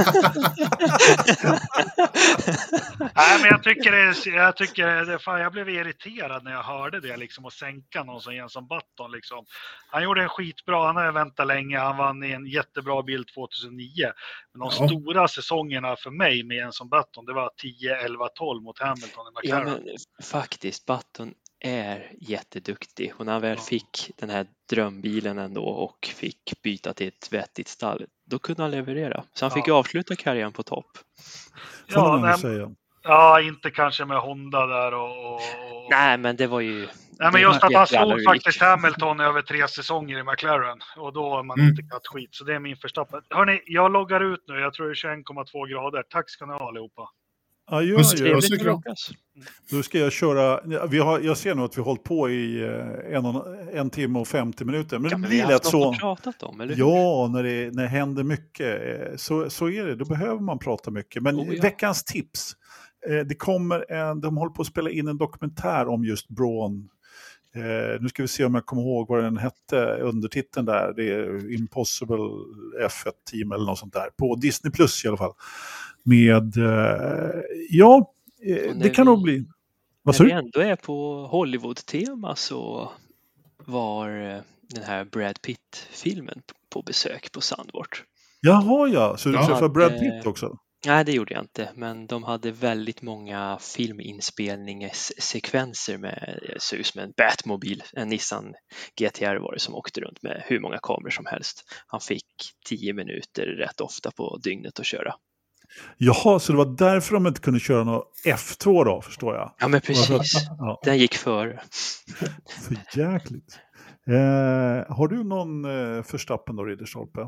Nej, men jag tycker det, jag tycker det, fan, jag blev irriterad när jag hörde det liksom, och sänka någon som Jenson Button liksom. Han gjorde en skitbra, han har väntat länge, han vann i en jättebra bil tjugohundranio. Men de ja. stora säsongerna för mig med Jenson Button, det var tio, elva, tolv mot Hamilton i McLaren. Ja, men faktiskt, Button är jätteduktig. Och när han väl ja. fick den här drömbilen ändå och fick byta till ett vettigt stall, då kunde han leverera. Så han fick ja. avsluta karriären på topp. Ja, nej, säga. ja, inte kanske med Honda där och... och... Nej, men det var ju... Nej, men just att han slog faktiskt Hamilton över tre säsonger i McLaren. Och då har man mm. inte katt skit. Så det är min Verstappen. Hörrni, jag loggar ut nu. Jag tror det är tjugoett komma två grader. Tack ska ni ha allihopa. Ja, gör, gör. Då ska jag köra. Vi har, jag ser nu att vi har hållit på i en, en timme och femtio minuter. Men ja, det men blir lätt så. Pratat om, eller ja, när det, när det händer mycket så, så är det. Då behöver man prata mycket. Men oh, ja. veckans tips. Det kommer en, de håller på att spela in en dokumentär om just Braun. Eh, nu ska vi se om jag kommer ihåg vad den hette, undertiteln där. Det är Impossible F ett Team eller något sånt där. På Disney Plus i alla fall. Med, eh, ja, eh, det kan vi, nog bli. Vad när vi ändå är på Hollywood-tema så var den här Brad Pitt-filmen på besök på Sandvort. Jaha, ja. Så du ja, träffar Brad Pitt också? Nej, det gjorde jag inte, men de hade väldigt många filminspelningssekvenser med, det ser ut som en Batmobil, en Nissan G T R var det som åkte runt med hur många kameror som helst. Han fick tio minuter rätt ofta på dygnet att köra. Jaha, så det var därför de inte kunde köra något F två då, förstår jag. Ja, men precis. Ja. Den gick före. För jäkligt. Eh, har du någon eh, Verstappen då, Ridderstolpe?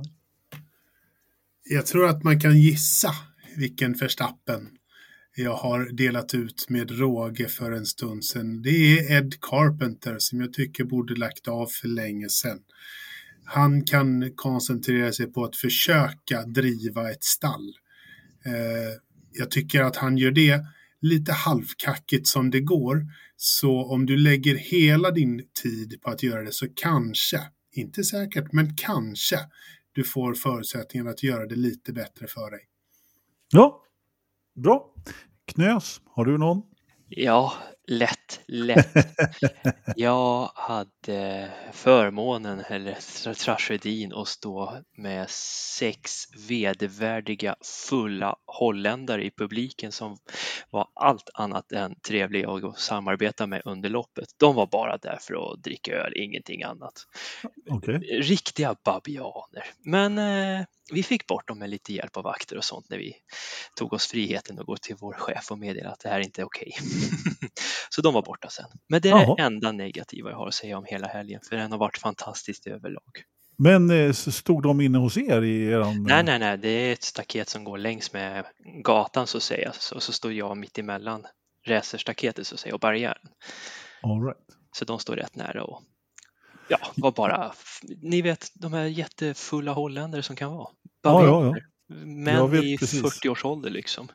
Jag tror att man kan gissa vilken Verstappen jag har delat ut med råge för en stund sedan. Det är Ed Carpenter som jag tycker borde lagt av för länge sedan. Han kan koncentrera sig på att försöka driva ett stall. Eh, jag tycker att han gör det lite halvkackigt som det går. Så om du lägger hela din tid på att göra det så kanske, inte säkert, men kanske du får förutsättningen att göra det lite bättre för dig. Ja, bra. Knös, har du någon? Ja, lätt, lätt. Jag hade förmånen eller tragedin att stå med sex vedervärdiga fulla holländare i publiken som var allt annat än trevliga att samarbeta med under loppet. De var bara där för att dricka öl, ingenting annat. Okay. Riktiga babianer. Men eh, vi fick bort dem med lite hjälp av vakter och sånt när vi tog oss friheten att gå till vår chef och meddela att det här inte är okej. Så de var borta sen. Men det är Aha. det enda negativa jag har att säga om hela helgen, för den har varit fantastiskt överlag. Men eh, stod de inne hos er i eran... Nej, nej, nej. Det är ett staket som går längs med gatan så att säga. Så, så står jag mitt emellan racerstaketet så att säga och barriären. All right. Så de står rätt nära och ja, var bara, ni vet de här jättefulla holländare som kan vara. Ja, ja, ja. Men i fyrtio-årsålder liksom.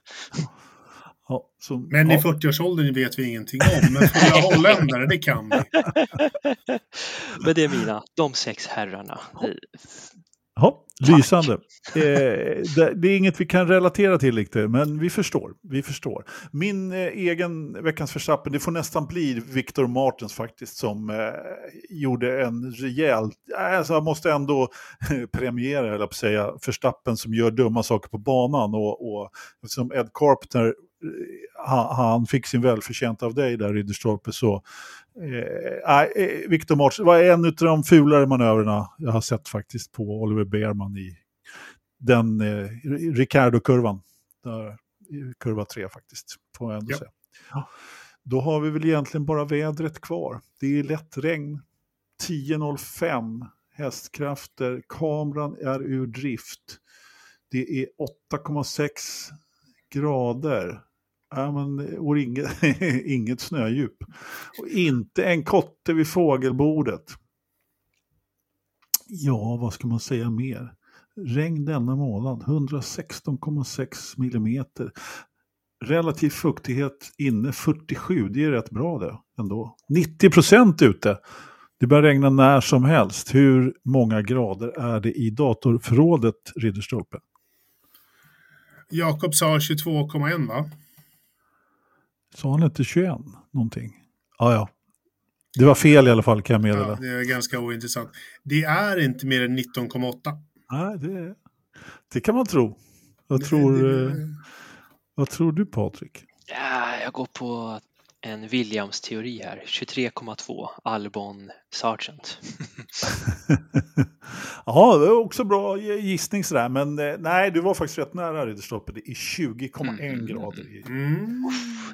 Ja, så, men ja. i fyrtio-årsåldern vet vi ingenting om. Men fulla holländare, det kan vi. Men det är mina, de sex herrarna. Ja, lysande. Eh, det, det är inget vi kan relatera till riktigt, men vi förstår. Vi förstår. Min eh, egen veckans Verstappen, det får nästan bli Victor Martens faktiskt, som eh, gjorde en rejäl... Alltså jag måste ändå premiera, eller att säga, Verstappen som gör dumma saker på banan. Och, och som Ed Carpenter, han, han fick sin välförtjänta av dig där, Ridderstolpe, så... Eh, eh, Victor Martens var en av de fulare manövrarna jag har sett faktiskt på Oliver Bearman i den eh, Ricardo-kurvan. Där, kurva tre faktiskt, får jag ändå ja. säga. Ja. Då har vi väl egentligen bara vädret kvar. Det är lätt regn. tio noll fem hästkrafter. Kameran är ur drift. Det är åtta komma sex grader. Ja, men, och inget, inget snödjup. Och inte en kotte vid fågelbordet. Ja, vad ska man säga mer? Regn denna månad, hundrasexton komma sex millimeter. Relativ fuktighet inne fyrtiosju, det är rätt bra det ändå. nittio procent ute. Det börjar regna när som helst. Hur många grader är det i datorförrådet, Ridderstolpe? Jakob sa tjugotvå komma ett, va? Sa han inte tjugoett någonting? Ja, ja. Det var fel i alla fall, kan jag meddela. Ja, det är ganska ointressant. Det är inte mer än nitton komma åtta. Nej, det, det kan man tro. Vad tror, det, det... vad tror du, Patrik? Ja, jag går på en Williams-teori här. tjugotre komma två, Albon Sargent. Ja, det är också bra gissning sådär. Men nej, du var faktiskt rätt nära, Ridderstolpe. Det är tjugo komma ett mm. grader. Mm.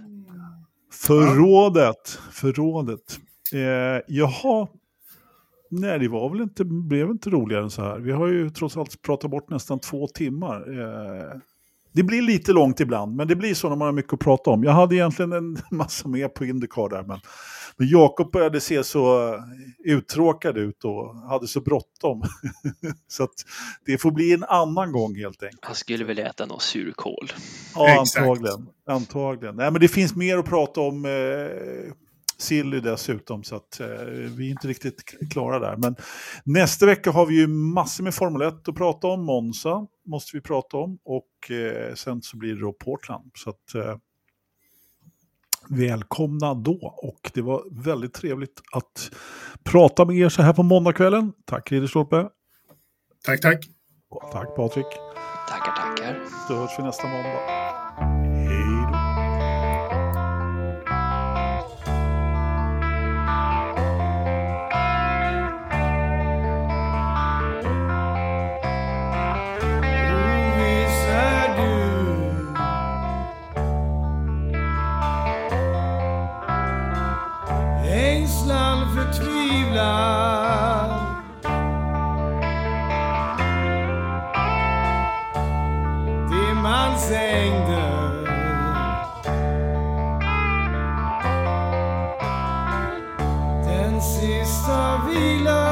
Förrådet. Förrådet. Eh, jaha. Nej, det var väl inte, blev inte roligare än så här. Vi har ju trots allt pratat bort nästan två timmar. Eh, det blir lite långt ibland, men det blir så när man har mycket att prata om. Jag hade egentligen en massa mer på Indycar där, men, men Jakob började se så uttråkad ut och hade så bråttom. Så att det får bli en annan gång helt enkelt. Han skulle väl äta någon surkål. Ja, antagligen. antagligen. Nej, men det finns mer att prata om. Eh, Silly dessutom, så att eh, vi är inte riktigt klara där. Men nästa vecka har vi ju massor med Formel ett att prata om. Monza måste vi prata om, och eh, sen så blir det då Portland. Så att eh, välkomna då, och det var väldigt trevligt att prata med er så här på måndagskvällen. Tack Ridderstolpe. Tack, tack. Tack Patrik. Tackar, tack. Tackar. Då hörs vi nästa måndag. Hej då. Den sista vila